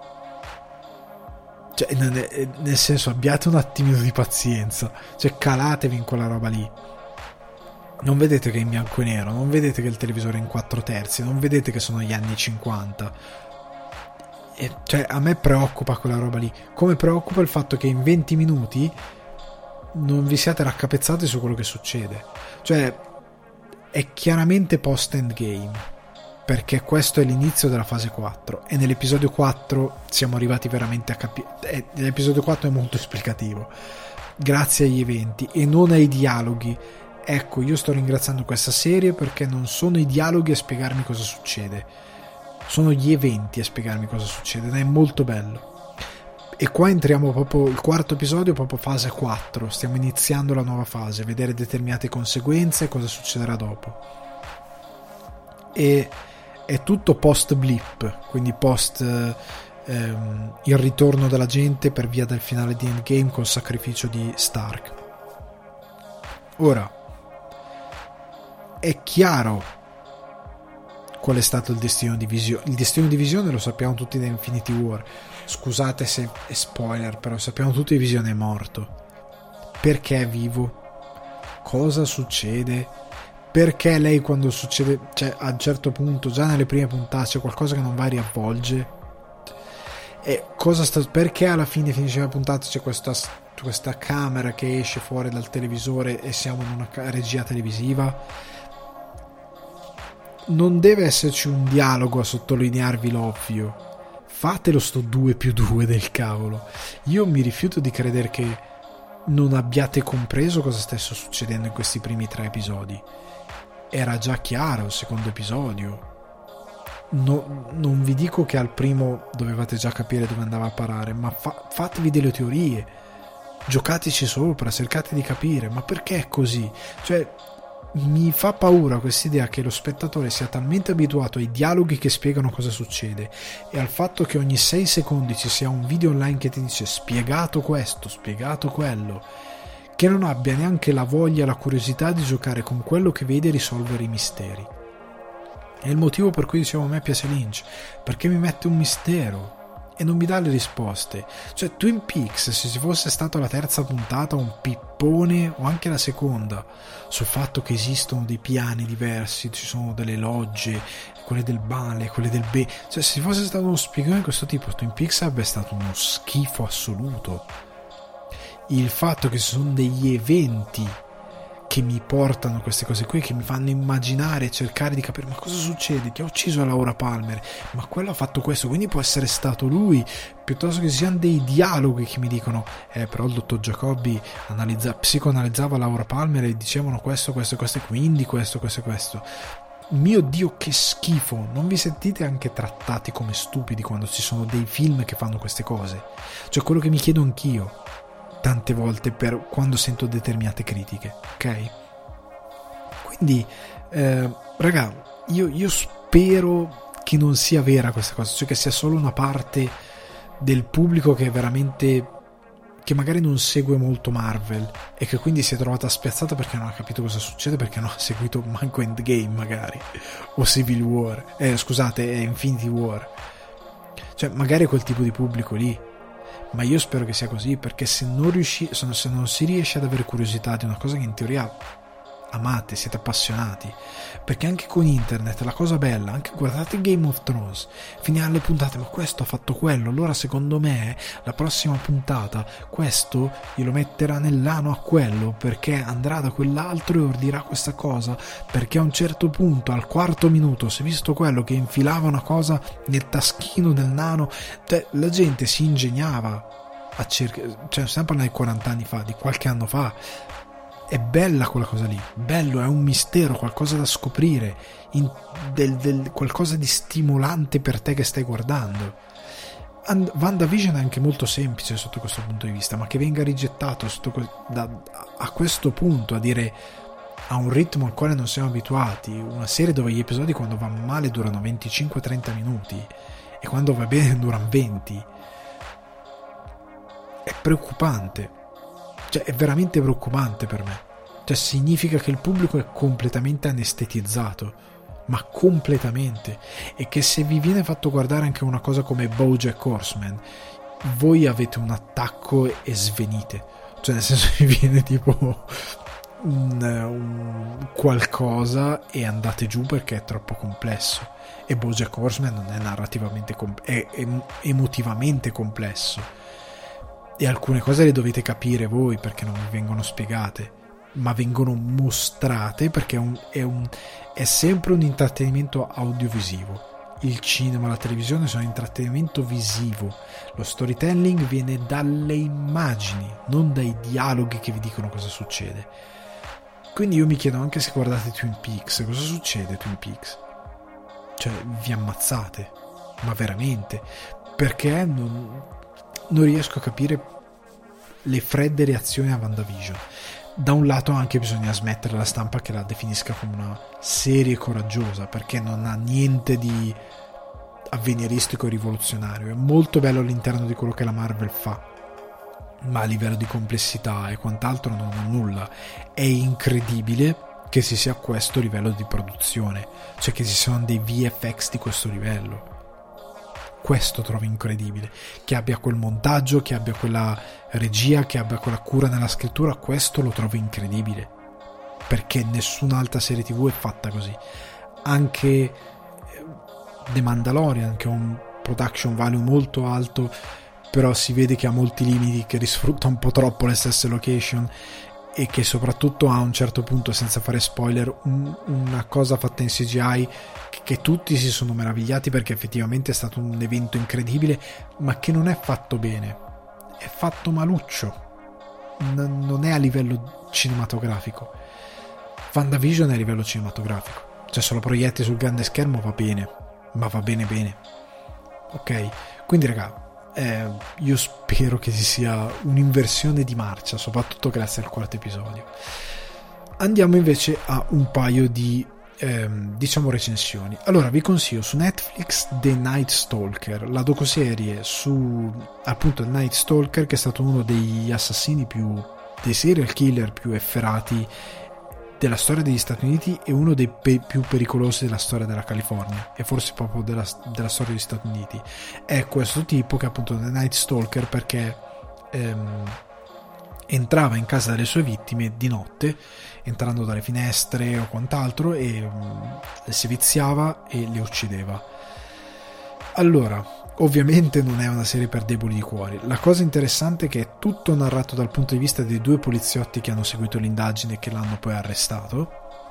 cioè nel senso, abbiate un attimino di pazienza, cioè calatevi in quella roba lì. Non vedete che è in bianco e nero, non vedete che il televisore è in 4/3, non vedete che sono gli anni 50. Cioè a me preoccupa quella roba lì, come preoccupa il fatto che in 20 minuti non vi siate raccapezzati su quello che succede. Cioè è chiaramente post endgame, perché questo è l'inizio della fase 4 e nell'episodio 4 siamo arrivati veramente a capire. L'episodio 4 è molto esplicativo grazie agli eventi e non ai dialoghi. Ecco, io sto ringraziando questa serie perché non sono i dialoghi a spiegarmi cosa succede, sono gli eventi a spiegarmi cosa succede, ed è molto bello. E qua entriamo proprio, il quarto episodio, proprio fase 4, stiamo iniziando la nuova fase, vedere determinate conseguenze e cosa succederà dopo. E è tutto post blip, quindi post il ritorno della gente per via del finale di Endgame col sacrificio di Stark. Ora è chiaro qual è stato il destino di Visione. Il destino di Visione lo sappiamo tutti da Infinity War. Scusate se è spoiler, però sappiamo tutti che Visione è morto. Perché è vivo? Cosa succede? Perché lei, quando succede, cioè a un certo punto, già nelle prime puntate, c'è qualcosa che non va, riavvolge? E perché alla fine finisce la puntata, c'è questa camera che esce fuori dal televisore e siamo in una regia televisiva? Non deve esserci un dialogo a sottolinearvi l'ovvio. Fatelo sto 2+2 del cavolo. Io mi rifiuto di credere che non abbiate compreso cosa stesse succedendo in questi primi 3 episodi. Era già chiaro il secondo episodio. Non vi dico che al primo dovevate già capire dove andava a parare, ma fatevi delle teorie, giocateci sopra, cercate di capire ma perché è così. Cioè mi fa paura quest'idea che lo spettatore sia talmente abituato ai dialoghi che spiegano cosa succede e al fatto che ogni 6 secondi ci sia un video online che ti dice spiegato questo, spiegato quello, che non abbia neanche la voglia, la curiosità di giocare con quello che vede e risolvere i misteri. È il motivo per cui dicevo a me piace Lynch, perché mi mette un mistero e non mi dà le risposte. Cioè Twin Peaks, se ci fosse stata la terza puntata un pippone, o anche la seconda, sul fatto che esistono dei piani diversi, ci sono delle logge, quelle del male, quelle del bene, cioè se ci fosse stato uno spiegone di questo tipo, Twin Peaks sarebbe stato uno schifo assoluto. Il fatto che ci sono degli eventi che mi portano queste cose qui, che mi fanno immaginare e cercare di capire ma cosa succede, chi ha ucciso Laura Palmer, ma quello ha fatto questo, quindi può essere stato lui, piuttosto che ci siano dei dialoghi che mi dicono però il dottor Jacobi psicoanalizzava Laura Palmer e dicevano questo e quindi questo. Mio Dio, che schifo. Non vi sentite anche trattati come stupidi quando ci sono dei film che fanno queste cose? Cioè quello che mi chiedo anch'io tante volte per quando sento determinate critiche, ok? Quindi raga, io spero che non sia vera questa cosa, cioè che sia solo una parte del pubblico che è veramente, che magari non segue molto Marvel e che quindi si è trovata spiazzata perché non ha capito cosa succede, perché non ha seguito manco Endgame magari, o Civil War, scusate, Infinity War, cioè magari è quel tipo di pubblico lì. Ma io spero che sia così, perché se non si riesce ad avere curiosità di una cosa che in teoria amate, siete appassionati, perché anche con internet la cosa bella, anche guardate Game of Thrones, finire le puntate, ma questo ha fatto quello, allora secondo me la prossima puntata questo glielo metterà nell'ano a quello, perché andrà da quell'altro e ordirà questa cosa, perché a un certo punto al quarto minuto si è visto quello che infilava una cosa nel taschino del nano, cioè la gente si ingegnava a cercare, cioè stiamo parlando di 40 anni fa, di qualche anno fa. È bella quella cosa lì, bello, è un mistero, qualcosa da scoprire, qualcosa di stimolante per te che stai guardando. WandaVision è anche molto semplice sotto questo punto di vista, ma che venga rigettato a questo punto, a dire a un ritmo al quale non siamo abituati, una serie dove gli episodi quando va male durano 25-30 minuti e quando va bene durano 20, è preoccupante. Cioè è veramente preoccupante per me, cioè significa che il pubblico è completamente anestetizzato, ma completamente, e che se vi viene fatto guardare anche una cosa come BoJack Horseman voi avete un attacco e svenite, cioè nel senso vi viene tipo un qualcosa e andate giù perché è troppo complesso, e BoJack Horseman non è narrativamente è emotivamente complesso. E alcune cose le dovete capire voi perché non vi vengono spiegate, ma vengono mostrate perché è sempre un intrattenimento audiovisivo. Il cinema, la televisione sono intrattenimento visivo. Lo storytelling viene dalle immagini, non dai dialoghi che vi dicono cosa succede. Quindi io mi chiedo, anche se guardate Twin Peaks, cosa succede Twin Peaks? Cioè vi ammazzate, ma veramente, perché non riesco a capire le fredde reazioni a WandaVision. Da un lato anche bisogna smettere la stampa che la definisca come una serie coraggiosa, perché non ha niente di avveniristico e rivoluzionario, è molto bello all'interno di quello che la Marvel fa, ma a livello di complessità e quant'altro non ha nulla. È incredibile che si sia a questo livello di produzione, cioè che ci siano dei VFX di questo livello. Questo trovo incredibile, che abbia quel montaggio, che abbia quella regia, che abbia quella cura nella scrittura. Questo lo trovo incredibile, perché nessun'altra serie TV è fatta così. Anche The Mandalorian, che ha un production value molto alto, però si vede che ha molti limiti, che risfrutta un po' troppo le stesse location e che soprattutto a un certo punto, senza fare spoiler, una cosa fatta in CGI che tutti si sono meravigliati perché effettivamente è stato un evento incredibile, ma che non è fatto bene, è fatto maluccio, non è a livello cinematografico. WandaVision è a livello cinematografico, cioè se lo proietti sul grande schermo va bene, ma va bene bene, ok? Quindi raga, io spero che ci sia un'inversione di marcia, soprattutto grazie al quarto episodio. Andiamo invece a un paio di diciamo recensioni. Allora vi consiglio su Netflix The Night Stalker, la docuserie su appunto il Night Stalker, che è stato uno degli assassini dei serial killer più efferati della storia degli Stati Uniti e uno dei più pericolosi della storia della California e forse proprio della storia degli Stati Uniti. È questo tipo che appunto The Night Stalker, perché entrava in casa delle sue vittime di notte, entrando dalle finestre o quant'altro, e le seviziava e le uccideva. Allora, ovviamente non è una serie per deboli di cuore. La cosa interessante è che è tutto narrato dal punto di vista dei due poliziotti che hanno seguito l'indagine e che l'hanno poi arrestato,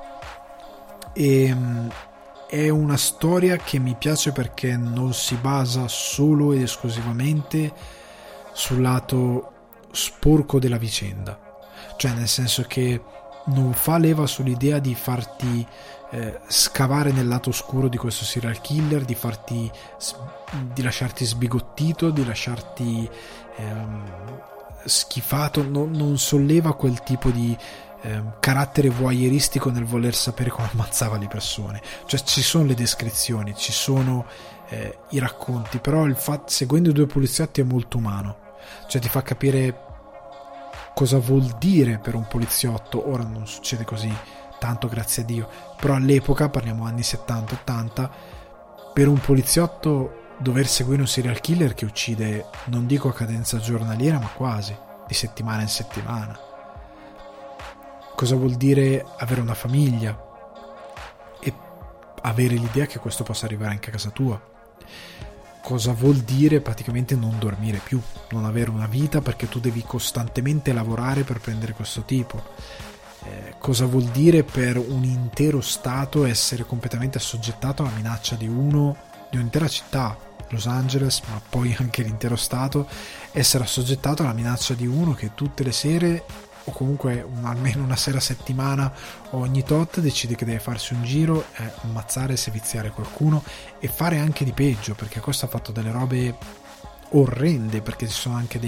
e è una storia che mi piace perché non si basa solo ed esclusivamente sul lato sporco della vicenda, cioè nel senso che non fa leva sull'idea di farti scavare nel lato oscuro di questo serial killer, di lasciarti sbigottito, di lasciarti schifato. Non solleva quel tipo di carattere voyeuristico nel voler sapere come ammazzava le persone. Cioè ci sono le descrizioni, ci sono i racconti, però il fatto, seguendo i due poliziotti, è molto umano, cioè ti fa capire cosa vuol dire per un poliziotto. Ora non succede così tanto, grazie a Dio, però all'epoca, parliamo anni 70-80, per un poliziotto dover seguire un serial killer che uccide, non dico a cadenza giornaliera, ma quasi, di settimana in settimana. Cosa vuol dire avere una famiglia e avere l'idea che questo possa arrivare anche a casa tua? Cosa vuol dire praticamente non dormire più, non avere una vita perché tu devi costantemente lavorare per prendere questo tipo? Cosa vuol dire per un intero stato essere completamente assoggettato alla minaccia di un'intera città, Los Angeles, ma poi anche l'intero stato, essere assoggettato alla minaccia di uno che tutte le sere, o comunque almeno una sera a settimana o ogni tot, decide che deve farsi un giro, ammazzare e seviziare qualcuno, e fare anche di peggio, perché questo ha fatto delle robe orrende, perché ci sono anche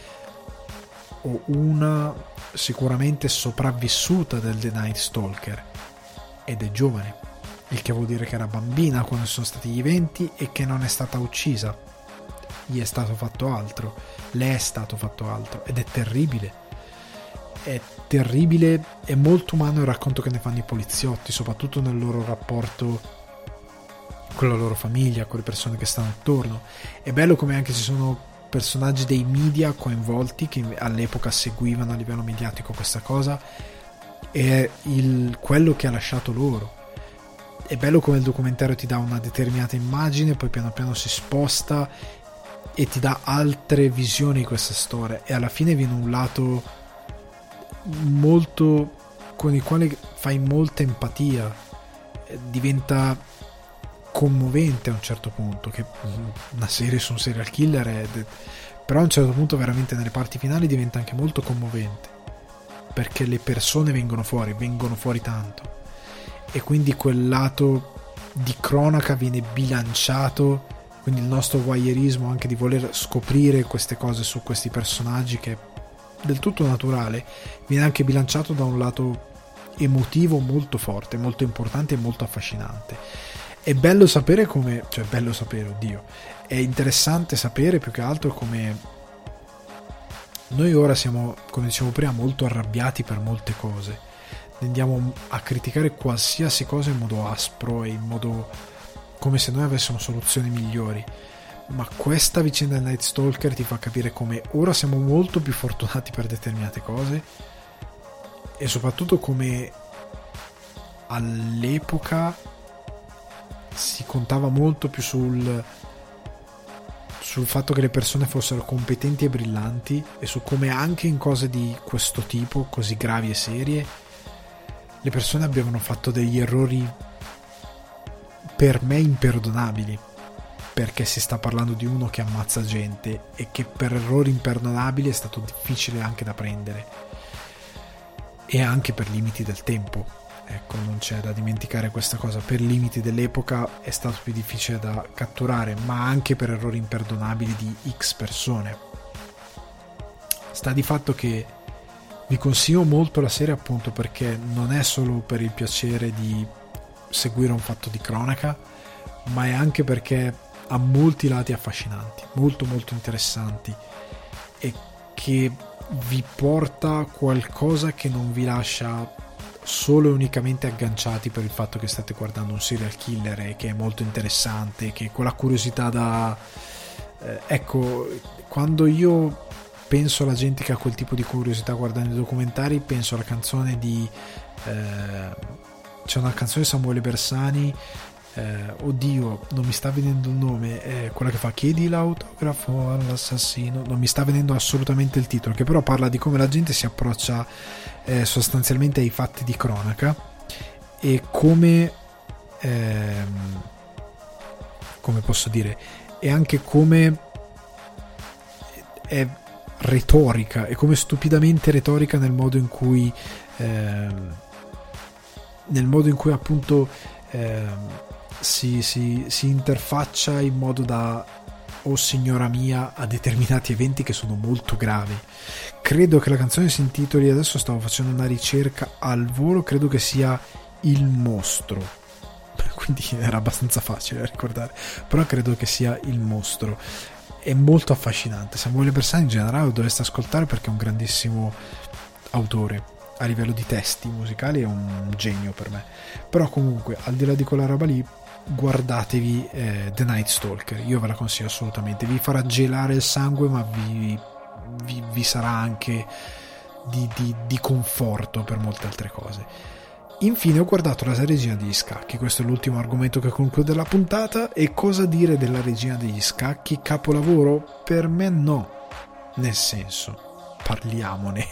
una sicuramente sopravvissuta del The Night Stalker, ed è giovane, il che vuol dire che era bambina quando sono stati gli eventi e che non è stata uccisa, gli è stato fatto altro, le è stato fatto altro, ed è terribile. È terribile, è molto umano il racconto che ne fanno i poliziotti, soprattutto nel loro rapporto con la loro famiglia, con le persone che stanno attorno. È bello come anche ci sono personaggi dei media coinvolti che all'epoca seguivano a livello mediatico questa cosa, e quello che ha lasciato loro. È bello come il documentario ti dà una determinata immagine, poi piano piano si sposta e ti dà altre visioni di questa storia, e alla fine viene un lato molto con il quale fai molta empatia, diventa commovente a un certo punto, che una serie su un serial killer però a un certo punto veramente nelle parti finali diventa anche molto commovente, perché le persone vengono fuori tanto, e quindi quel lato di cronaca viene bilanciato, quindi il nostro voyeurismo anche di voler scoprire queste cose su questi personaggi, che è del tutto naturale, viene anche bilanciato da un lato emotivo molto forte, molto importante e molto affascinante. È bello sapere come, cioè bello sapere, oddio, è interessante sapere più che altro come noi ora siamo, come dicevo prima, molto arrabbiati per molte cose, tendiamo a criticare qualsiasi cosa in modo aspro e in modo come se noi avessimo soluzioni migliori. Ma questa vicenda del Night Stalker ti fa capire come ora siamo molto più fortunati per determinate cose, e soprattutto come all'epoca si contava molto più sul fatto che le persone fossero competenti e brillanti, e su come anche in cose di questo tipo, così gravi e serie, le persone avevano fatto degli errori per me imperdonabili, perché si sta parlando di uno che ammazza gente e che per errori imperdonabili è stato difficile anche da prendere, e anche per limiti del tempo, ecco, non c'è da dimenticare questa cosa, per limiti dell'epoca è stato più difficile da catturare, ma anche per errori imperdonabili di X persone. Sta di fatto che vi consiglio molto la serie, appunto perché non è solo per il piacere di seguire un fatto di cronaca, ma è anche perché ha molti lati affascinanti, molto molto interessanti, e che vi porta qualcosa che non vi lascia solo e unicamente agganciati per il fatto che state guardando un serial killer e che è molto interessante, che quella curiosità da ecco, quando io penso alla gente che ha quel tipo di curiosità guardando i documentari, penso alla canzone di c'è una canzone di Samuele Bersani, oddio, non mi sta venendo il nome, quella che fa chiedi l'autografo all'assassino, non mi sta venendo assolutamente il titolo, che però parla di come la gente si approccia sostanzialmente ai fatti di cronaca, e come posso dire, e anche come è retorica, e come stupidamente retorica nel modo in cui appunto si interfaccia in modo da, oh signora mia, a determinati eventi che sono molto gravi, credo che la canzone si intitoli, adesso stavo facendo una ricerca al volo, credo che sia Il Mostro, quindi era abbastanza facile da ricordare, però credo che sia Il Mostro. È molto affascinante. Samuele Bersani in generale lo dovreste ascoltare perché è un grandissimo autore, a livello di testi musicali è un genio per me. Però comunque, al di là di quella roba lì, guardatevi The Night Stalker, io ve la consiglio assolutamente, vi farà gelare il sangue, ma vi sarà anche di conforto per molte altre cose. Infine ho guardato la Regina degli Scacchi, questo è l'ultimo argomento che conclude la puntata. E cosa dire della Regina degli Scacchi? Capolavoro? Per me no, nel senso, parliamone,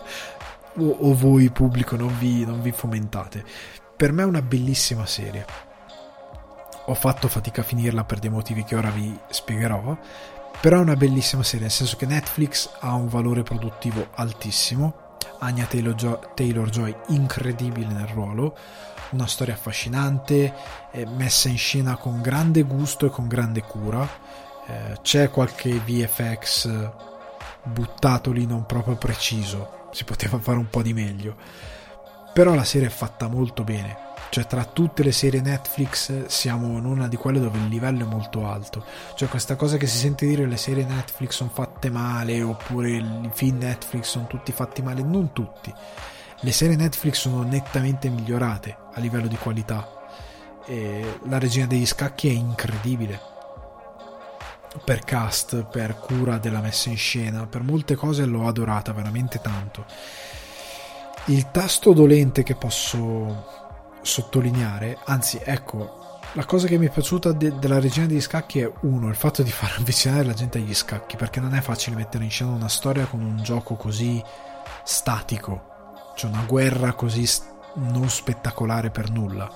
o voi pubblico non vi fomentate. Per me è una bellissima serie, ho fatto fatica a finirla per dei motivi che ora vi spiegherò, però è una bellissima serie, nel senso che Netflix ha un valore produttivo altissimo. Anya Taylor-Joy incredibile nel ruolo, una storia affascinante, messa in scena con grande gusto e con grande cura, c'è qualche VFX buttato lì non proprio preciso, si poteva fare un po' di meglio, però la serie è fatta molto bene. Cioè, tra tutte le serie Netflix siamo in una di quelle dove il livello è molto alto. Cioè, questa cosa che si sente dire le serie Netflix sono fatte male, oppure i film Netflix sono tutti fatti male, non tutti. Le serie Netflix sono nettamente migliorate a livello di qualità. E La Regina degli Scacchi è incredibile per cast, per cura della messa in scena, per molte cose l'ho adorata veramente tanto. Il tasto dolente che posso sottolineare, anzi ecco, la cosa che mi è piaciuta della Regina degli Scacchi è il fatto di far avvicinare la gente agli scacchi, perché non è facile mettere in scena una storia con un gioco così statico, cioè una guerra così non spettacolare per nulla.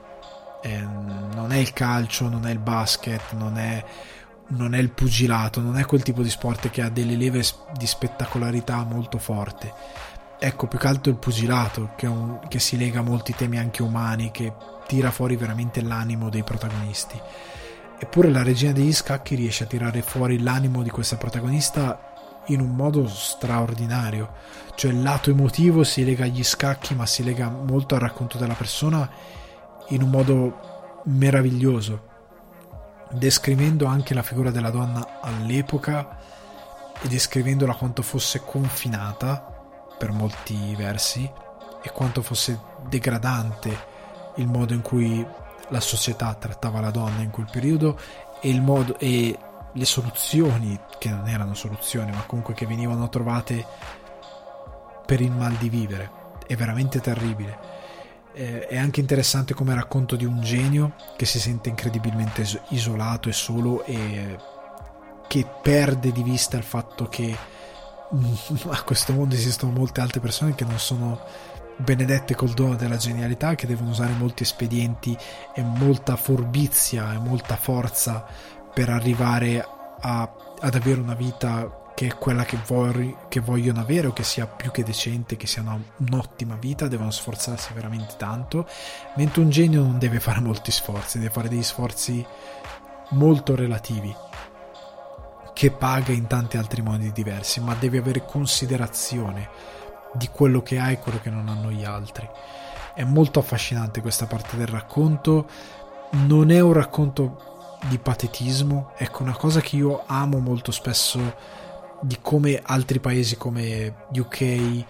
Non è il calcio, non è il basket, non è il pugilato, non è quel tipo di sport che ha delle leve di spettacolarità molto forte. Ecco, più che altro il pugilato, che si lega a molti temi anche umani, che tira fuori veramente l'animo dei protagonisti. Eppure la Regina degli Scacchi riesce a tirare fuori l'animo di questa protagonista in un modo straordinario. Cioè, il lato emotivo si lega agli scacchi, ma si lega molto al racconto della persona in un modo meraviglioso, descrivendo anche la figura della donna all'epoca e descrivendola quanto fosse confinata per molti versi e quanto fosse degradante il modo in cui la società trattava la donna in quel periodo, e il modo e le soluzioni, che non erano soluzioni ma comunque che venivano trovate per il mal di vivere. È veramente terribile. È anche interessante come racconto di un genio che si sente incredibilmente isolato e solo, e che perde di vista il fatto che a questo mondo esistono molte altre persone che non sono benedette col dono della genialità, che devono usare molti espedienti e molta furbizia e molta forza per arrivare ad avere una vita che è quella che vogliono avere, o che sia più che decente, che sia un'ottima vita. Devono sforzarsi veramente tanto, mentre un genio non deve fare molti sforzi, deve fare degli sforzi molto relativi, che paga in tanti altri modi diversi, ma deve avere considerazione di quello che ha e quello che non hanno gli altri. È molto affascinante questa parte del racconto. Non è un racconto di patetismo, ecco, una cosa che io amo molto spesso di come altri paesi come UK,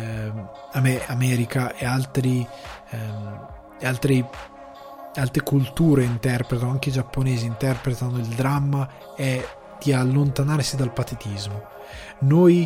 America e altre culture interpretano, anche i giapponesi interpretano il dramma, è di allontanarsi dal patetismo. Noi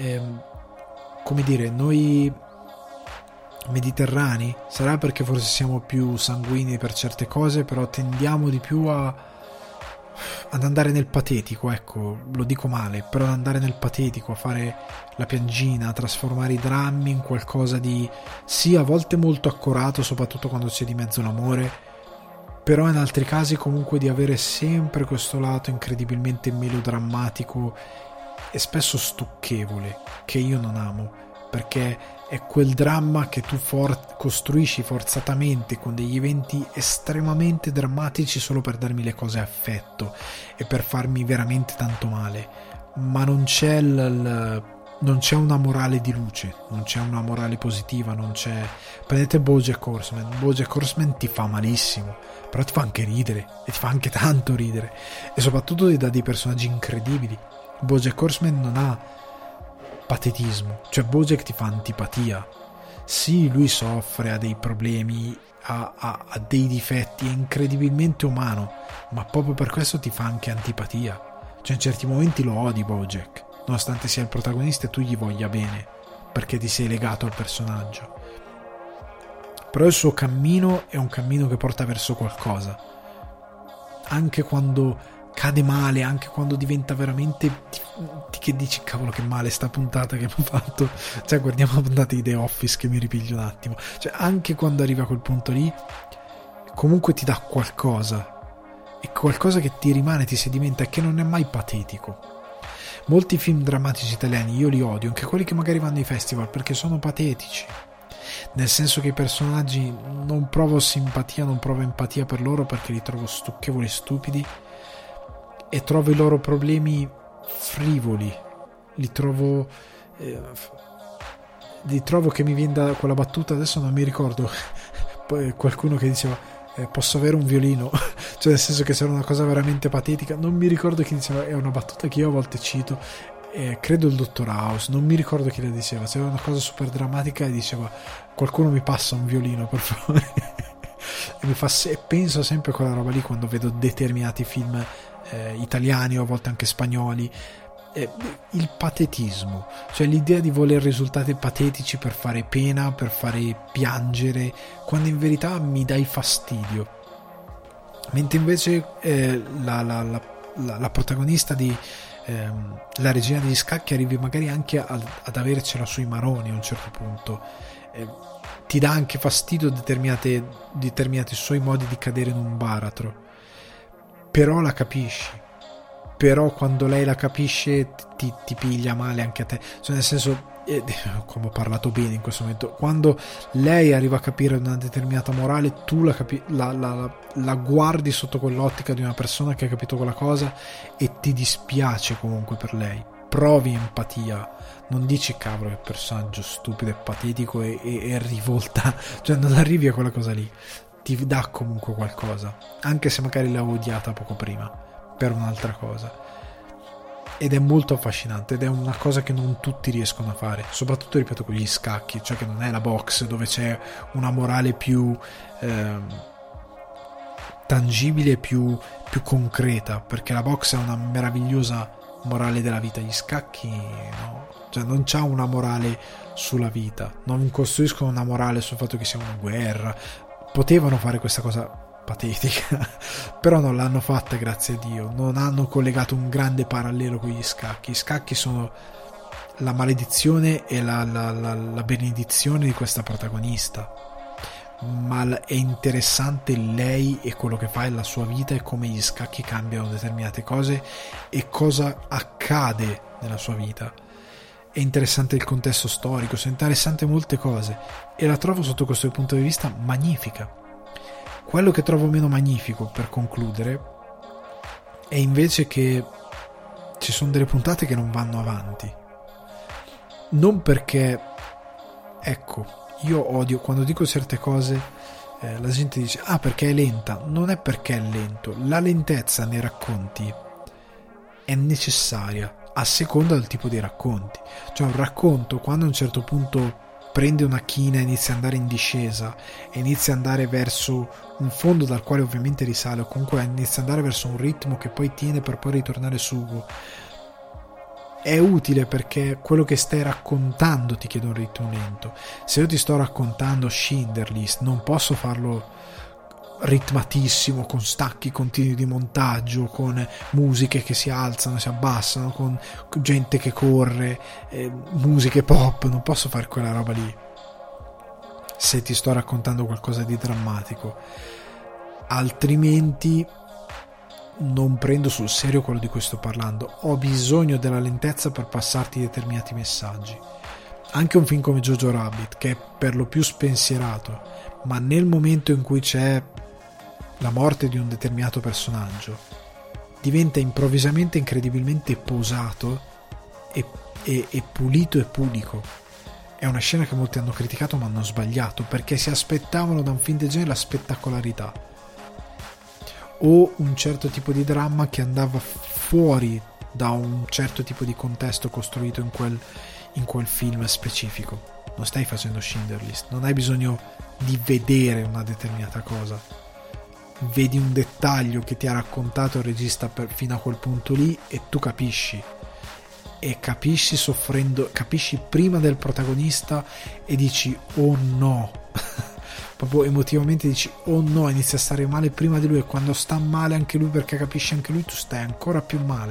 noi mediterranei, sarà perché forse siamo più sanguigni per certe cose, però tendiamo di più ad andare nel patetico, ecco, lo dico male, però ad andare nel patetico, a fare la piangina, a trasformare i drammi in qualcosa di sì, a volte molto accorato, soprattutto quando c'è di mezzo l'amore, però in altri casi comunque di avere sempre questo lato incredibilmente melodrammatico e spesso stucchevole, che io non amo, perché è quel dramma che tu costruisci forzatamente con degli eventi estremamente drammatici solo per darmi le cose a effetto e per farmi veramente tanto male, ma non c'è non c'è una morale di luce, non c'è una morale positiva, non c'è... Prendete BoJack Horseman ti fa malissimo, però ti fa anche ridere, e ti fa anche tanto ridere, e soprattutto ti dà dei personaggi incredibili. BoJack Horseman non ha patetismo, cioè BoJack ti fa antipatia. Sì, lui soffre, ha dei problemi, ha dei difetti, è incredibilmente umano, ma proprio per questo ti fa anche antipatia. Cioè in certi momenti lo odi BoJack, nonostante sia il protagonista e tu gli voglia bene, perché ti sei legato al personaggio. Però il suo cammino è un cammino che porta verso qualcosa. Anche quando cade male, anche quando diventa veramente... che dici, cavolo che male sta puntata che hanno fatto. Cioè guardiamo la puntata di The Office che mi ripiglio un attimo. Cioè anche quando arriva a quel punto lì, comunque ti dà qualcosa. E qualcosa che ti rimane, ti sedimenta e che non è mai patetico. Molti film drammatici italiani io li odio, anche quelli che magari vanno ai festival, perché sono patetici, nel senso che i personaggi non provo simpatia, non provo empatia per loro, perché li trovo stucchevoli e stupidi, e trovo i loro problemi frivoli, li trovo che mi viene da quella battuta, adesso non mi ricordo, qualcuno che diceva posso avere un violino, cioè nel senso che se era una cosa veramente patetica, non mi ricordo chi diceva, è una battuta che io a volte cito, credo il Dottor House, non mi ricordo chi la diceva, se era una cosa super drammatica e diceva qualcuno mi passa un violino per favore e penso sempre a quella roba lì quando vedo determinati film italiani o a volte anche spagnoli, il patetismo, cioè l'idea di voler risultati patetici per fare pena, per fare piangere, quando in verità mi dai fastidio. Mentre invece la protagonista di la regina degli scacchi arrivi magari anche ad avercela sui maroni a un certo punto, ti dà anche fastidio determinati suoi modi di cadere in un baratro, però la capisci. Però quando lei la capisce ti piglia male anche a te, cioè nel senso, come ho parlato bene in questo momento, quando lei arriva a capire una determinata morale, tu la guardi sotto quell'ottica di una persona che ha capito quella cosa e ti dispiace comunque per lei, provi empatia, non dici cavolo che personaggio stupido e patetico e rivolta, cioè non arrivi a quella cosa lì, ti dà comunque qualcosa, anche se magari l'ho odiata poco prima per un'altra cosa, ed è molto affascinante, ed è una cosa che non tutti riescono a fare, soprattutto ripeto con gli scacchi, cioè che non è la box dove c'è una morale più tangibile, più concreta, perché la box è una meravigliosa morale della vita, gli scacchi no, cioè non c'ha una morale sulla vita, non costruiscono una morale sul fatto che sia una guerra. Potevano fare questa cosa patetica, però non l'hanno fatta, grazie a Dio, non hanno collegato un grande parallelo con gli scacchi. Gli scacchi sono la maledizione e la benedizione di questa protagonista, ma è interessante lei e quello che fa e la sua vita e come gli scacchi cambiano determinate cose e cosa accade nella sua vita. È interessante il contesto storico, sono interessante molte cose e la trovo sotto questo punto di vista magnifica. Quello che trovo meno magnifico, per concludere, è invece che ci sono delle puntate che non vanno avanti. Non perché, ecco, io odio quando dico certe cose, la gente dice perché è lenta. Non è perché è lento, la lentezza nei racconti è necessaria a seconda del tipo di racconti. Cioè un racconto, quando a un certo punto prende una china e inizia ad andare in discesa e inizia ad andare verso un fondo dal quale ovviamente risale, o comunque inizia ad andare verso un ritmo che poi tiene per poi ritornare su, è utile perché quello che stai raccontando ti chiede un ritmo lento. Se io ti sto raccontando Schindler's List, non posso farlo ritmatissimo, con stacchi continui di montaggio, con musiche che si alzano, si abbassano, con gente che corre, musiche pop, non posso fare quella roba lì se ti sto raccontando qualcosa di drammatico, altrimenti non prendo sul serio quello di cui sto parlando. Ho bisogno della lentezza per passarti determinati messaggi. Anche un film come Jojo Rabbit, che è per lo più spensierato, ma nel momento in cui c'è la morte di un determinato personaggio diventa improvvisamente incredibilmente posato e è pulito e pudico. È una scena che molti hanno criticato ma hanno sbagliato, perché si aspettavano da un film del genere la spettacolarità o un certo tipo di dramma che andava fuori da un certo tipo di contesto costruito in quel film specifico. Non stai facendo Schindler's List, non hai bisogno di vedere una determinata cosa, vedi un dettaglio che ti ha raccontato il regista fino a quel punto lì e tu capisci, e capisci soffrendo, capisci prima del protagonista e dici oh no proprio emotivamente dici oh no, inizia a stare male prima di lui, e quando sta male anche lui, perché capisci anche lui, tu stai ancora più male,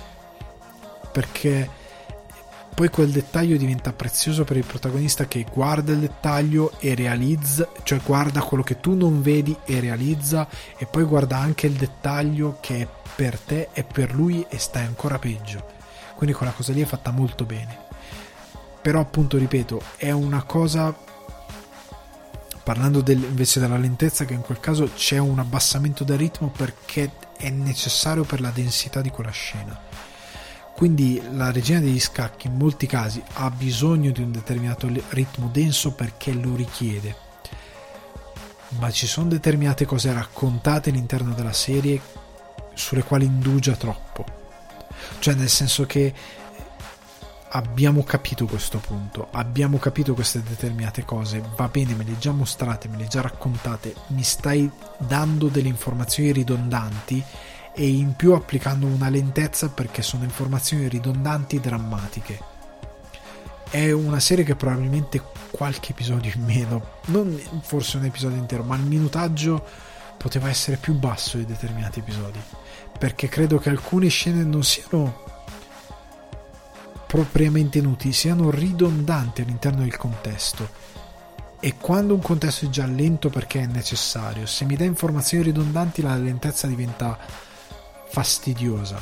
perché poi quel dettaglio diventa prezioso per il protagonista, che guarda il dettaglio e realizza, cioè guarda quello che tu non vedi e realizza, e poi guarda anche il dettaglio che è per te e per lui e stai ancora peggio. Quindi quella cosa lì è fatta molto bene. Però appunto ripeto, è una cosa, parlando invece della lentezza, che in quel caso c'è un abbassamento del ritmo perché è necessario per la densità di quella scena. Quindi la Regina degli Scacchi in molti casi ha bisogno di un determinato ritmo denso perché lo richiede, ma ci sono determinate cose raccontate all'interno della serie sulle quali indugia troppo, cioè nel senso che abbiamo capito questo punto, abbiamo capito queste determinate cose, va bene, me le hai già mostrate, me le hai già raccontate, mi stai dando delle informazioni ridondanti e in più applicando una lentezza perché sono informazioni ridondanti drammatiche. È una serie che probabilmente qualche episodio in meno, non forse un episodio intero, ma il minutaggio poteva essere più basso di determinati episodi, perché credo che alcune scene non siano propriamente inutili, siano ridondanti all'interno del contesto, e quando un contesto è già lento perché è necessario, se mi dà informazioni ridondanti la lentezza diventa fastidiosa.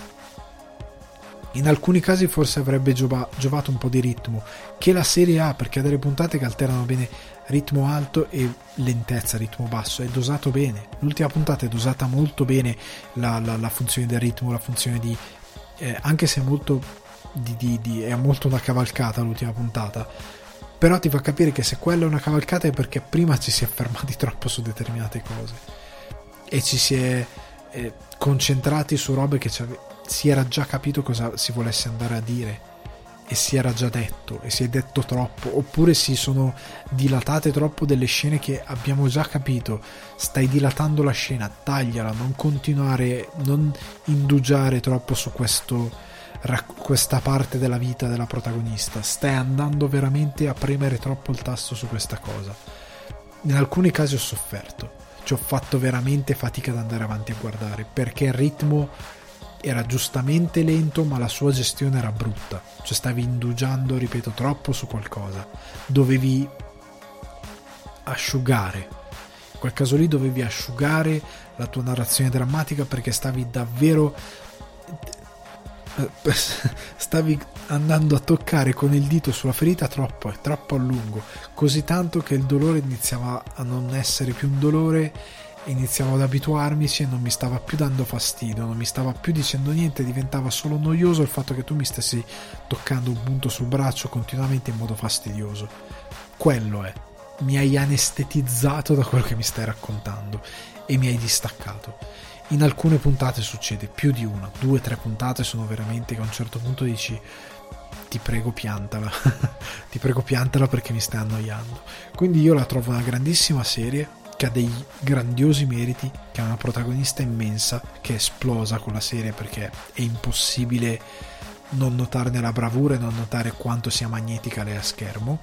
In alcuni casi forse avrebbe giovato un po' di ritmo che la serie ha, perché ha delle puntate che alternano bene ritmo alto e lentezza, ritmo basso, è dosato bene. L'ultima puntata è dosata molto bene, la funzione del ritmo, la funzione di anche se è molto è molto una cavalcata l'ultima puntata, però ti fa capire che se quella è una cavalcata è perché prima ci si è fermati troppo su determinate cose e ci si è concentrati su robe che si era già capito cosa si volesse andare a dire e si era già detto, e si è detto troppo, oppure si sono dilatate troppo delle scene che abbiamo già capito. Stai dilatando la scena, tagliala, non continuare, non indugiare troppo su questa parte della vita della protagonista, stai andando veramente a premere troppo il tasto su questa cosa. In alcuni casi ho sofferto, ci ho fatto veramente fatica ad andare avanti a guardare, perché il ritmo era giustamente lento ma la sua gestione era brutta, cioè stavi indugiando, ripeto, troppo su qualcosa, dovevi asciugare, in quel caso lì dovevi asciugare la tua narrazione drammatica, perché stavi davvero stavi andando a toccare con il dito sulla ferita troppo a lungo, così tanto che il dolore iniziava a non essere più un dolore, iniziavo ad abituarmici e non mi stava più dando fastidio, non mi stava più dicendo niente, diventava solo noioso il fatto che tu mi stessi toccando un punto sul braccio continuamente in modo fastidioso. Quello è, mi hai anestetizzato da quello che mi stai raccontando e mi hai distaccato. In alcune puntate succede, più di una, 2-3 puntate sono veramente che a un certo punto dici ti prego piantala ti prego piantala perché mi stai annoiando. Quindi io la trovo una grandissima serie che ha dei grandiosi meriti, che ha una protagonista immensa che è esplosa con la serie, perché è impossibile non notarne la bravura e non notare quanto sia magnetica lei a schermo,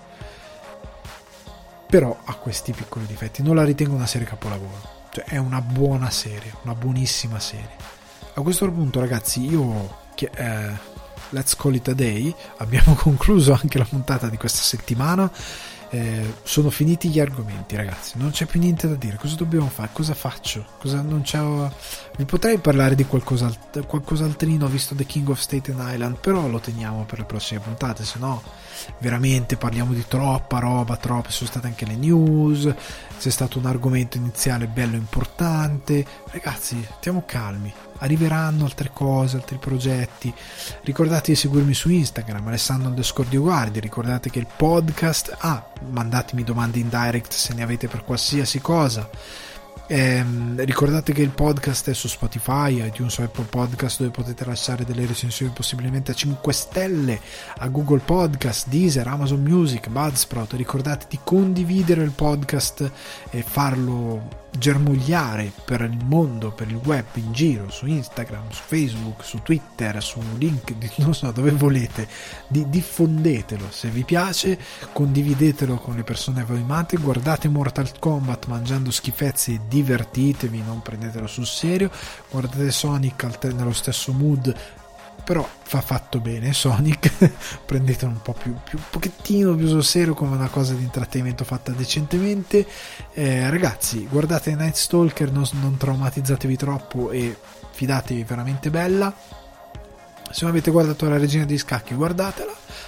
però ha questi piccoli difetti. Non la ritengo una serie capolavoro, cioè è una buona serie, una buonissima serie. A questo punto ragazzi io let's call it a day, abbiamo concluso anche la puntata di questa settimana. Sono finiti gli argomenti ragazzi, non c'è più niente da dire. Cosa dobbiamo fare? Cosa faccio? Vi potrei parlare di qualcos'altrino, visto The King of Staten Island, però lo teniamo per le prossime puntate, se no veramente parliamo di troppa roba, sono state anche le news, c'è stato un argomento iniziale bello importante. Ragazzi, stiamo calmi, arriveranno altre cose, altri progetti. Ricordate di seguirmi su Instagram, Alessandro_Dioguardi. Ricordate che il podcast, mandatemi domande in direct se ne avete per qualsiasi cosa. Ricordate che il podcast è su Spotify, iTunes o Apple Podcast, dove potete lasciare delle recensioni possibilmente a 5 stelle, a Google Podcast, Deezer, Amazon Music, Buzzsprout. Ricordate di condividere il podcast e farlo germogliare per il mondo, per il web in giro, su Instagram, su Facebook, su Twitter, su LinkedIn, non so, dove volete. Diffondetelo, se vi piace condividetelo con le persone a voi amate. Guardate Mortal Kombat mangiando schifezze e divertitevi, non prendetelo sul serio. Guardate Sonic nello stesso mood, però fa fatto bene Sonic. Prendetelo un po' un pochettino più sul serio, come una cosa di intrattenimento fatta decentemente. Ragazzi, guardate Night Stalker, non traumatizzatevi troppo e fidatevi, veramente bella. Se non avete guardato La Regina dei Scacchi, guardatela.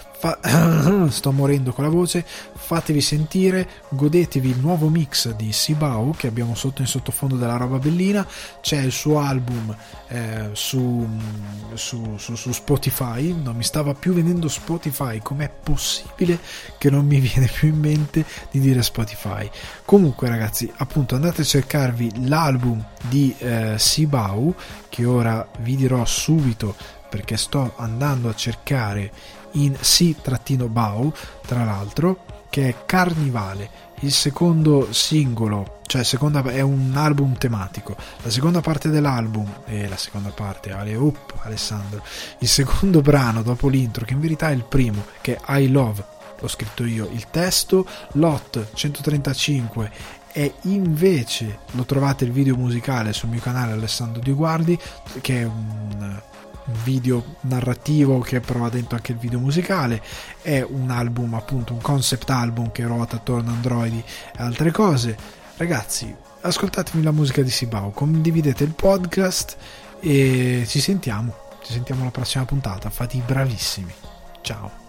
Sto morendo con la voce. Fatevi sentire, godetevi il nuovo mix di Sibau che abbiamo sotto in sottofondo della roba bellina. C'è il suo album su Spotify. Non mi stava più venendo Spotify, com'è possibile che non mi viene più in mente di dire Spotify? Comunque ragazzi, appunto, andate a cercarvi l'album di Sibau, che ora vi dirò subito perché sto andando a cercare in C-Bau, tra l'altro, che è Carnivale, il secondo singolo, cioè è un album tematico. La seconda parte dell'album, Alessandro, il secondo brano dopo l'intro, che in verità è il primo, che è I Love, l'ho scritto io il testo. Lot 135 e invece lo trovate il video musicale sul mio canale Alessandro Dioguardi, che è un video narrativo che prova dentro anche il video musicale. È un album, appunto un concept album che ruota attorno a androidi e altre cose. Ragazzi, ascoltatevi la musica di Sibau, condividete il podcast e ci sentiamo alla prossima puntata. Fate i bravissimi, ciao.